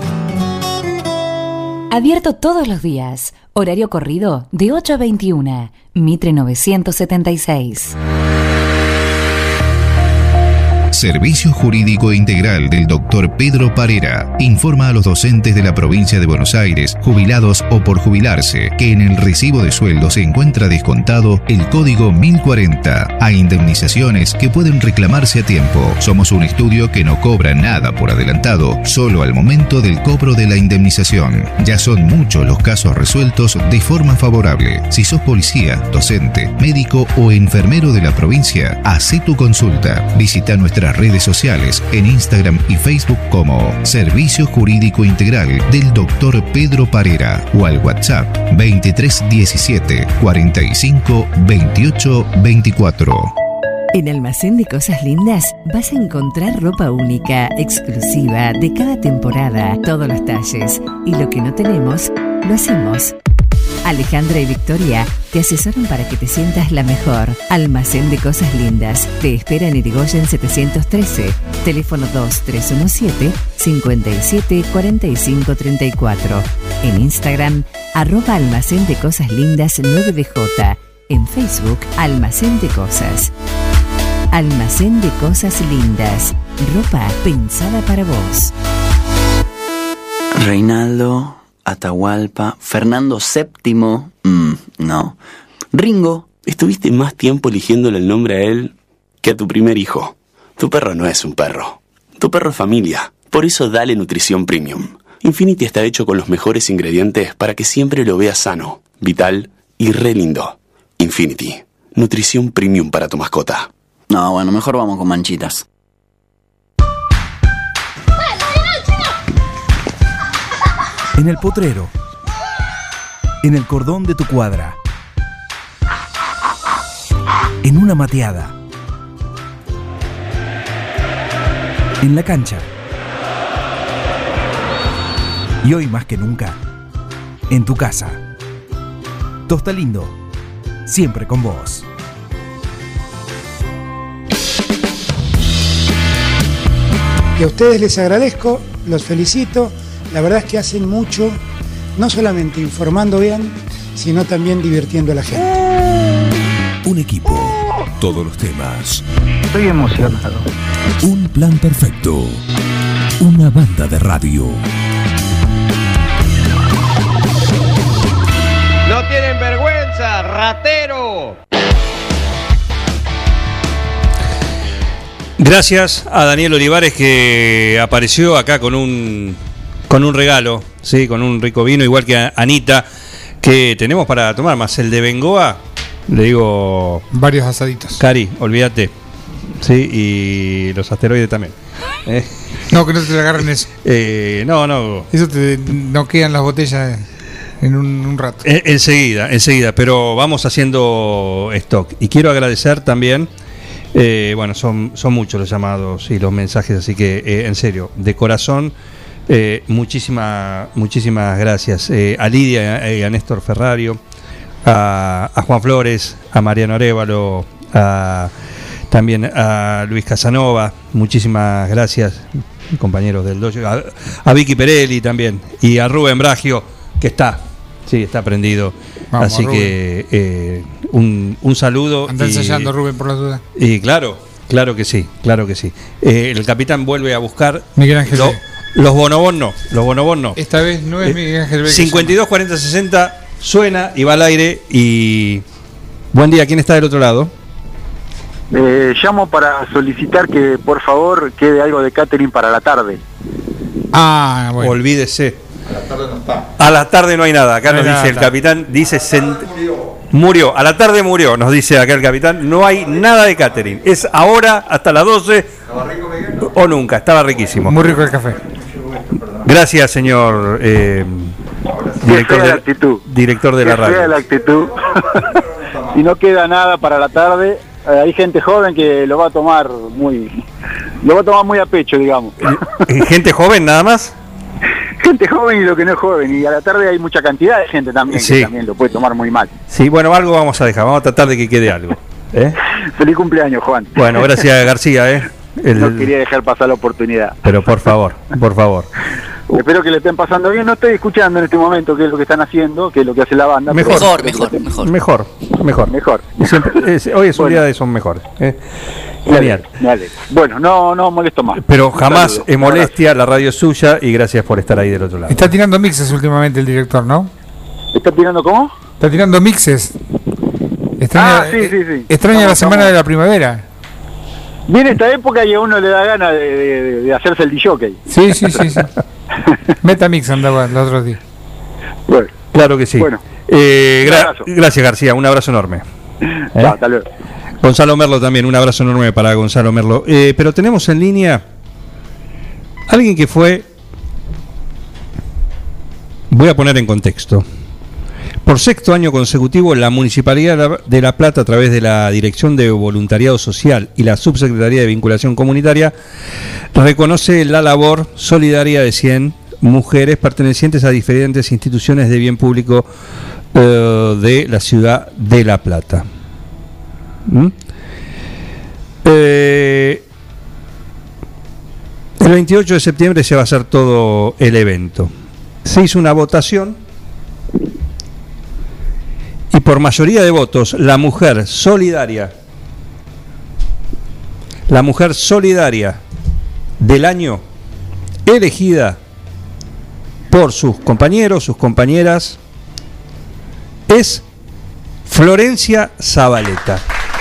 Abierto todos los días. Horario corrido de 8 a 21. Mitre 976. Servicio Jurídico Integral del Dr. Pedro Parera. Informa a los docentes de la provincia de Buenos Aires, jubilados o por jubilarse, que en el recibo de sueldo se encuentra descontado el código 1040 a indemnizaciones que pueden reclamarse a tiempo. Somos un estudio que no cobra nada por adelantado, solo al momento del cobro de la indemnización. Ya son muchos los casos resueltos de forma favorable. Si sos policía, docente, médico o enfermero de la provincia, hacé tu consulta. Visita nuestras redes sociales en Instagram y Facebook como Servicio Jurídico Integral del Dr. Pedro Parera o al WhatsApp 2317 45 28 24. En Almacén de Cosas Lindas vas a encontrar ropa única, exclusiva, de cada temporada, todos los talles. Y lo que no tenemos, lo hacemos. Alejandra y Victoria te asesoran para que te sientas la mejor. Almacén de Cosas Lindas. Te espera en Irigoyen 713. Teléfono 2317 57 45 34. En Instagram, @Almacén de Cosas Lindas 9DJ. En Facebook, Almacén de Cosas. Almacén de Cosas Lindas. Ropa pensada para vos. Reinaldo, Atahualpa, Fernando VII, no. Ringo, estuviste más tiempo eligiéndole el nombre a él que a tu primer hijo. Tu perro no es un perro. Tu perro es familia. Por eso dale nutrición premium. Infinity está hecho con los mejores ingredientes para que siempre lo veas sano, vital y re lindo. Infinity, nutrición premium para tu mascota. No, bueno, mejor vamos con manchitas. En el potrero, en el cordón de tu cuadra, en una mateada, en la cancha y hoy más que nunca, en tu casa. Tosta Lindo, siempre con vos. Y a ustedes les agradezco, los felicito. La verdad es que hacen mucho, no solamente informando bien, sino también divirtiendo a la gente. Un equipo, todos los temas. Estoy emocionado. Un plan perfecto. Una banda de radio. ¡No tienen vergüenza, ratero! Gracias a Daniel Olivares, que apareció acá con un regalo, sí, con un rico vino, igual que a Anita, que tenemos para tomar, más el de Bengoa, le digo... Varios asaditos. Cari, olvídate, sí, y los asteroides también. No, que no te agarren eso. No. Eso no quedan las botellas en un rato. Enseguida, pero vamos haciendo stock. Y quiero agradecer también, bueno, son muchos los llamados y los mensajes, así que en serio, de corazón, muchísimas gracias a Lidia y a Néstor Ferrario, a Juan Flores, a Mariano Arévalo, también a Luis Casanova, muchísimas gracias, compañeros del dojo, a Vicky Perelli también, y a Rubén Bragio, que está prendido. Vamos, así que un saludo. Anda ensayando, Rubén, por la duda. Y claro que sí. El capitán vuelve a buscar Miguel Ángel los bonobón no. Esta vez no es Miguel Ángel 52 40 60 suena y va al aire. Y buen día, ¿quién está del otro lado? Llamo para solicitar que por favor quede algo de catering para la tarde. Bueno. Olvídese. A la tarde no está. A la tarde no hay nada. Acá nos dice el capitán, murió. A la tarde murió, nos dice acá el capitán. No hay nada de catering. Es ahora hasta las 12 ¿Estaba rico, Miguel? O nunca. Estaba riquísimo. Muy rico el café. Gracias, señor director de la radio. Qué fea la actitud. Si no queda nada para la tarde, hay gente joven que lo va a tomar muy a pecho, digamos. ¿Gente joven nada más? Gente joven y lo que no es joven, y a la tarde hay mucha cantidad de gente también que también lo puede tomar muy mal. Sí, bueno, algo vamos a dejar, vamos a tratar de que quede algo. Feliz cumpleaños, Juan. Bueno, gracias, García. No quería dejar pasar la oportunidad. Pero por favor. Espero que le estén pasando bien. No estoy escuchando en este momento qué es lo que están haciendo, qué es lo que hace la banda. Mejor. Siempre, hoy es un día de son mejores. Genial. Dale. Bueno, no molesto más. Pero Un jamás saludo. es molestia, la radio es suya y gracias por estar ahí del otro lado. Está tirando mixes últimamente el director, ¿no? ¿Está tirando cómo? Está tirando mixes. Extraña, sí. Extraña la semana de la primavera. Viene esta época y a uno le da ganas de hacerse el DJ. Sí. Metamix andaba los otros días. Bueno. Claro que sí. Bueno. Gracias, García, un abrazo enorme. Hasta luego. Gonzalo Merlo también, un abrazo enorme para Gonzalo Merlo. Pero tenemos en línea alguien que fue, voy a poner en contexto, por sexto año consecutivo la Municipalidad de La Plata, a través de la Dirección de Voluntariado Social y la Subsecretaría de Vinculación Comunitaria, reconoce la labor solidaria de 100 mujeres pertenecientes a diferentes instituciones de bien público de la ciudad de La Plata. El 28 de septiembre se va a hacer todo el evento. Se hizo una votación y por mayoría de votos la mujer solidaria del año elegida por sus compañeros, sus compañeras, es Florencia Zabaleta.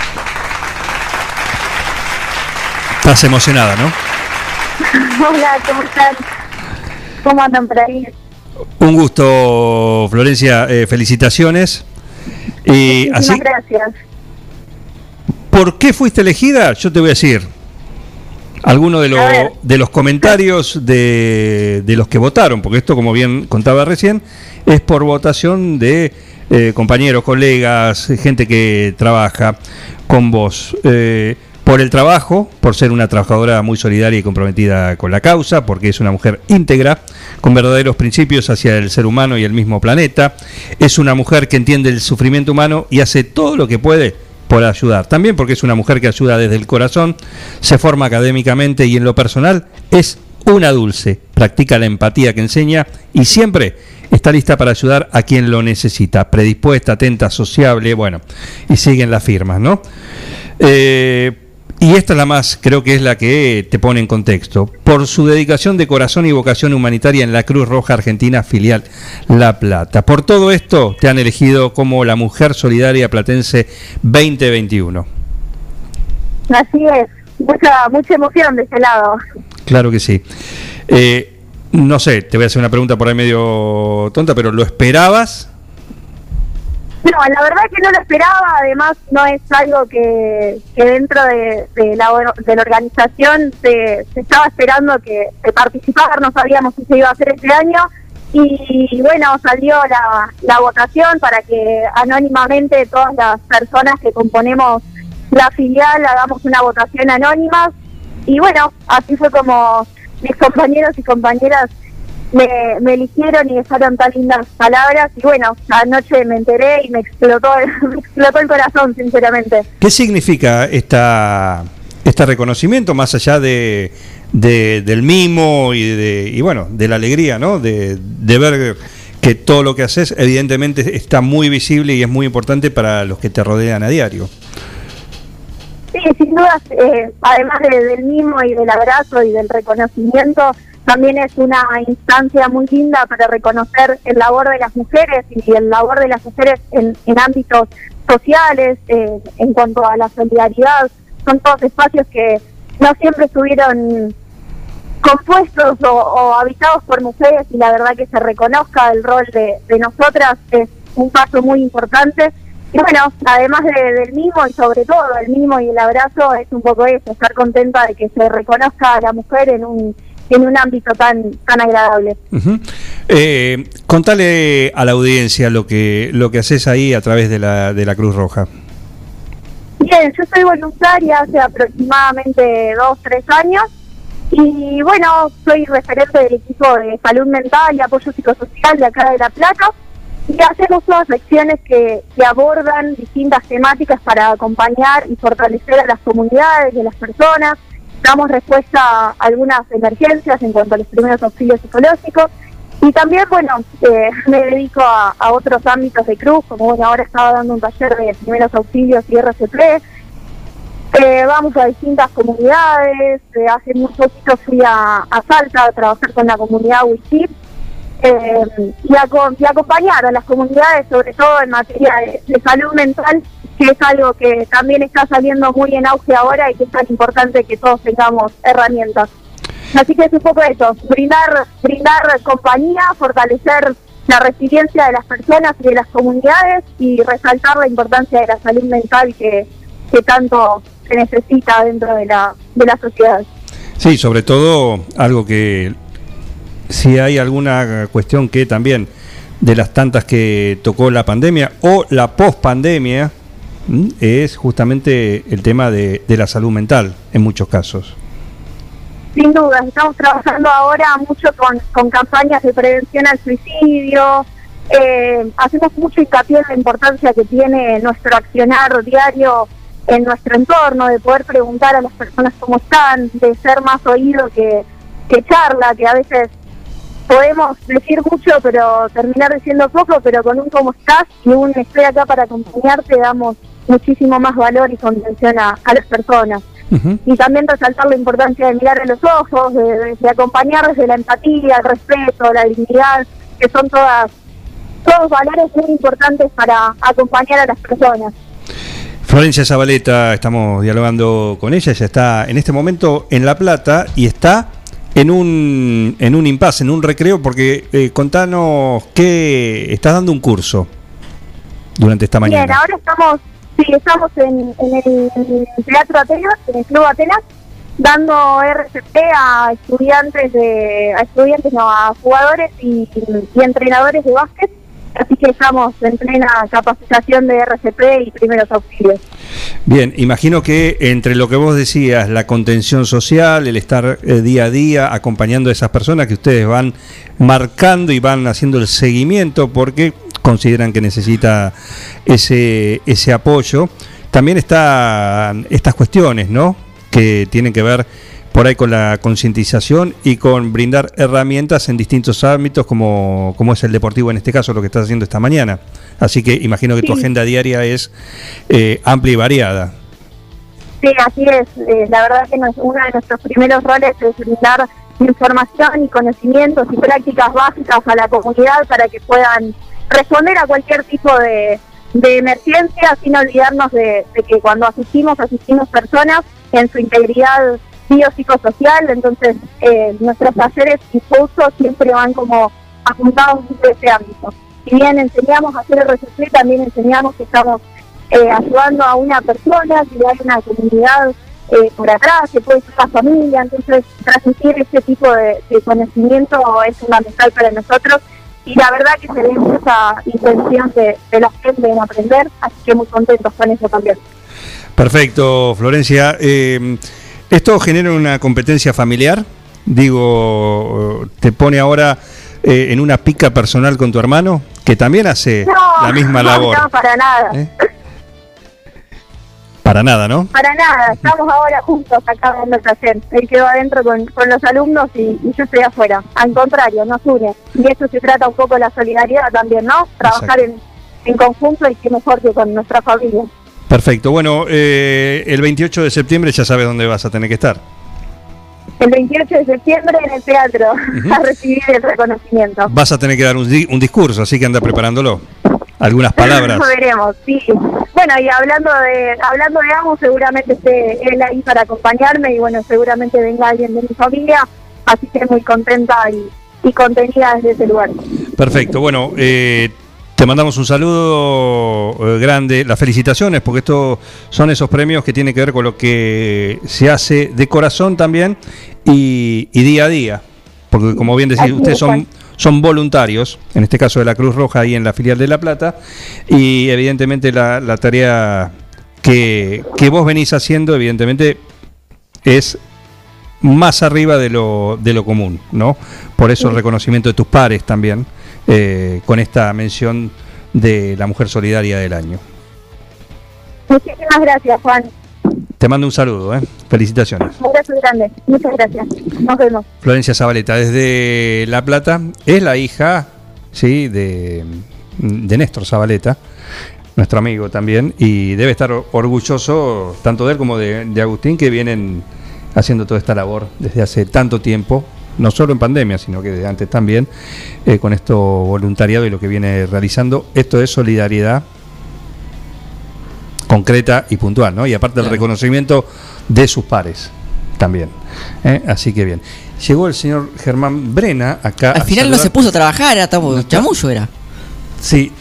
Estás emocionada, ¿no? Hola, ¿cómo están? ¿Cómo andan por ahí? Un gusto, Florencia, felicitaciones. Muchísimas gracias. ¿Por qué fuiste elegida? Yo te voy a decir. Algunos de los comentarios de los que votaron, porque esto, como bien contaba recién, es por votación de compañeros, colegas, gente que trabaja con vos. Por el trabajo, por ser una trabajadora muy solidaria y comprometida con la causa, porque es una mujer íntegra, con verdaderos principios hacia el ser humano y el mismo planeta. Es una mujer que entiende el sufrimiento humano y hace todo lo que puede por ayudar. También porque es una mujer que ayuda desde el corazón, se forma académicamente y en lo personal es una dulce, practica la empatía que enseña y siempre está lista para ayudar a quien lo necesita, predispuesta, atenta, sociable, bueno, y siguen las firmas, ¿no? Y esta es la más, creo que es la que te pone en contexto. Por su dedicación de corazón y vocación humanitaria en la Cruz Roja Argentina, filial La Plata. Por todo esto, te han elegido como la Mujer Solidaria Platense 2021. Así es, mucha emoción de ese lado. Claro que sí. No sé, te voy a hacer una pregunta por ahí medio tonta, pero ¿lo esperabas? No, la verdad que no lo esperaba, además no es algo que dentro de la organización se estaba esperando que participar, no sabíamos si se iba a hacer este año y bueno, salió la votación para que anónimamente todas las personas que componemos la filial hagamos una votación anónima y bueno, así fue como mis compañeros y compañeras me eligieron y dejaron tan lindas palabras y bueno, anoche me enteré y me explotó el corazón, sinceramente. ¿Qué significa este reconocimiento más allá del mimo y bueno, de la alegría, ¿no? De ver que todo lo que haces evidentemente está muy visible y es muy importante para los que te rodean a diario? Sí, sin duda, además del mimo y del abrazo y del reconocimiento, también es una instancia muy linda para reconocer el labor de las mujeres y el labor de las mujeres en ámbitos sociales, en cuanto a la solidaridad. Son todos espacios que no siempre estuvieron compuestos o habitados por mujeres y la verdad que se reconozca el rol de nosotras es un paso muy importante. Y bueno, además del mimo y sobre todo el mimo y el abrazo es un poco eso, estar contenta de que se reconozca a la mujer en un ámbito tan agradable. Uh-huh. Contale a la audiencia lo que haces ahí a través de la Cruz Roja. Bien, yo soy voluntaria hace aproximadamente 2-3 años y bueno, soy referente del equipo de salud mental y apoyo psicosocial de acá de La Plata y hacemos todas acciones que abordan distintas temáticas para acompañar y fortalecer a las comunidades y a las personas. Damos respuesta a algunas emergencias en cuanto a los primeros auxilios psicológicos y también, bueno, me dedico a otros ámbitos de Cruz, como bueno, ahora estaba dando un taller de primeros auxilios y RCP Vamos a distintas comunidades. Hace muy poquito fui a Salta a trabajar con la comunidad WICIP y acompañar a las comunidades, sobre todo en materia de salud mental, que es algo que también está saliendo muy en auge ahora y que es tan importante que todos tengamos herramientas. Así que es un poco eso, brindar compañía, fortalecer la resiliencia de las personas y de las comunidades y resaltar la importancia de la salud mental que tanto se necesita dentro de la sociedad. Sí, sobre todo algo que si hay alguna cuestión que también de las tantas que tocó la pandemia o la pospandemia es justamente el tema de la salud mental en muchos casos. Sin duda, estamos trabajando ahora mucho con campañas de prevención al suicidio. Hacemos mucho hincapié en la importancia que tiene nuestro accionar diario en nuestro entorno, de poder preguntar a las personas cómo están, de ser más oído que charla, que a veces podemos decir mucho pero terminar diciendo poco, pero con un cómo estás y un estoy acá para acompañarte damos muchísimo más valor y contención a las personas. Y también resaltar la importancia de mirar a los ojos, de acompañar desde la empatía, el respeto, la dignidad, que son todos valores muy importantes para acompañar a las personas. Florencia Zabaleta, estamos dialogando con ella está en este momento en La Plata y está en un impasse, en un recreo, porque contanos que estás dando un curso durante esta mañana. Bien, ahora estamos en el Teatro Atenas, en el Club Atenas, dando RCP a jugadores y entrenadores de básquet. Así que estamos en plena capacitación de RCP y primeros auxilios. Bien, imagino que entre lo que vos decías, la contención social, el estar día a día acompañando a esas personas que ustedes van marcando y van haciendo el seguimiento porque consideran que necesita ese apoyo, también están estas cuestiones, ¿no?, que tienen que ver por ahí con la concientización y con brindar herramientas en distintos ámbitos como es el deportivo en este caso, lo que estás haciendo esta mañana. Así que imagino que tu agenda diaria es amplia y variada. Sí, así es. La verdad que uno de nuestros primeros roles es brindar información y conocimientos y prácticas básicas a la comunidad para que puedan responder a cualquier tipo de emergencia, sin olvidarnos de que cuando asistimos personas en su integridad biopsicosocial. Entonces nuestros talleres y cursos siempre van como apuntados desde ese ámbito. Si bien enseñamos a hacer RCP, también enseñamos que estamos ayudando a una persona, que hay una comunidad por atrás, que puede ser la familia. Entonces transmitir este tipo de conocimiento es fundamental para nosotros y la verdad que se ve mucha intención de la gente en aprender, así que muy contentos con eso también. Perfecto, Florencia. ¿Esto genera una competencia familiar? Digo, ¿te pone ahora en una pica personal con tu hermano, que también hace la misma labor? No, para nada. Para nada, ¿no? Para nada, estamos ahora juntos acá dando el taller. Él quedó adentro con los alumnos y yo estoy afuera. Al contrario, nos une. Y eso se trata un poco de la solidaridad también, ¿no? Trabajar en conjunto y que mejor que con nuestra familia. Perfecto. Bueno, el 28 de septiembre ya sabes dónde vas a tener que estar. El 28 de septiembre en el teatro, a recibir el reconocimiento. Vas a tener que dar un discurso, así que anda preparándolo. Algunas palabras. Lo veremos, sí. Bueno, y hablando de Amo, seguramente esté él ahí para acompañarme y bueno, seguramente venga alguien de mi familia, así que muy contenta y contenida desde ese lugar. Perfecto. Bueno, te mandamos un saludo grande, las felicitaciones, porque estos son esos premios que tienen que ver con lo que se hace de corazón también y día a día, porque como bien decís, ustedes son voluntarios, en este caso de la Cruz Roja ahí en la filial de La Plata, y evidentemente la tarea que vos venís haciendo evidentemente es más arriba de lo común, ¿no? Por eso el reconocimiento de tus pares también, con esta mención de la Mujer Solidaria del Año. Muchísimas gracias, Juan. Te mando un saludo, felicitaciones. Un abrazo grande, muchas gracias. Nos vemos. Florencia Zabaleta, desde La Plata, es la hija, sí, de Néstor Zabaleta, nuestro amigo también, y debe estar orgulloso tanto de él como de Agustín, que vienen haciendo toda esta labor desde hace tanto tiempo, no solo en pandemia, sino que desde antes también, con esto voluntariado y lo que viene realizando. Esto es solidaridad concreta y puntual, ¿no? Y aparte el reconocimiento de sus pares también. Así que bien. Llegó el señor Germán Brena acá. Al final no se puso a trabajar, era chamullo era. Sí,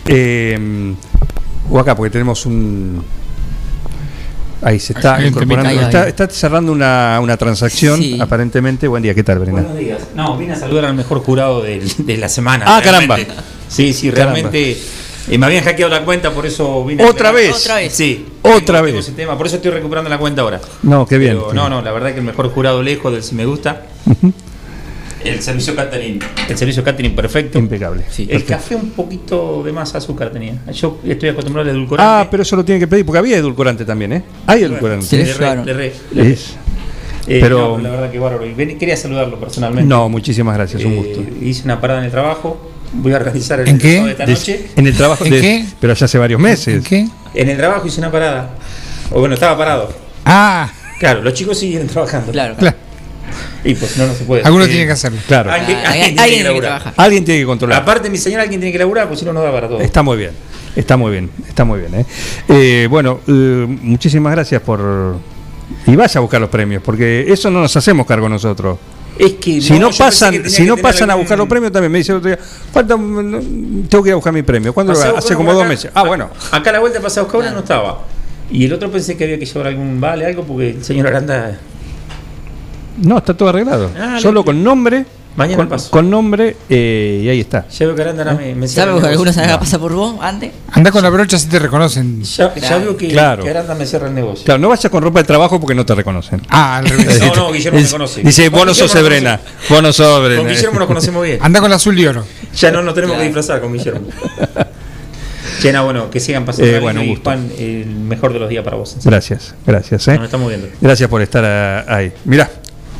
o acá, porque tenemos un... Ahí se está incorporando. Está cerrando una transacción, aparentemente. Buen día, ¿qué tal, Brena? Buenos días. No, vine a saludar al mejor jurado de la semana. Ah, realmente. caramba. Sí, realmente. Me habían hackeado la cuenta, por eso vine. ¿Otra vez? Sí. Otra vez. Ese tema, por eso estoy recuperando la cuenta ahora. No, qué bien. Pero, no, la verdad que el mejor jurado lejos del Si Me Gusta. El servicio catering perfecto. Impecable. Sí. El café un poquito de más azúcar tenía. Yo estoy acostumbrado al edulcorante. Ah, pero eso lo tiene que pedir, porque había edulcorante también, ¿eh? Hay edulcorante. Sí, pero la verdad que bárbaro. Y quería saludarlo personalmente. No, muchísimas gracias, un gusto. Hice una parada en el trabajo. Voy a organizar el ¿En qué? de esta noche. En el trabajo. ¿En qué? Pero ya hace varios meses. ¿En qué? En el trabajo hice una parada. O bueno, estaba parado. Ah. Claro, los chicos siguen trabajando. Claro. Y pues no se puede. Alguno tiene que hacerlo. Claro. Alguien tiene que trabajar. Alguien tiene que controlar. Aparte, mi señora, alguien tiene que laburar, pues si no, no da para todo. Está muy bien. Está muy bien. Bueno, muchísimas gracias por... Y vaya a buscar los premios, porque eso no nos hacemos cargo nosotros. Es que si no pasan a buscar los premios, también me dice el otro día, tengo que ir a buscar mi premio. ¿Cuándo lo hace como 2 meses? Ah, bueno. Acá a la vuelta pasé a buscar una, no estaba. Y el otro pensé que había que llevar algún vale, algo, porque el señor Aranda... No, está todo arreglado. Solo con nombre. Mañana paso. Con nombre, y ahí está. Ya veo que Aranda me ¿Sabes que algunos se haga pasar por vos antes? Anda con la brocha si te reconocen. Ya veo que Aranda me cierra el negocio. Claro, no vayas con ropa de trabajo porque no te reconocen. Ah, al revés. No, Guillermo me conoce. Dice, vos no sos Brena. Vos no sos Brena. Con Guillermo nos conocemos bien. Anda con la azul de oro. Ya no nos tenemos que disfrazar con Guillermo. Chena, bueno, que sigan pasando. Bueno, y Juan, el mejor de los días para vos. Gracias. Nos estamos viendo. Gracias por estar ahí. Mirá.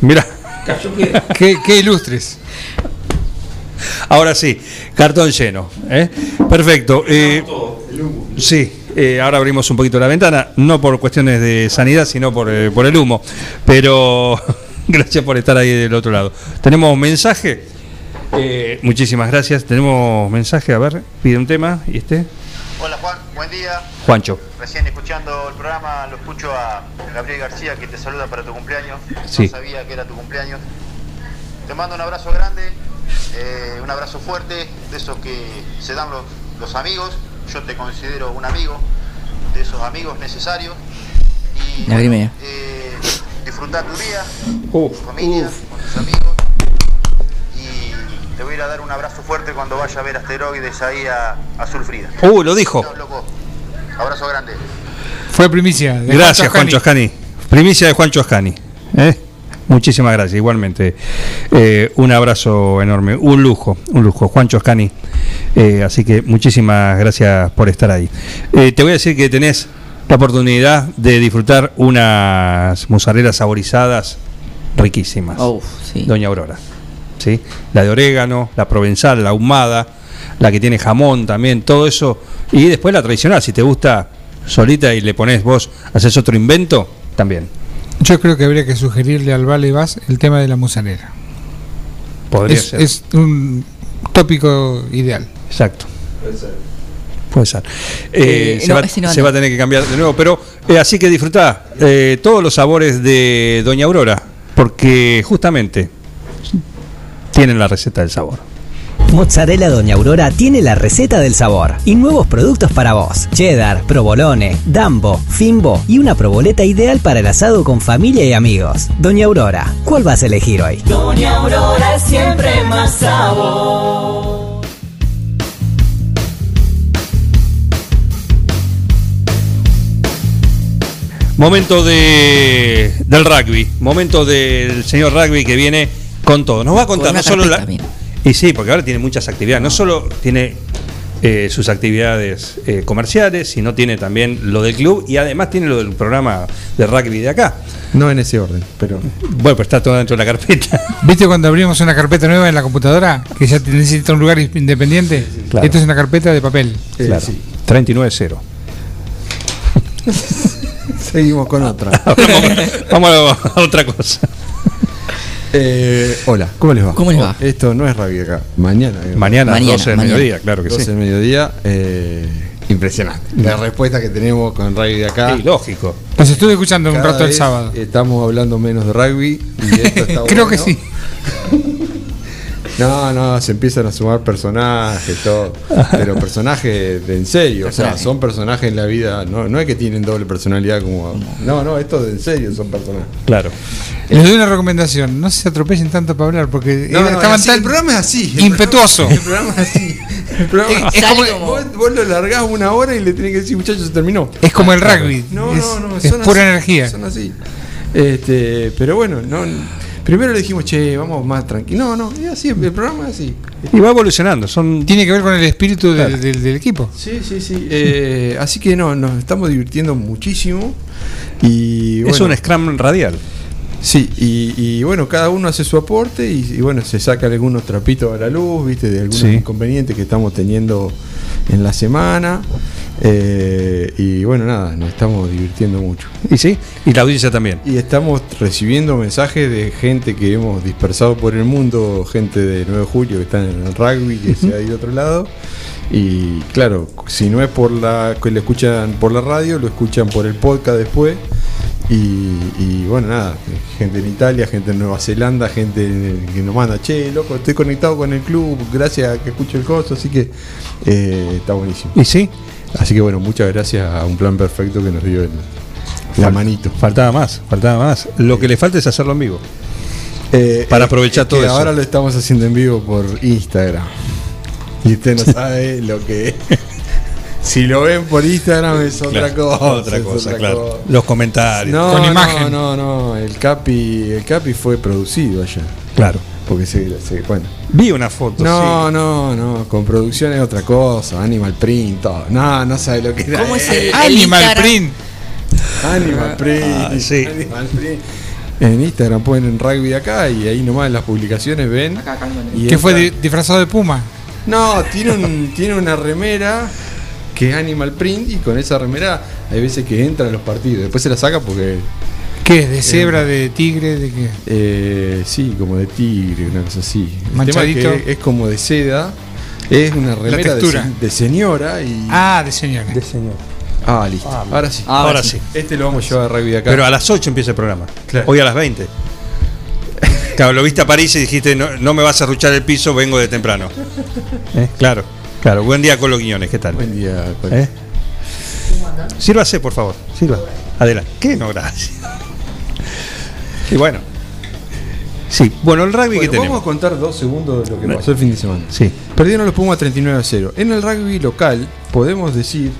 Qué ilustres. Ahora sí, cartón lleno. Perfecto. Sí, ahora abrimos un poquito la ventana, no por cuestiones de sanidad, sino por el humo. Pero gracias por estar ahí del otro lado. ¿Tenemos mensaje? Muchísimas gracias. Tenemos mensaje, a ver, pide un tema. ¿Y este? Hola Juan, buen día. Juancho. Recién escuchando el programa, lo escucho a Gabriel García, que te saluda para tu cumpleaños. Sí. No sabía que era tu cumpleaños. Te mando un abrazo grande, un abrazo fuerte, de esos que se dan los amigos. Yo te considero un amigo, de esos amigos necesarios. Y disfrutar tu día, con tu familia, con tus amigos. Y te voy a ir a dar un abrazo fuerte cuando vaya a ver Asteroides ahí a Sulfrida. Lo dijo. Abrazo grande. Fue primicia. Gracias, Juancho Ascani. Primicia de Juancho Ascani. Muchísimas gracias, igualmente. Un abrazo enorme, un lujo, Juancho Ascani. Así que muchísimas gracias por estar ahí. Te voy a decir que tenés la oportunidad de disfrutar unas mozzarellas saborizadas riquísimas. Sí. Doña Aurora. ¿Sí? La de orégano, la provenzal, la ahumada, la que tiene jamón también, todo eso. Y después la tradicional, si te gusta solita y le pones vos, haces otro invento, también. Yo creo que habría que sugerirle al Vale Vaz el tema de la mozzarella. Podría ser. Es un tópico ideal. Exacto. Puede ser. Se va a tener que cambiar de nuevo, pero así que disfrutá todos los sabores de Doña Aurora, porque justamente tienen la receta del sabor. Mozzarella Doña Aurora tiene la receta del sabor y nuevos productos para vos. Cheddar, provolone, dambo, fimbo y una proboleta ideal para el asado con familia y amigos. Doña Aurora, ¿cuál vas a elegir hoy? Doña Aurora es siempre más sabor. Momento del rugby, momento del señor rugby que viene con todo. Nos va a contar no solo la... Y sí, porque ahora tiene muchas actividades. No solo tiene sus actividades comerciales, sino tiene también lo del club y además tiene lo del programa de rugby de acá. No en ese orden, pero... Bueno, pues está todo dentro de la carpeta. ¿Viste cuando abrimos una carpeta nueva en la computadora? Que ya necesita un lugar independiente. Claro. Esto es una carpeta de papel. Claro. Sí. 39.0. Seguimos con otra. Vamos a otra cosa. Hola, ¿cómo les va? ¿Cómo les va? Esto no es rugby acá. Mañana 12 del mediodía, claro que 12 sí. del mediodía. Impresionante. La respuesta que tenemos con rugby de acá. Sí, lógico. Los estuve escuchando un Cada rato el vez sábado. Estamos hablando menos de rugby. Y esto está Creo bueno. que sí. No, se empiezan a sumar personajes, todo. Pero personajes de en serio. O sea, son personajes en la vida. No es que tienen doble personalidad como. No, estos de en serio son personajes. Claro. Les doy una recomendación, no se atropellen tanto para hablar porque estaban tan el programa es así. impetuoso. El programa es así. El programa Es como- vos lo largás una hora y le tenés que decir, muchachos, se terminó. Es como el rugby. No, es son pura así, energía. Son así. Pero bueno, primero le dijimos, che, vamos más tranquilos. No, es así, el programa es así. Y va evolucionando. Tiene que ver con el espíritu del equipo. Sí. Así que nos estamos divirtiendo muchísimo. Y Es bueno, un Scrum radial. Sí, y bueno, cada uno hace su aporte y bueno, se sacan algunos trapitos a la luz, viste, de algunos inconvenientes que estamos teniendo en la semana. Y bueno, nada, nos estamos divirtiendo mucho. Y la audiencia también. Y estamos recibiendo mensajes de gente que hemos dispersado por el mundo, gente de 9 de julio que está en el rugby, que se ha ido a otro lado. Y claro, si no es por que lo escuchan por la radio, lo escuchan por el podcast después. Y bueno, nada, gente en Italia, gente en Nueva Zelanda, gente que nos manda, che, loco, estoy conectado con el club, gracias a que escucho el coso, así que está buenísimo. ¿Y sí? Así que bueno, muchas gracias a Un Plan Perfecto que nos dio la manito. Faltaba más. Lo que le falta es hacerlo en vivo. Para aprovechar todo eso. Ahora lo estamos haciendo en vivo por Instagram. Y usted no sabe lo que es. Si lo ven por Instagram es otra cosa. Otra cosa, claro. Los comentarios. Con imagen. No. El Capi fue producido allá. Claro. Porque bueno. Vi una foto. No. Con producción es otra cosa. Animal Print, todo. No sabe lo que era. ¿Cómo es el Animal Instagram? Print. Animal Print. Sí. Animal Print. En Instagram ponen en rugby acá y ahí nomás en las publicaciones ven. ¿Qué fue disfrazado de puma? No, tiene una remera que es Animal Print y con esa remera hay veces que entra en los partidos. Después se la saca porque. ¿Qué es? ¿De cebra, de tigre, de qué? Sí, como de tigre, una cosa así. El Manchadito. tema es que es como de seda. Es una remera de señora y. De señora. De señora. Listo. Ahora sí. Ahora sí. Este lo vamos a llevar a rugby de acá. Pero a las 8 empieza el programa. Claro. Hoy a las 20. Claro, lo viste a París y dijiste, no me vas a arruchar el piso, vengo de temprano. Claro. Buen día con los Quiñones, ¿qué tal? Buen día. Sírvase, por favor. Sirva. Adelante. ¿Qué? No, gracias. Y bueno. Sí, bueno, el rugby que tenemos. Vamos a contar 2 segundos de lo que pasó el fin de semana. Sí. Perdieron los Pumas 39-0. En el rugby local, podemos decir.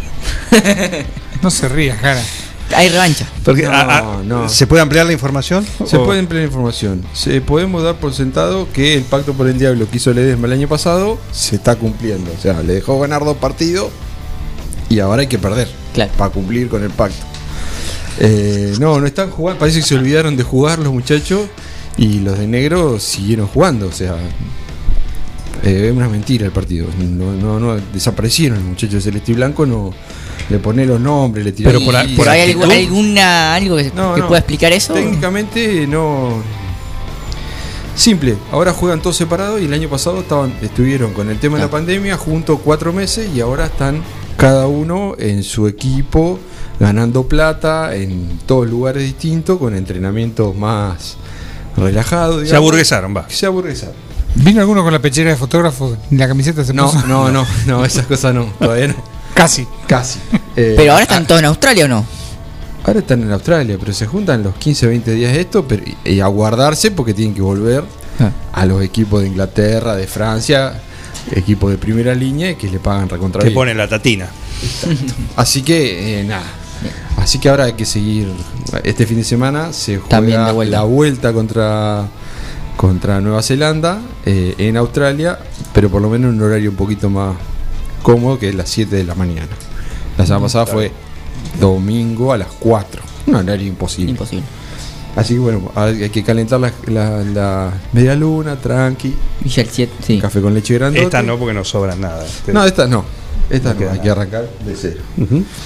No se rías, cara. Hay revancha. Porque, no. ¿Se puede ampliar la información? Se puede ampliar la información. Podemos dar por sentado que el pacto por el diablo que hizo Ledesma el año pasado se está cumpliendo. O sea, le dejó ganar 2 partidos y ahora hay que perder para cumplir con el pacto. No están jugando. Parece que se olvidaron de jugar los muchachos y los de negro siguieron jugando. O sea, es una mentira el partido. No desaparecieron los muchachos de celeste y blanco. No le ponen los nombres, le tiran. Pero por ahí algo que pueda explicar eso. Técnicamente no. Simple. Ahora juegan todos separados y el año pasado estuvieron con el tema de la pandemia juntos 4 meses y ahora están cada uno en su equipo ganando plata en todos lugares distintos con entrenamientos más relajados. Digamos. Se aburguesaron, va. Se aburguesaron. ¿Vino alguno con la pechera de fotógrafo y la camiseta se puso? No, esas cosas no, todavía no. Casi. Pero ahora están todos en Australia, ¿o no? Ahora están en Australia, pero se juntan los 15-20 días de esto y a guardarse porque tienen que volver a los equipos de Inglaterra, de Francia, equipos de primera línea que le pagan recontra que bien. ponen la tatina. Así que nada. Así que ahora hay que seguir. Este fin de semana se juega la vuelta contra Nueva Zelanda en Australia, pero por lo menos en un horario un poquito más cómodo, que es las 7 de la mañana. La semana pasada fue domingo a las 4. Un horario imposible. Así que bueno, hay que calentar la media luna, tranqui. Y ya el 7, sí. Café con leche grandote. Esta no, porque no sobran nada. No, esta no. Esta no, hay que arrancar de cero.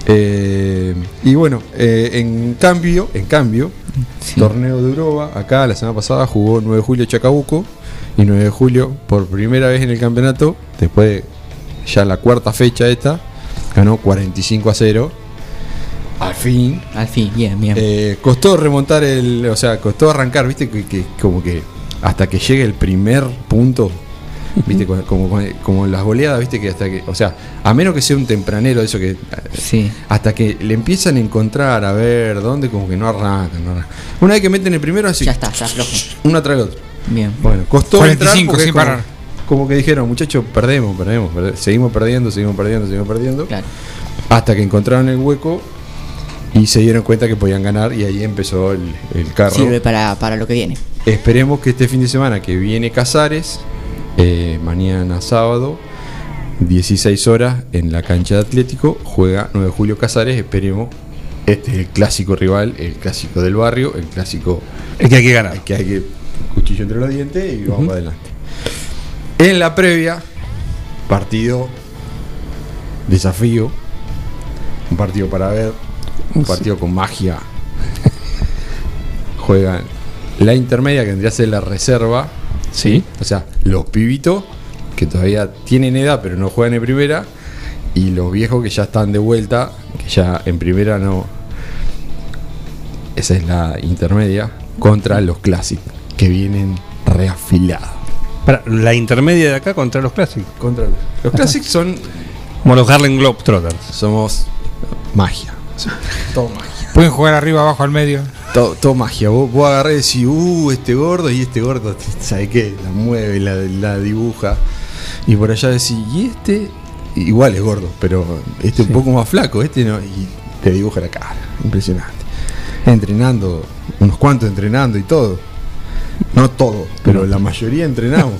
Y bueno, en cambio, torneo de Europa, acá la semana pasada jugó 9 de julio Chacabuco, y 9 de julio, por primera vez en el campeonato, después de ya la cuarta fecha esta, ganó 45-0. Al fin, bien. Costó remontar costó arrancar, viste, que como que hasta que llegue el primer punto, viste, como las goleadas, viste, que hasta que, o sea, a menos que sea un tempranero de eso que hasta que le empiezan a encontrar a ver dónde, como que no arrancan. Una vez que meten el primero, así ya está flojo. Uno tras el otro. Bien. Bueno, costó 45 sin parar. Como que dijeron, muchachos, perdemos, seguimos perdiendo. Claro. Hasta que encontraron el hueco y se dieron cuenta que podían ganar, y ahí empezó el carro. Sirve para lo que viene. Esperemos que este fin de semana que viene Casares, mañana sábado, 16 horas, en la cancha de Atlético, juega 9 de julio Casares. Esperemos, este es el clásico rival, el clásico del barrio, el clásico... El que hay que ganar. El que hay que cuchillo entre los dientes y vamos para adelante. En la previa, partido, desafío, un partido para ver, un partido con magia. Juegan la intermedia, que vendría a ser la reserva, ¿sí? O sea, los pibitos que todavía tienen edad pero no juegan en primera, y los viejos que ya están de vuelta, que ya en primera no. Esa es la intermedia, contra los clásicos, que vienen reafilados. Para la intermedia de acá contra los clásicos. Contra los clásicos son como los Harlem Globetrotters. Somos magia. Todo magia. Pueden jugar arriba, abajo, al medio. Todo magia. Vos agarrés y decís, este gordo, y este gordo, ¿sabe qué? La mueve, la dibuja. Y por allá decís, y este, igual es gordo, pero este un poco más flaco, este no, y te dibuja la cara. Impresionante. Entrenando, unos cuantos entrenando y todo. No todo, pero la mayoría entrenamos.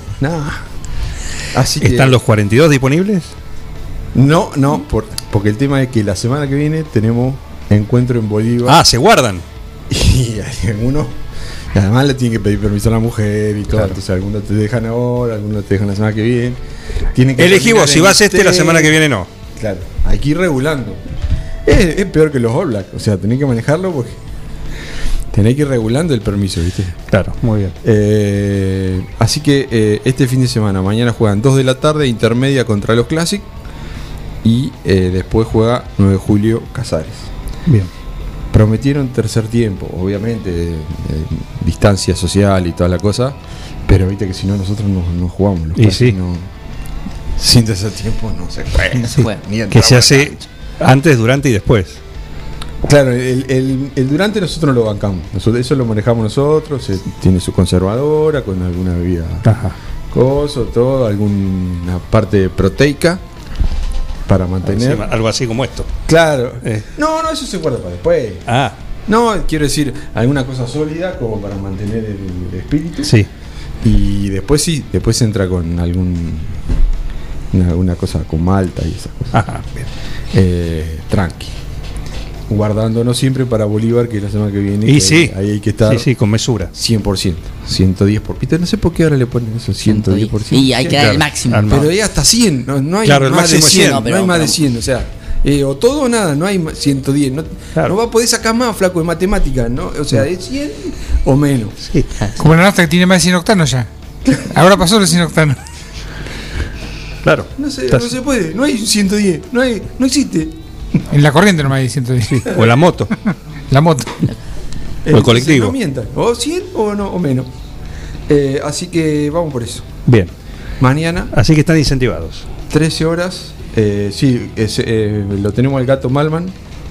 Así que, ¿están los 42 disponibles? No, porque el tema es que la semana que viene tenemos encuentro en Bolívar. Ah, se guardan. Y hay algunos, y además le tienen que pedir permiso a la mujer y todo. Claro. Entonces algunos te dejan ahora, algunos te dejan la semana que viene. Elegí vos, si vas la semana que viene no. Claro, hay que ir regulando. Es peor que los All Black, o sea, tenés que manejarlo porque tenés que ir regulando el permiso, ¿viste? Claro, muy bien. Así que este fin de semana, mañana juegan 2 de la tarde, intermedia contra los Classic, y después juega 9 de julio Casares. Bien. Prometieron tercer tiempo, obviamente, distancia social y toda la cosa, pero viste que si no nosotros no jugamos. Los sí. Sin tercer tiempo no se puede. No se puede. Que se hace antes, durante y después. Claro, el durante nosotros lo bancamos. Eso lo manejamos nosotros. Tiene su conservadora con alguna bebida, coso, todo, alguna parte proteica para mantener. Algo así como esto. Claro. No, eso se guarda para después. No, quiero decir, alguna cosa sólida como para mantener el espíritu. Sí. Y después entra con alguna cosa con malta y esas cosas. Bien. Tranqui. Guardándonos siempre para Bolívar, que es la semana que viene. Y sí, ahí hay que estar. Sí, con mesura. 100%. 110%. No sé por qué ahora le ponen eso, 110%. Y hay que dar el máximo. Pero hay hasta 100. No hay más de 100. No hay más de 100. O sea, o todo o nada. No hay 110. No va a poder sacar más, flaco, de matemáticas, ¿no? O sea, es 100 o menos. Sí. Como la nafta que tiene más de 100 octanos ya. Ahora pasó los 100 octanos. Claro. No se puede. No hay 110. No existe. En la corriente nomás hay 110. O la moto. La moto. O el colectivo. No mientan. O 100 o menos. Así que vamos por eso. Bien. Mañana. Así que están incentivados. 13 horas. Sí, lo tenemos al Gato Malman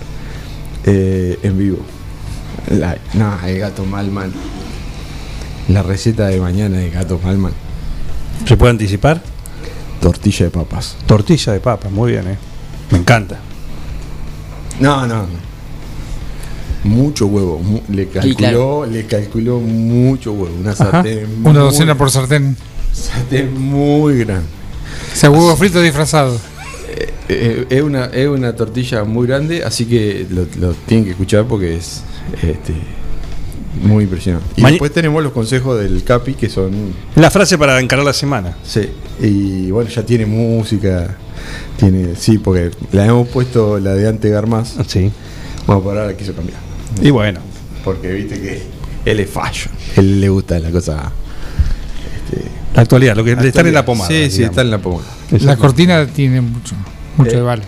en vivo. El Gato Malman. La receta de mañana de Gato Malman. ¿Se puede anticipar? Tortilla de papas. Tortilla de papas, muy bien, Me encanta. No. Mucho huevo. Le calculó mucho huevo. Una sartén. Una docena por sartén. Sartén muy grande. O sea, huevo frito disfrazado. Es una tortilla muy grande, así que lo tienen que escuchar porque es muy impresionante. Y después tenemos los consejos del Capi, que son la frase para encarar la semana. Sí. Y bueno, ya tiene música. Sí, porque la hemos puesto la de Ante Garmaz. Sí. Bueno, por ahora la quiso cambiar. Y bueno. Porque viste que él es fashion. Él le gusta la cosa. La actualidad, lo que está en la pomada. Sí, sí, está en la pomada. La cortina tiene mucho de vale.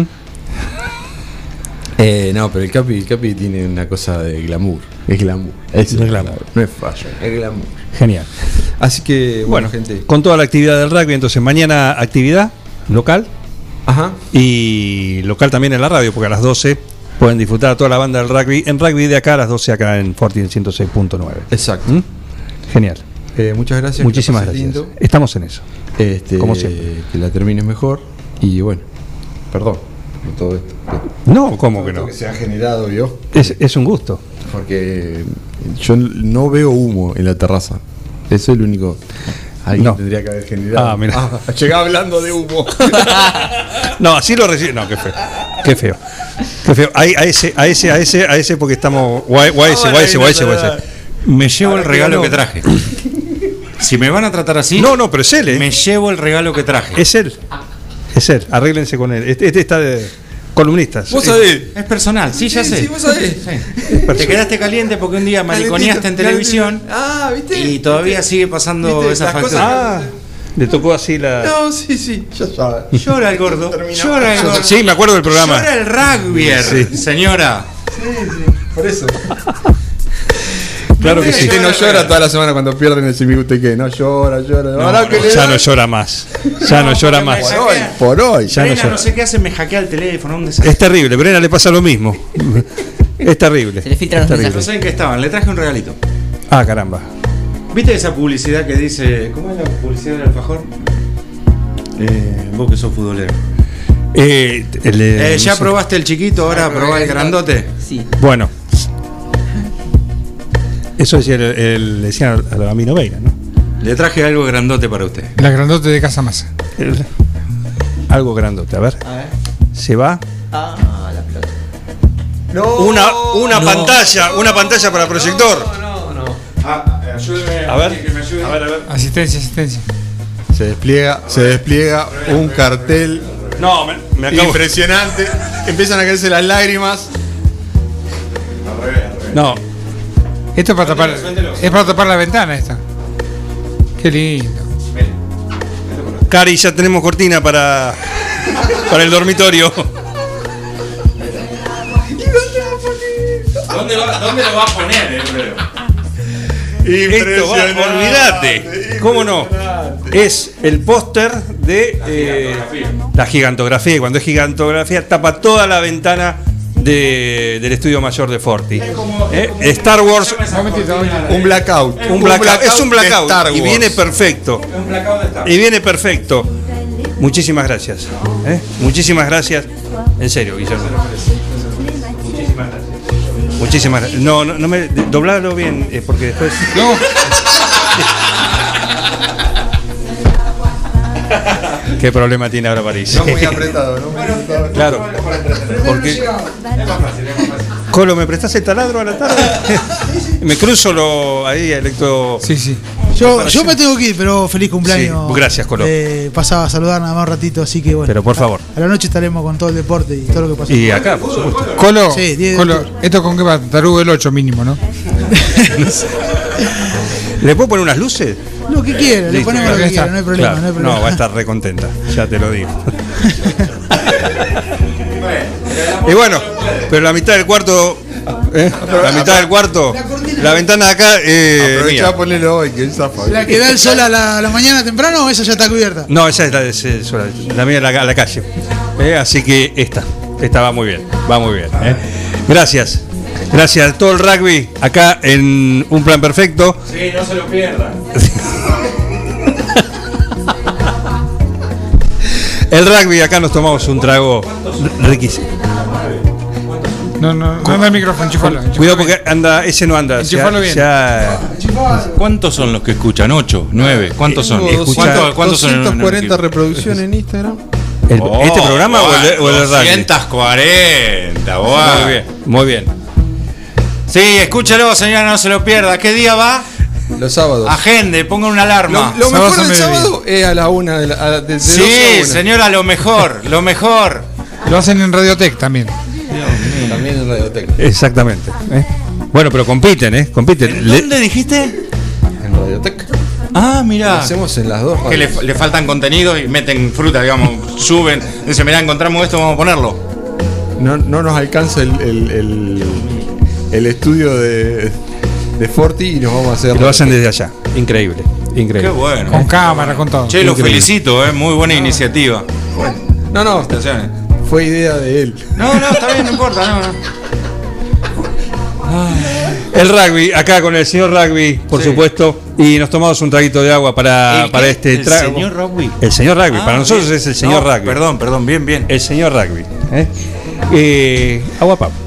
No, pero el Capi tiene una cosa de glamour. Es glamour. Es glamour. No es fashion, es glamour. Genial. Así que, bueno, gente. Con toda la actividad del rugby, entonces mañana actividad local. Ajá. Y local también en la radio, porque a las 12 pueden disfrutar a toda la banda del rugby. En rugby de acá a las 12 acá en Forti 106.9. Exacto. Genial. Muchas gracias. Muchísimas gracias. Lindo. Estamos en eso. Como siempre. Que la termines mejor. Y bueno, perdón por todo esto. No, ¿cómo que no? Que se ha generado yo. Es un gusto. Porque yo no veo humo en la terraza. Eso es lo único. Alguien tendría que haber generado. Mira. Llegaba hablando de humo. No, así lo recibe. No, qué feo. Qué feo. Qué feo. A ese porque estamos. Guayse. Me llevo el regalo que traje. Si me van a tratar así. No, pero es él, Me llevo el regalo que traje. Es él. Arréglense con él. Este está de columnistas. Vos sabés. Es personal, sí, ya sé. Sí, vos sabés. Sí. Te quedaste caliente porque un día mariconeaste en televisión. ¿Viste? Y todavía sigue pasando esa factura. Le tocó así la. No, sí. Ya sabe. Llora el gordo. Llora el gordo. Sí, me acuerdo del programa. Llora el rugbyer, señora. Sí. Por eso. Claro que sí. Usted no llora toda la semana cuando pierden el semi. ¿Usted qué? No llora. Ya no llora más. Ya no llora más. Por hoy. Ya Brena, no sé qué hace, me hackea el teléfono. Es terrible. Brena le pasa lo mismo. Es terrible. Se le filtran los mensajes. No sé en qué estaban. Le traje un regalito. Ah, caramba. ¿Viste esa publicidad que dice. ¿Cómo es la publicidad del alfajor? Vos que sos futbolero. ¿Ya probaste el chiquito? ¿Ahora probá el grandote? Sí. Bueno. Eso decía le decían a la Amino Veira, ¿no? Le traje algo grandote para usted. La grandote de Casa Masa. Algo grandote, a ver. Se va. La pelota. No. Una pantalla para proyector. No. Ayúdeme. A ver. Que me ayude. A ver. Asistencia. Se despliega un cartel. No, me acabo. Impresionante. Empiezan a caerse las lágrimas. No. Esto es para tapar la ventana esta. Qué lindo. Cari, ya tenemos cortina para el dormitorio. ¿Dónde lo va a poner, Esto va, olvídate. ¿Cómo no? Es el póster de la gigantografía. Y cuando es gigantografía, tapa toda la ventana del estudio mayor de Forti. Star Wars. Un blackout. Es un blackout. Y viene perfecto. Y viene perfecto. Muchísimas gracias. Muchísimas gracias. En serio, Guillermo. Muchísimas gracias. Muchísimas gracias. No me. Doblalo bien, porque después. No. ¿Qué problema tiene ahora París? No muy apretado, Claro. Porque. Colo, ¿me prestás el taladro a la tarde? Me cruzo ahí electro. Sí. Yo me tengo que ir, pero feliz cumpleaños. Sí. Gracias, Colo. Pasaba a saludar nada más un ratito, así que bueno. Pero por favor. A la noche estaremos con todo el deporte y todo lo que pasó. Y acá, por supuesto. Colo, sí, esto con qué va, tarugo el 8 mínimo, ¿no? ¿Le puedo poner unas luces? Lo que quiera, le ponemos lo que quiera, no hay problema, claro, no hay problema. No, va a estar re contenta, ya te lo digo. Y bueno, pero la mitad del cuarto, la ventana de acá, aprovechá, ponelo hoy, que es zafa. ¿La que da el sol a la mañana temprano o esa ya está cubierta? No, esa es la mía a la calle. Así que esta va muy bien, Gracias. Gracias a todo el rugby acá en Un Plan Perfecto. Sí, no se lo pierdan. El rugby, acá nos tomamos un trago riquísimo. No anda el micrófono, enchufalo. Cuidado porque ese no anda. Enchufalo bien. ¿Cuántos son los que escuchan? ¿8? ¿9? ¿Cuántos son? ¿Cuántos son? 240 reproducciones en Instagram. ¿Este programa o el rugby? 240, Muy bien. Sí, escúchalo, señora, no se lo pierda. ¿Qué día va? Los sábados. Agende, pongan una alarma. Lo mejor del sábado es a la 1 de sí, señora, lo mejor. Lo hacen en Radiotech también. También en Radiotech. Exactamente. Bueno, pero compiten. ¿En dónde dijiste? En Radiotech. Ah, mirá. Lo hacemos en las dos. Que le faltan contenidos y meten fruta, digamos, suben. Dicen, mirá, encontramos esto, vamos a ponerlo. No nos alcanza el estudio de Forti y nos vamos a hacer. Lo hacen desde allá. Increíble. Qué bueno. Con cámara, con todo. Che, lo felicito, muy buena iniciativa. Bueno. No. Fue idea de él. No, está bien, no importa, no. El rugby, acá con el señor rugby, por supuesto, y nos tomamos un traguito de agua para este trago. ¿El señor rugby? El señor rugby, para nosotros es el señor rugby. Perdón, bien. El señor rugby. Agua pap.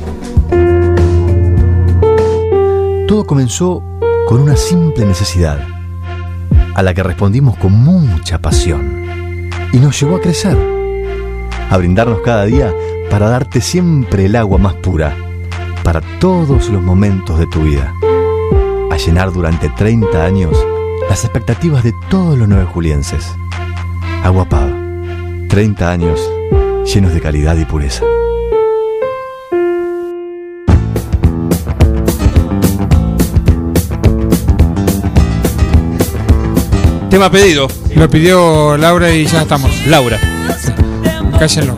Todo comenzó con una simple necesidad, a la que respondimos con mucha pasión, y nos llevó a crecer, a brindarnos cada día para darte siempre el agua más pura, para todos los momentos de tu vida, a llenar durante 30 años las expectativas de todos los nuevejulienses. Agua Pab, 30 años llenos de calidad y pureza. Tema pedido. Lo pidió Laura y ya estamos. Laura. Cállenlo.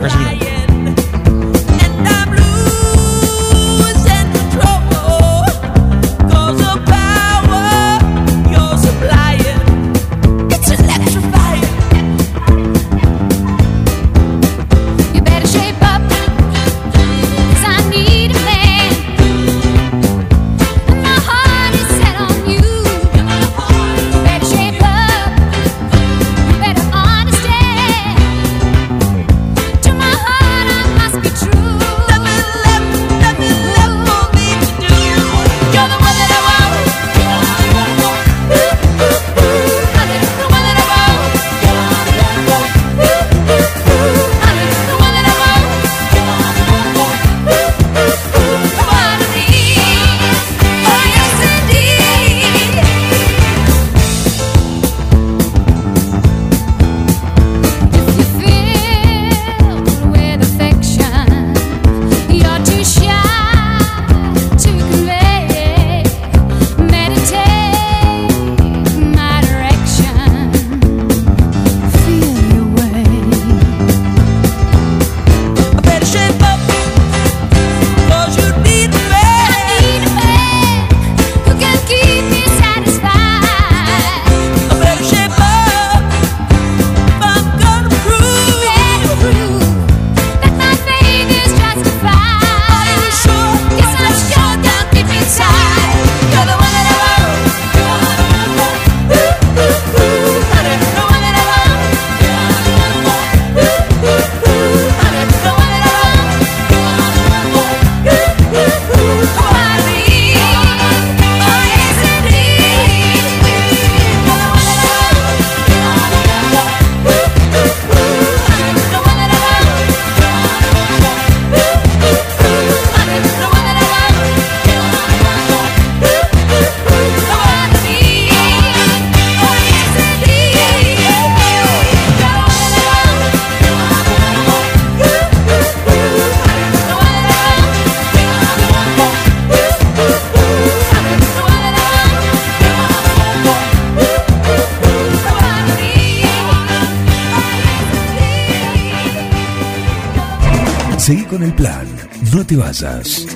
Seguí con el plan, no te vayas.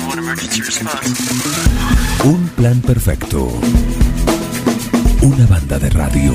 Un plan perfecto. Una banda de radio.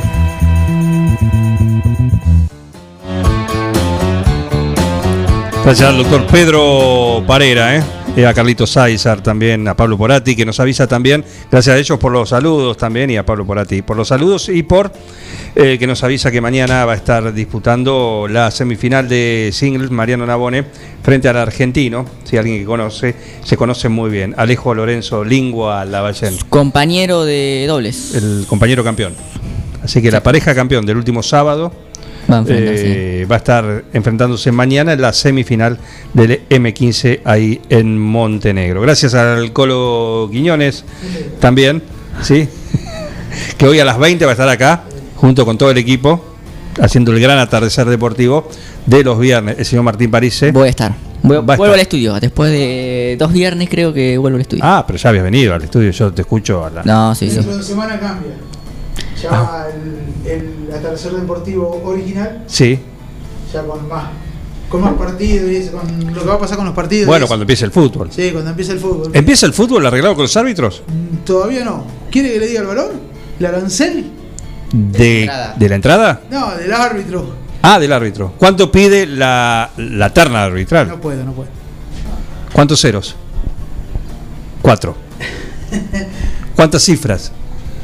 Gracias al doctor Pedro Parera, a Carlitos Sáizar también, a Pablo Porati, que nos avisa también, gracias a ellos por los saludos también, y a Pablo Porati por los saludos, y por que nos avisa que mañana va a estar disputando la semifinal de singles Mariano Navone frente al argentino, si alguien que conoce, se conoce muy bien, Alejo Lorenzo Lingua Lavallén. Compañero de dobles. El compañero campeón. Así que la pareja campeón del último sábado va a estar enfrentándose mañana en la semifinal del M15 ahí en Montenegro. Gracias al Colo Quiñones también ¿sí? Que hoy a las 20 va a estar acá, junto con todo el equipo, haciendo el gran atardecer deportivo de los viernes. El señor Martín Parise. Voy a estar. Vuelvo al estudio. Después de 2 viernes creo que vuelvo al estudio. Ah, pero ya habías venido al estudio, yo te escucho a la... No, sí, Dentro de semana cambia. Ya el atardecer deportivo original. Sí. Ya con más partidos y eso, con lo que va a pasar con los partidos. Bueno, cuando empiece el fútbol. Sí, cuando empiece el fútbol. ¿Empieza el fútbol arreglado con los árbitros? Todavía no. ¿Quiere que le diga el valor? ¿El arancel? ¿De la entrada? No, del árbitro. Ah, del árbitro. ¿Cuánto pide la terna arbitral? No puedo. ¿Cuántos ceros? 4. ¿Cuántas cifras?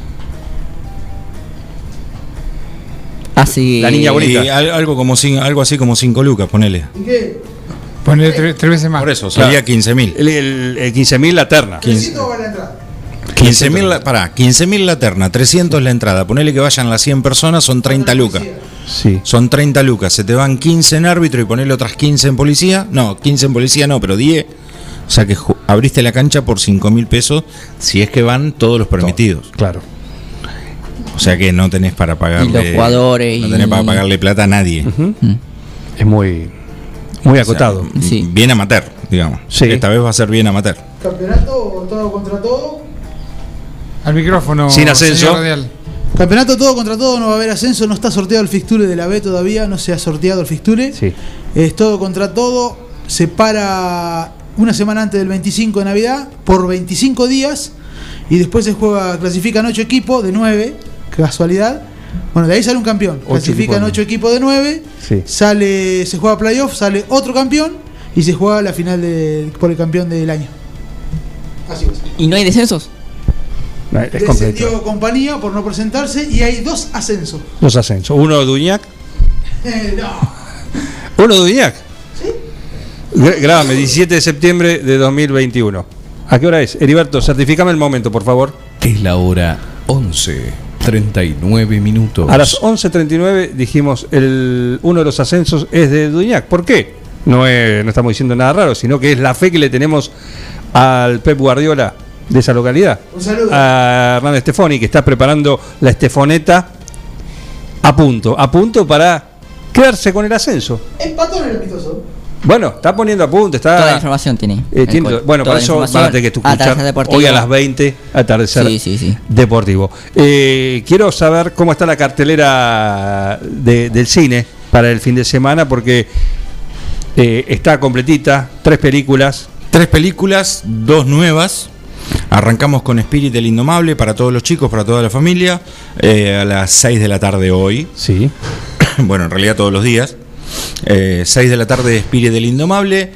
Así. La niña bonita. Y algo así como 5 lucas, ponele. ¿Y qué? Ponele 3 veces más. Por eso, salía 15.000. El 15.000 la terna. 300 va la entrada. 15.000 la terna, 300 la entrada. Ponele que vayan las 100 personas, son 30 lucas. Sí. Son 30 lucas. Se te van 15 en árbitro y ponele otras 15 en policía. No, 15 en policía no, pero 10. O sea que abriste la cancha por 5.000 pesos si es que van todos los permitidos. Claro. O sea que no tenés para pagarle. Y los jugadores. No tenés para pagarle plata a nadie. Es muy acotado. O sea, bien amateur, digamos. Sí. Esta vez va a ser bien amateur. Campeonato todo contra todo. Al micrófono. Sin ascenso. Campeonato todo contra todo, no va a haber ascenso, no está sorteado el fixture de la B todavía, no se ha sorteado el fixture. Sí. Es todo contra todo, se para una semana antes del 25 de Navidad por 25 días y después se juega, clasifican 8 equipos de 9, casualidad. Bueno, de ahí sale un campeón, clasifican 8 equipos de 9, sí. Se juega playoff, sale otro campeón y se juega la final por el campeón del año. Así es. ¿Y no hay descensos? Es completo. Descendió Compañía por no presentarse y hay 2 ascensos. 2 ascensos. Uno de Duñac. No. Uno de Duñac. ¿Sí? Grábame, 17 de septiembre de 2021. ¿A qué hora es? Heriberto, certificame el momento, por favor. Es la hora 11:39 minutos. A las 11:39 dijimos, uno de los ascensos es de Duñac. ¿Por qué? No estamos diciendo nada raro, sino que es la fe que le tenemos al Pep Guardiola de esa localidad. Un saludo. A Hernán Estefoni, que está preparando la Estefoneta a punto para quedarse con el ascenso. Empató en el amistoso. Bueno, está poniendo a punto, está. Toda la información tiene. Bueno, por eso van a tener que escuchar hoy a las 20 atardecer deportivo. Quiero saber cómo está la cartelera del cine para el fin de semana, porque está completita, 3 películas. 3 películas, 2 nuevas. Arrancamos con Spirit el Indomable para todos los chicos, para toda la familia, a las 6 de la tarde hoy. Sí. Bueno, en realidad todos los días. 6 de la tarde de Spirit el Indomable,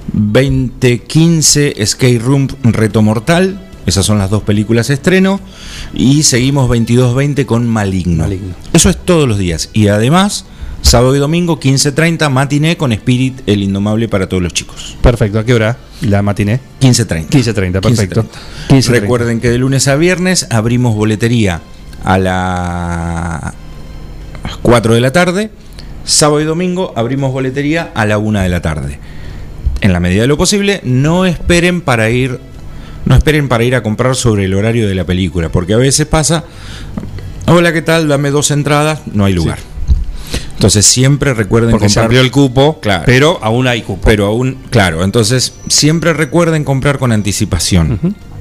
20:15 Escape Room Reto Mortal. Esas son las 2 películas estreno. Y seguimos 22:20 con Maligno. Eso es todos los días. Y además, sábado y domingo 15:30 matiné con Spirit el Indomable para todos los chicos. Perfecto. ¿A qué hora la matiné? 15:30. 15:30, perfecto. 15:30. Recuerden que de lunes a viernes abrimos boletería a las 4 de la tarde. Sábado y domingo abrimos boletería a la 1 de la tarde. En la medida de lo posible, no esperen para ir a comprar sobre el horario de la película, porque a veces pasa, hola, ¿qué tal? Dame 2 entradas, no hay lugar. Sí. Entonces siempre recuerden porque comprar, se amplió el cupo, claro, pero aún hay cupo. Pero aún, claro, entonces siempre recuerden comprar con anticipación.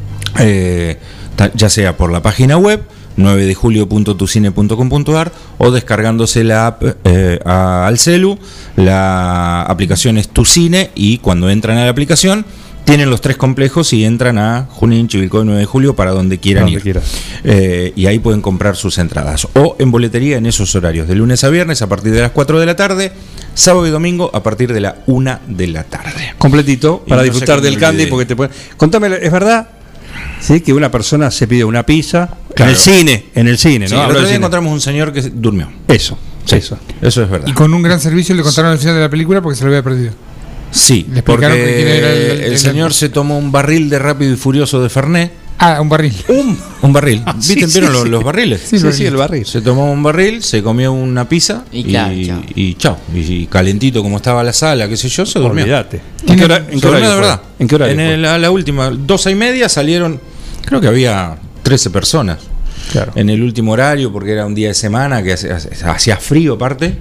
Ya sea por la página web 9dejulio.tucine.com.ar o descargándose la app al celu. La aplicación es Tucine y cuando entran a la aplicación tienen los 3 complejos y entran a Junín, Chivilcoy, 9 de julio para donde quieran ir. Y ahí pueden comprar sus entradas o en boletería en esos horarios, de lunes a viernes a partir de las 4 de la tarde, sábado y domingo a partir de la 1 de la tarde. Completito para disfrutar del candy, porque te pueden... Contame, ¿es verdad? Sí, que una persona se pide una pizza, claro, en el cine, ¿no? Sí, el otro día encontramos un señor que durmió. Eso es verdad. Y con un gran servicio le contaron al final de la película porque se lo había perdido. Sí, porque el señor se tomó un barril de Rápido y Furioso de Fernet. Ah, un barril. Un barril. ¿Viste? ¿Vieron los barriles? Sí, el barril. Se tomó un barril, se comió una pizza y chao. Y calentito como estaba la sala, qué sé yo, se durmió. Olvídate. ¿En qué hora? ¿En qué hora? En la última, 2:30 salieron, creo que había 13 personas. Claro. En el último horario, porque era un día de semana que hacía frío aparte.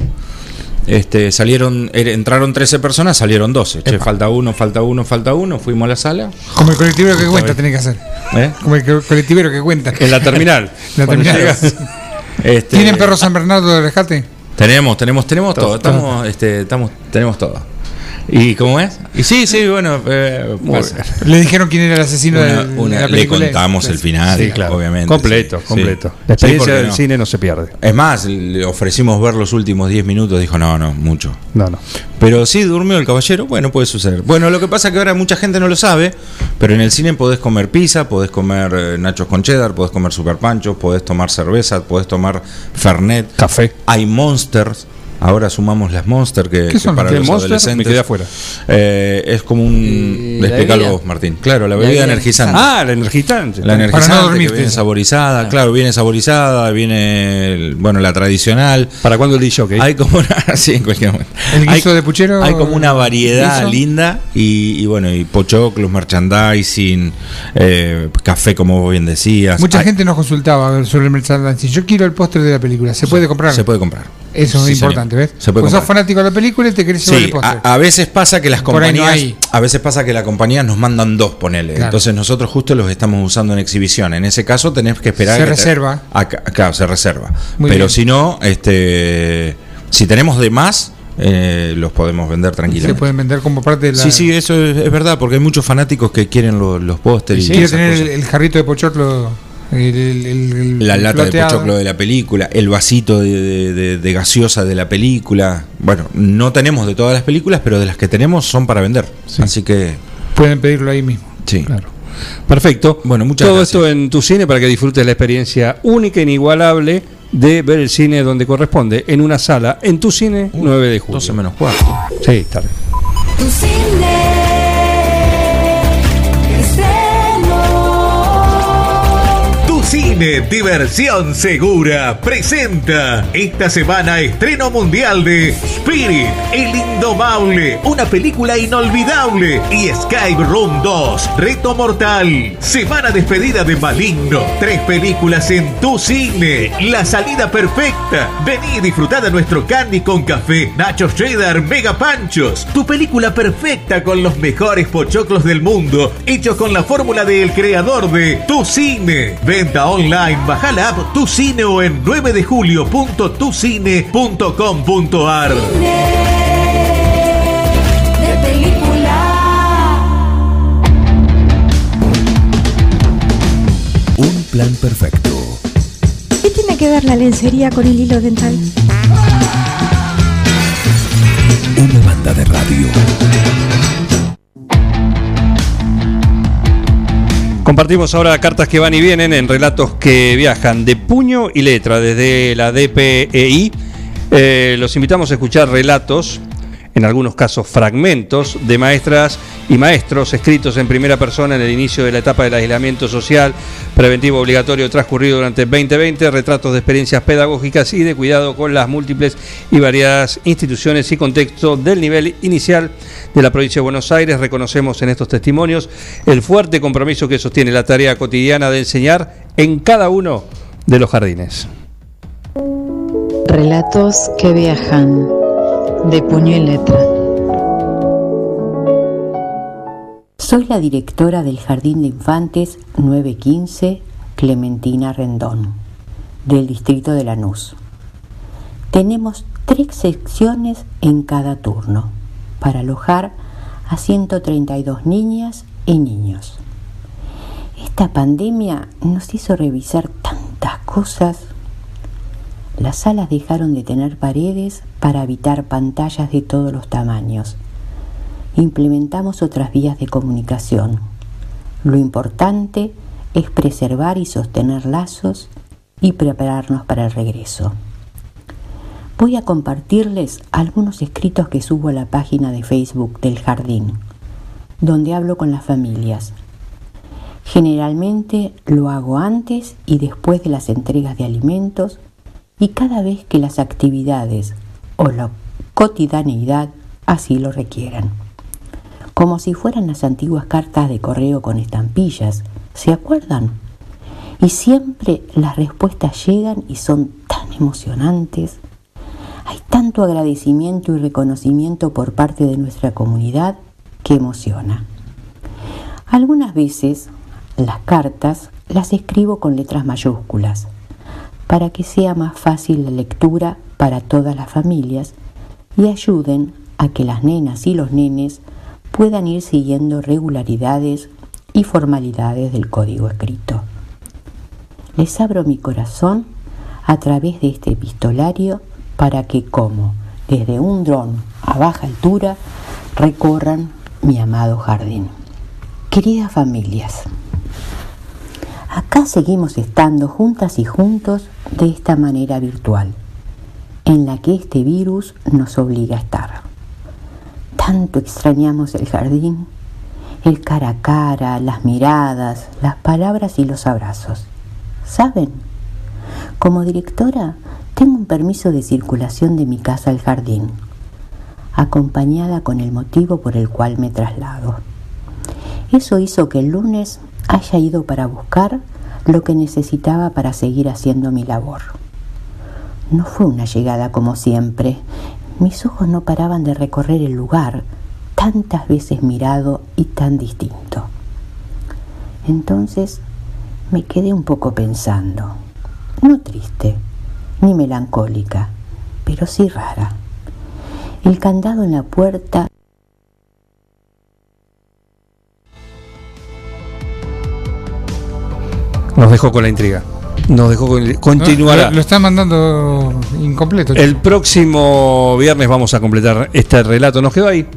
Entraron 13 personas, salieron 12. Che, falta uno, fuimos a la sala. Como el colectivero que cuenta tenés que hacer. Como el colectivero que cuenta. En la terminal. En la terminal. ¿Tienen perro San Bernardo de rescate? Tenemos todo. Tenemos todo. ¿Y cómo es? Y sí, bueno. Le dijeron quién era el asesino de la película. Le contamos el final, sí, claro. obviamente. Completo. La experiencia del cine no se pierde. Es más, le ofrecimos ver los últimos 10 minutos. Dijo, no, mucho. No. Pero sí, durmió el caballero. Bueno, puede suceder. Bueno, lo que pasa es que ahora mucha gente no lo sabe, pero en el cine podés comer pizza, podés comer nachos con cheddar, podés comer super panchos, podés tomar cerveza, podés tomar Fernet. Café. Hay Monsters. Ahora sumamos las Monster que son para los adolescentes. Me quedé afuera. Es como un... Explícalo vos, Martín. Claro, la bebida energizante. La energizante. La energizante para no dormirte, que viene saborizada. Claro, viene saborizada, viene la tradicional. ¿Para cuándo el DJ? Hay como una... sí, en cualquier momento. ¿El guiso de puchero? Hay como una variedad linda y pochoclos, merchandising, café, como vos bien decías. Mucha gente nos consultaba sobre el merchandising. Yo quiero el póster de la película. ¿Se puede comprar? Se puede comprar. Eso es importante, ¿ves? Pues sos fanático de la película y te querés llevar el póster. A veces pasa que las compañías, las compañías nos mandan 2, ponele. Claro. Entonces nosotros justo los estamos usando en exhibición. En ese caso tenés que esperar. Se reserva. Claro, se reserva. Muy Pero bien. si no, si tenemos de más, los podemos vender tranquilamente. Se pueden vender como parte de la... Sí, eso es verdad, porque hay muchos fanáticos que quieren los pósteres. Quiero tener el jarrito de pochoclo. La lata de pochoclo de la película, el vasito de gaseosa de la película. Bueno, no tenemos de todas las películas, pero de las que tenemos son para vender. Sí. Así que pueden pedirlo ahí mismo. Sí, claro. Perfecto. Bueno, muchas Todo gracias. esto en Tu Cine para que disfrutes la experiencia única e inigualable de ver el cine donde corresponde, en una sala, en Tu Cine, 9 de julio. 12 menos 4. Sí, tarde. Tu cine. Cine Diversión Segura presenta esta semana estreno mundial de Spirit, El Indomable, una película inolvidable, y Escape Room 2, Reto Mortal. Semana despedida de Maligno, 3 películas en Tu Cine, la salida perfecta. Vení y disfrutá de nuestro candy con café, nachos cheddar, mega panchos. Tu película perfecta con los mejores pochoclos del mundo, hechos con la fórmula del creador de Tu Cine. Venta online, baja la app Tu Cine o en 9dejulio.tucine.com.ar. De película. Un plan perfecto. ¿Qué tiene que ver la lencería con el hilo dental? Una banda de radio. Compartimos ahora cartas que van y vienen en relatos que viajan de puño y letra desde la DPEI. Los invitamos a escuchar relatos, en algunos casos fragmentos, de maestras y maestros escritos en primera persona en el inicio de la etapa del aislamiento social preventivo obligatorio transcurrido durante 2020, retratos de experiencias pedagógicas y de cuidado con las múltiples y variadas instituciones y contextos del nivel inicial de la provincia de Buenos Aires. Reconocemos en estos testimonios el fuerte compromiso que sostiene la tarea cotidiana de enseñar en cada uno de los jardines. Relatos que viajan de puño y letra. Soy la directora del Jardín de Infantes 915 Clementina Rendón, del distrito de Lanús. Tenemos 3 secciones en cada turno para alojar a 132 niñas y niños. Esta pandemia nos hizo revisar tantas cosas. Las salas dejaron de tener paredes para evitar pantallas de todos los tamaños. Implementamos otras vías de comunicación. Lo importante es preservar y sostener lazos y prepararnos para el regreso. Voy a compartirles algunos escritos que subo a la página de Facebook del jardín, donde hablo con las familias. Generalmente lo hago antes y después de las entregas de alimentos y cada vez que las actividades o la cotidianeidad así lo requieran. Como si fueran las antiguas cartas de correo con estampillas, ¿se acuerdan? Y siempre las respuestas llegan y son tan emocionantes. Hay tanto agradecimiento y reconocimiento por parte de nuestra comunidad que emociona. Algunas veces las cartas las escribo con letras mayúsculas para que sea más fácil la lectura para todas las familias y ayuden a que las nenas y los nenes puedan ir siguiendo regularidades y formalidades del código escrito. Les abro mi corazón a través de este epistolario para que, como desde un dron a baja altura, recorran mi amado jardín. Queridas familias, acá seguimos estando juntas y juntos de esta manera virtual, en la que este virus nos obliga a estar. Tanto extrañamos el jardín, el cara a cara, las miradas, las palabras y los abrazos. ¿Saben? Como directora, tengo un permiso de circulación de mi casa al jardín, acompañada con el motivo por el cual me traslado. Eso hizo que el lunes haya ido para buscar lo que necesitaba para seguir haciendo mi labor. No fue una llegada como siempre. Mis ojos no paraban de recorrer el lugar, tantas veces mirado y tan distinto. Entonces me quedé un poco pensando, no triste ni melancólica, pero sí rara. El candado en la puerta. Nos dejó con la intriga. Nos dejó con... Continuará. Lo están mandando incompleto. El próximo viernes vamos a completar este relato. Nos quedó ahí.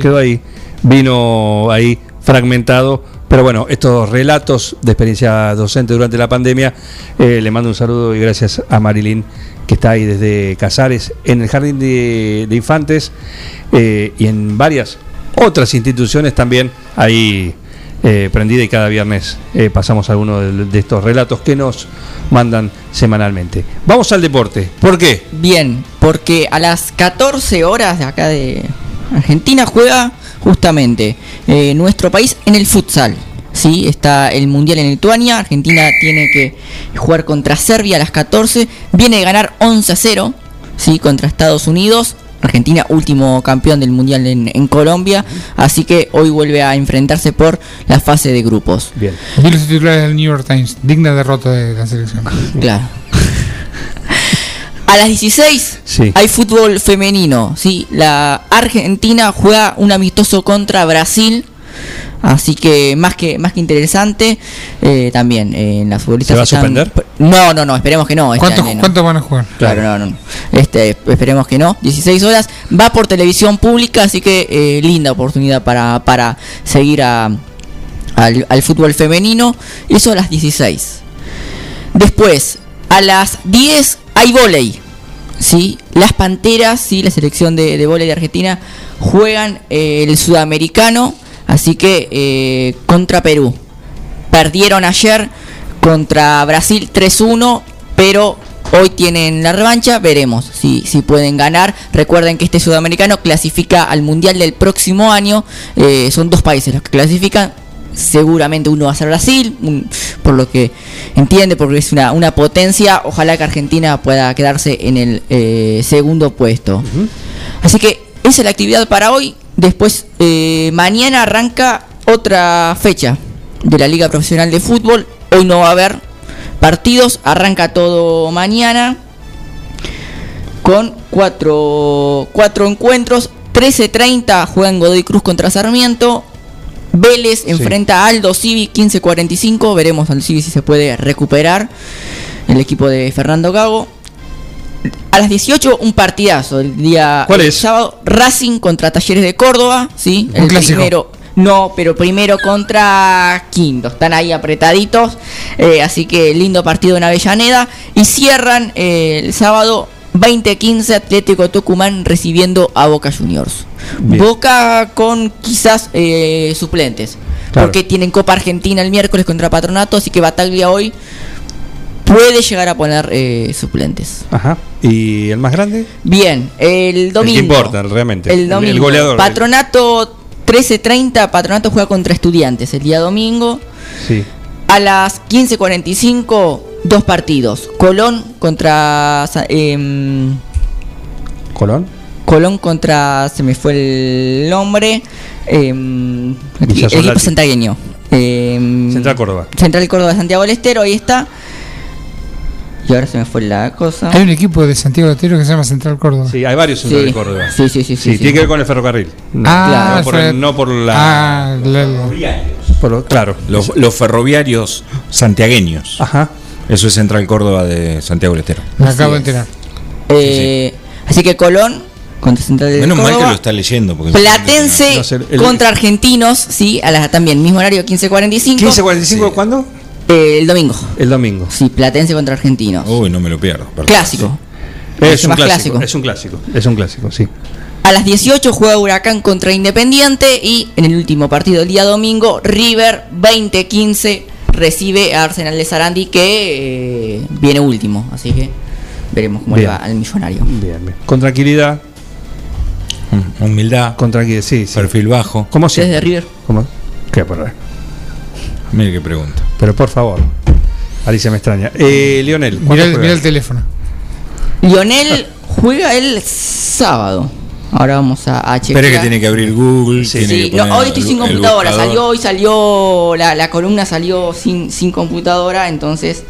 Vino ahí fragmentado. Pero bueno, estos relatos de experiencia docente durante la pandemia, le mando un saludo y gracias a Marilyn, que está ahí desde Casares, en el Jardín de Infantes, y en varias otras instituciones también ahí prendida, y cada viernes pasamos algunos de estos relatos que nos mandan semanalmente. Vamos al deporte. ¿Por qué? Bien, porque a las 14 horas de acá de Argentina juega justamente nuestro país en el futsal. Sí, está el Mundial en Lituania. Argentina tiene que jugar contra Serbia a las 14. Viene de ganar 11-0, ¿sí?, contra Estados Unidos. Argentina, último campeón del Mundial en Colombia. Así que hoy vuelve a enfrentarse por la fase de grupos. Bien. Vi los titulares del New York Times. Digna derrota de la selección. Claro. A las 16 hay fútbol femenino, ¿sí? La Argentina juega un amistoso contra Brasil, así que más que interesante. También las futbolistas. ¿Se va a suspender? No, esperemos que no. ¿Cuánto van a jugar? Claro, no. Esperemos que no. 16 horas, va por televisión pública, así que linda oportunidad para seguir al fútbol femenino. Eso a las 16. Después, a las 10 hay vóley, ¿sí? Las Panteras, ¿sí?, la selección de vóley de Argentina, juegan el sudamericano, así que contra Perú. Perdieron ayer contra Brasil 3-1, pero hoy tienen la revancha. Veremos si pueden ganar. Recuerden que este sudamericano clasifica al Mundial del próximo año. Son 2 países los que clasifican. Seguramente uno va a ser Brasil, por lo que entiende, porque es una potencia. Ojalá que Argentina pueda quedarse en el segundo puesto. Así que esa es la actividad para hoy. Después mañana arranca otra fecha de la Liga Profesional de Fútbol. Hoy no va a haber partidos, arranca todo mañana con cuatro encuentros. 13:30 juegan Godoy Cruz contra Sarmiento. Vélez enfrenta a Aldo Civi 15:45. Veremos al Civi si se puede recuperar el equipo de Fernando Gago. A las 18 un partidazo el día sábado. Racing contra Talleres de Córdoba, ¿sí? El primero. No, pero primero contra Quinto. Están ahí apretaditos. Así que lindo partido en Avellaneda. Y cierran el sábado 20:15 Atlético Tucumán recibiendo a Boca Juniors. Bien. Boca con quizás suplentes, claro, porque tienen Copa Argentina el miércoles contra Patronato, así que Bataglia hoy puede llegar a poner suplentes. Ajá. ¿Y el más grande? Bien, el domingo. El que importa realmente. El domingo. El goleador. Patronato 13:30, Patronato juega contra Estudiantes el día domingo. Sí. A las 15:45, 2 partidos. Colón contra... Colón contra... Se me fue el nombre. Equipo santiagueño. Central Córdoba. Central Córdoba de Santiago del Estero, ahí está. Y ahora se me fue la cosa. Hay un equipo de Santiago del Estero que se llama Central Córdoba. Sí, hay varios Central de Córdoba. Sí. Tiene que ver con el ferrocarril. No por la... Claro. Los ferroviarios santiagueños. Ajá. Eso es Central Córdoba de Santiago del Estero. Me acabo de enterar. Así que Colón contra Central de Menos Córdoba. mal que lo está leyendo. Porque Platense contra Argentinos, sí, también, mismo horario, 15:45. ¿15:45 cuándo? El domingo. El domingo. Sí, Platense contra Argentinos. Uy, no me lo pierdo. Perdón. Clásico. Es un clásico, sí. A las 18 juega Huracán contra Independiente y en el último partido del día domingo, River 20:15 recibe a Arsenal de Sarandí que viene último, así que veremos cómo le va al millonario. Bien. Con tranquilidad. Humildad. Con tranquilidad, sí. Perfil bajo. ¿Cómo si? ¿Desde River? ¿Cómo? ¿Qué por Mire qué pregunta. Pero por favor. Alicia me extraña. Lionel. Mira el teléfono. Lionel juega el sábado. Ahora vamos a checar. Espera que tiene que abrir Google. Sí. No, hoy estoy sin computadora. Salió la columna salió sin computadora, entonces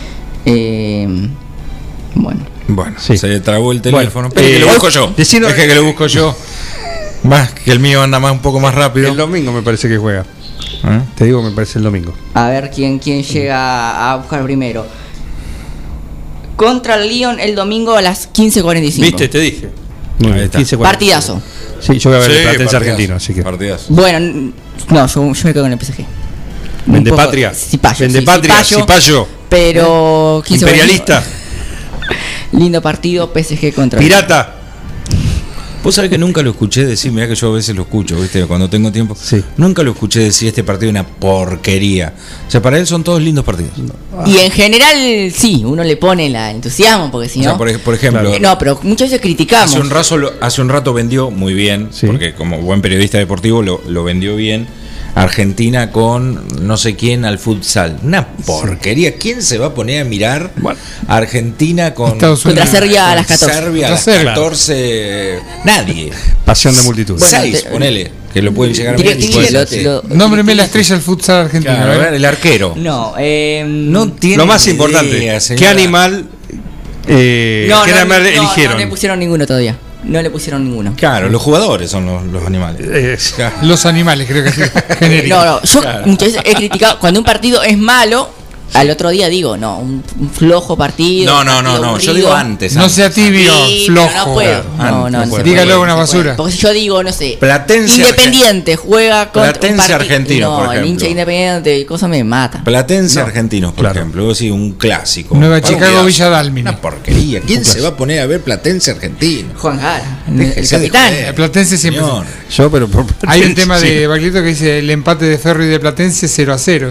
Bueno, se le trabó el teléfono. Bueno, que lo busco yo. Decino, que lo busco yo. Más que el mío anda un poco más rápido. El domingo me parece que juega. Te digo, me parece el domingo. A ver quién llega a buscar primero. Contra el Lyon el domingo a las 15:45. ¿Viste? Te dije. Ahí está. Partidazo. Sí, yo voy a ver el Platense argentino, así que. Partidazo. Bueno, no, yo me quedo con el PSG. Vende patria. Cipayo. Pero imperialista. Lindo partido, PSG contra Pirata. Vos sabés que nunca lo escuché decir, mirá que yo a veces lo escucho, ¿viste? Cuando tengo tiempo. Sí. Nunca lo escuché decir este partido es una porquería. O sea, para él son todos lindos partidos. Y en general, sí, uno le pone el entusiasmo, porque si no. O sea, por ejemplo. No, pero muchas veces criticamos. Hace un rato vendió muy bien, porque como buen periodista deportivo lo vendió bien. Argentina con no sé quién al futsal. Una porquería. ¿Quién se va a poner a mirar Argentina contra Serbia a las 14? Serbia a las 14. Nadie. Pasión de multitud. 6, ponele. Que lo pueden llegar a ver. Nómbreme la estrella del futsal argentino. Claro, el arquero. No tiene. Lo más importante. ¿Qué animal? ¿Qué animal eligieron? No le pusieron ninguno todavía. No le pusieron ninguno. Claro, los jugadores son los animales. Los animales, creo que sí. No, yo muchas veces he criticado cuando un partido es malo. Al otro día digo, no, un flojo partido. No, yo digo antes. No sea tibio, flojo. No puedo. No, dígalo una basura. Porque si yo digo, no sé, Platense Independiente juega contra Platense Argentino, por ejemplo. El hincha Independiente y cosas me mata. Platense Argentinos, por ejemplo. Sí, un clásico. Nueva Chicago, Villa Dálmine. Una porquería. ¿Quién se va a poner a ver Platense Argentino? Juan Jara, el capitán. El Platense siempre. Yo, pero hay un tema de Baglietto que dice el empate de Ferro y de Platense 0-0.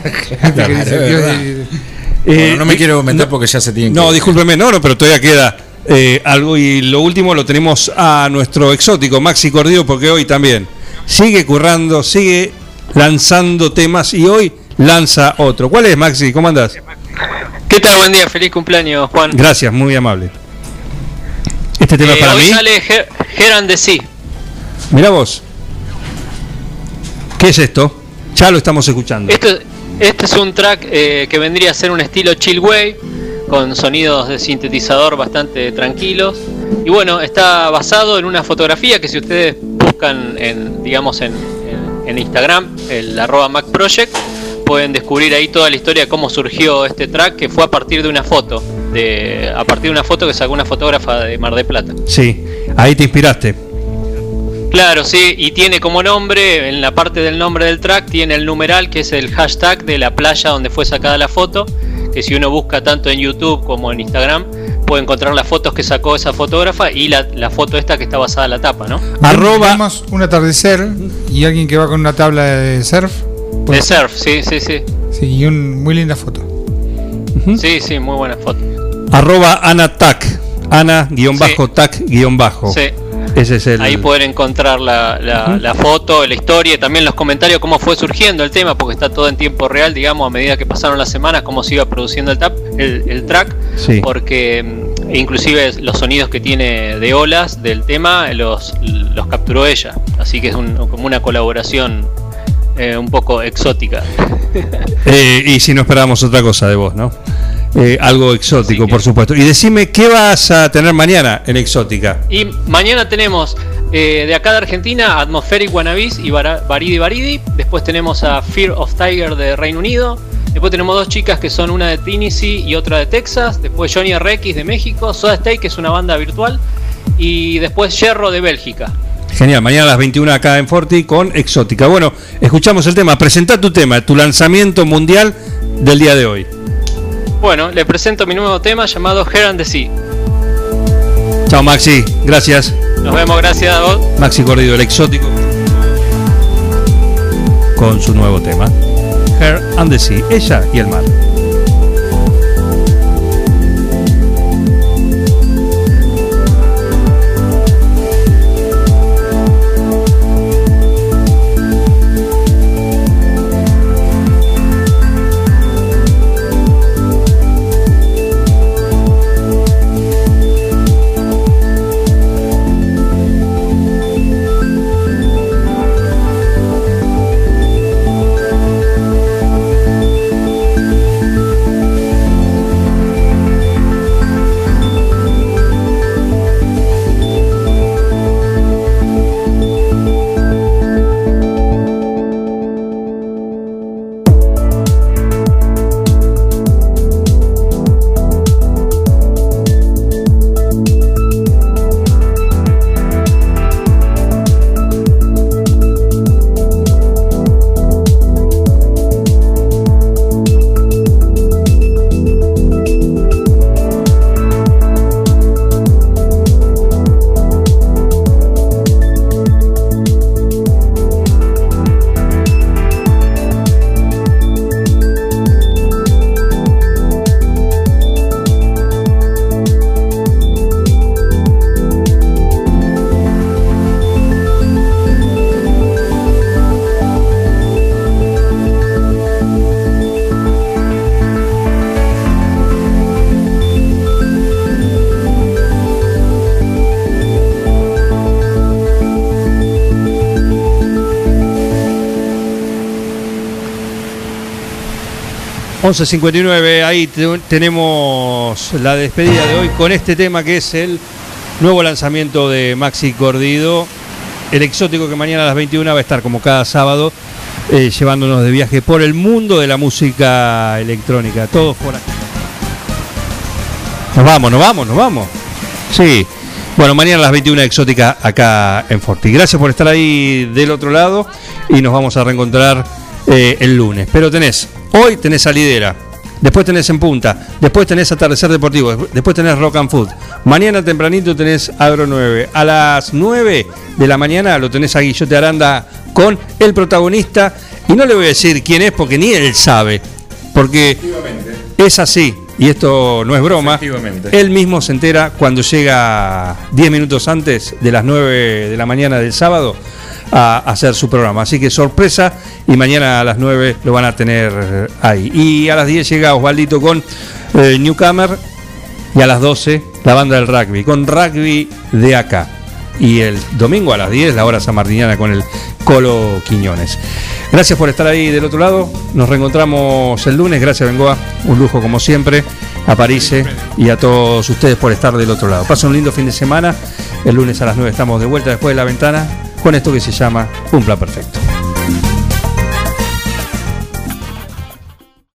No me quiero meter porque ya se tiene que... No, discúlpeme, pero todavía queda algo. Y lo último lo tenemos a nuestro exótico Maxi Cordillo, porque hoy también sigue currando, sigue lanzando temas y hoy lanza otro. ¿Cuál es, Maxi? ¿Cómo andás? ¿Qué tal? Buen día, feliz cumpleaños, Juan. Gracias, muy amable. Este tema es para hoy mí. Sale Here and the Sea. Mirá vos. ¿Qué es esto? Ya lo estamos escuchando. Este es un track que vendría a ser un estilo chill wave, con sonidos de sintetizador bastante tranquilos. Y bueno, está basado en una fotografía que si ustedes buscan en Instagram, el @MacProject, pueden descubrir ahí toda la historia de cómo surgió este track, que fue a partir de una foto. A partir de una foto que sacó una fotógrafa de Mar del Plata. Sí, ahí te inspiraste. Claro, sí, y tiene como nombre, en la parte del nombre del track, tiene el numeral que es el hashtag de la playa donde fue sacada la foto, que si uno busca tanto en YouTube como en Instagram, puede encontrar las fotos que sacó esa fotógrafa y la foto esta que está basada en la tapa, ¿no? Vemos un atardecer y alguien que va con una tabla de surf. De surf, sí. Sí, y muy linda foto. Sí, muy buena foto. @AnaTac, Ana-Tac-. Sí. Ese es el... Ahí pueden encontrar la foto, la historia y también los comentarios, cómo fue surgiendo el tema, porque está todo en tiempo real, digamos, a medida que pasaron las semanas, cómo se iba produciendo el track, Sí. porque inclusive los sonidos que tiene de olas del tema los capturó ella, así que es como una colaboración un poco exótica. Y si no esperábamos otra cosa de vos, ¿no? Algo exótico, por supuesto. Y decime, ¿qué vas a tener mañana en Exótica? Y mañana tenemos de acá de Argentina Atmospheric Wannabes y Baridi Baridi. Después tenemos a Fear of Tiger de Reino Unido. Después tenemos dos chicas que son una de Tennessee y otra de Texas. Después Johnny RX de México. Soda Stereo, que es una banda virtual. Y después Yerro de Bélgica. Genial, mañana a las 21 acá en Forti con Exótica. Bueno, escuchamos el tema. Presentá tu tema, tu lanzamiento mundial del día de hoy. Bueno, le presento mi nuevo tema llamado Here and the Sea. Chao Maxi, gracias. Nos vemos, gracias a vos. Maxi Gordido, el exótico, con su nuevo tema Here and the Sea, ella y el mar. ...11:59, ahí tenemos la despedida de hoy con este tema que es el nuevo lanzamiento de Maxi Gordido, el exótico, que mañana a las 21 va a estar como cada sábado llevándonos de viaje por el mundo de la música electrónica, todos por aquí. Nos vamos. Sí, bueno, mañana a las 21 exótica acá en Forti. Gracias por estar ahí del otro lado y nos vamos a reencontrar el lunes. Pero hoy tenés Salidera, después tenés En Punta, después tenés Atardecer Deportivo, después tenés Rock and Food. Mañana tempranito tenés Agro 9. A las 9 de la mañana lo tenés a Guillote Aranda con el protagonista. Y no le voy a decir quién es porque ni él sabe. Porque es así, y esto no es broma. Él mismo se entera cuando llega 10 minutos antes de las 9 de la mañana del sábado a hacer su programa. Así que sorpresa, y mañana a las 9 lo van a tener ahí. Y a las 10 llega Osvaldito con Newcomer, y a las 12 la banda del rugby, con rugby de acá. Y el domingo a las 10 la hora sanmartiniana con el Colo Quiñones. Gracias por estar ahí del otro lado. Nos reencontramos el lunes. Gracias, Bengoa. Un lujo como siempre. A Parise y a todos ustedes por estar del otro lado. Pasen un lindo fin de semana. El lunes a las 9 estamos de vuelta después de La Ventana con esto que se llama Un Plan Perfecto.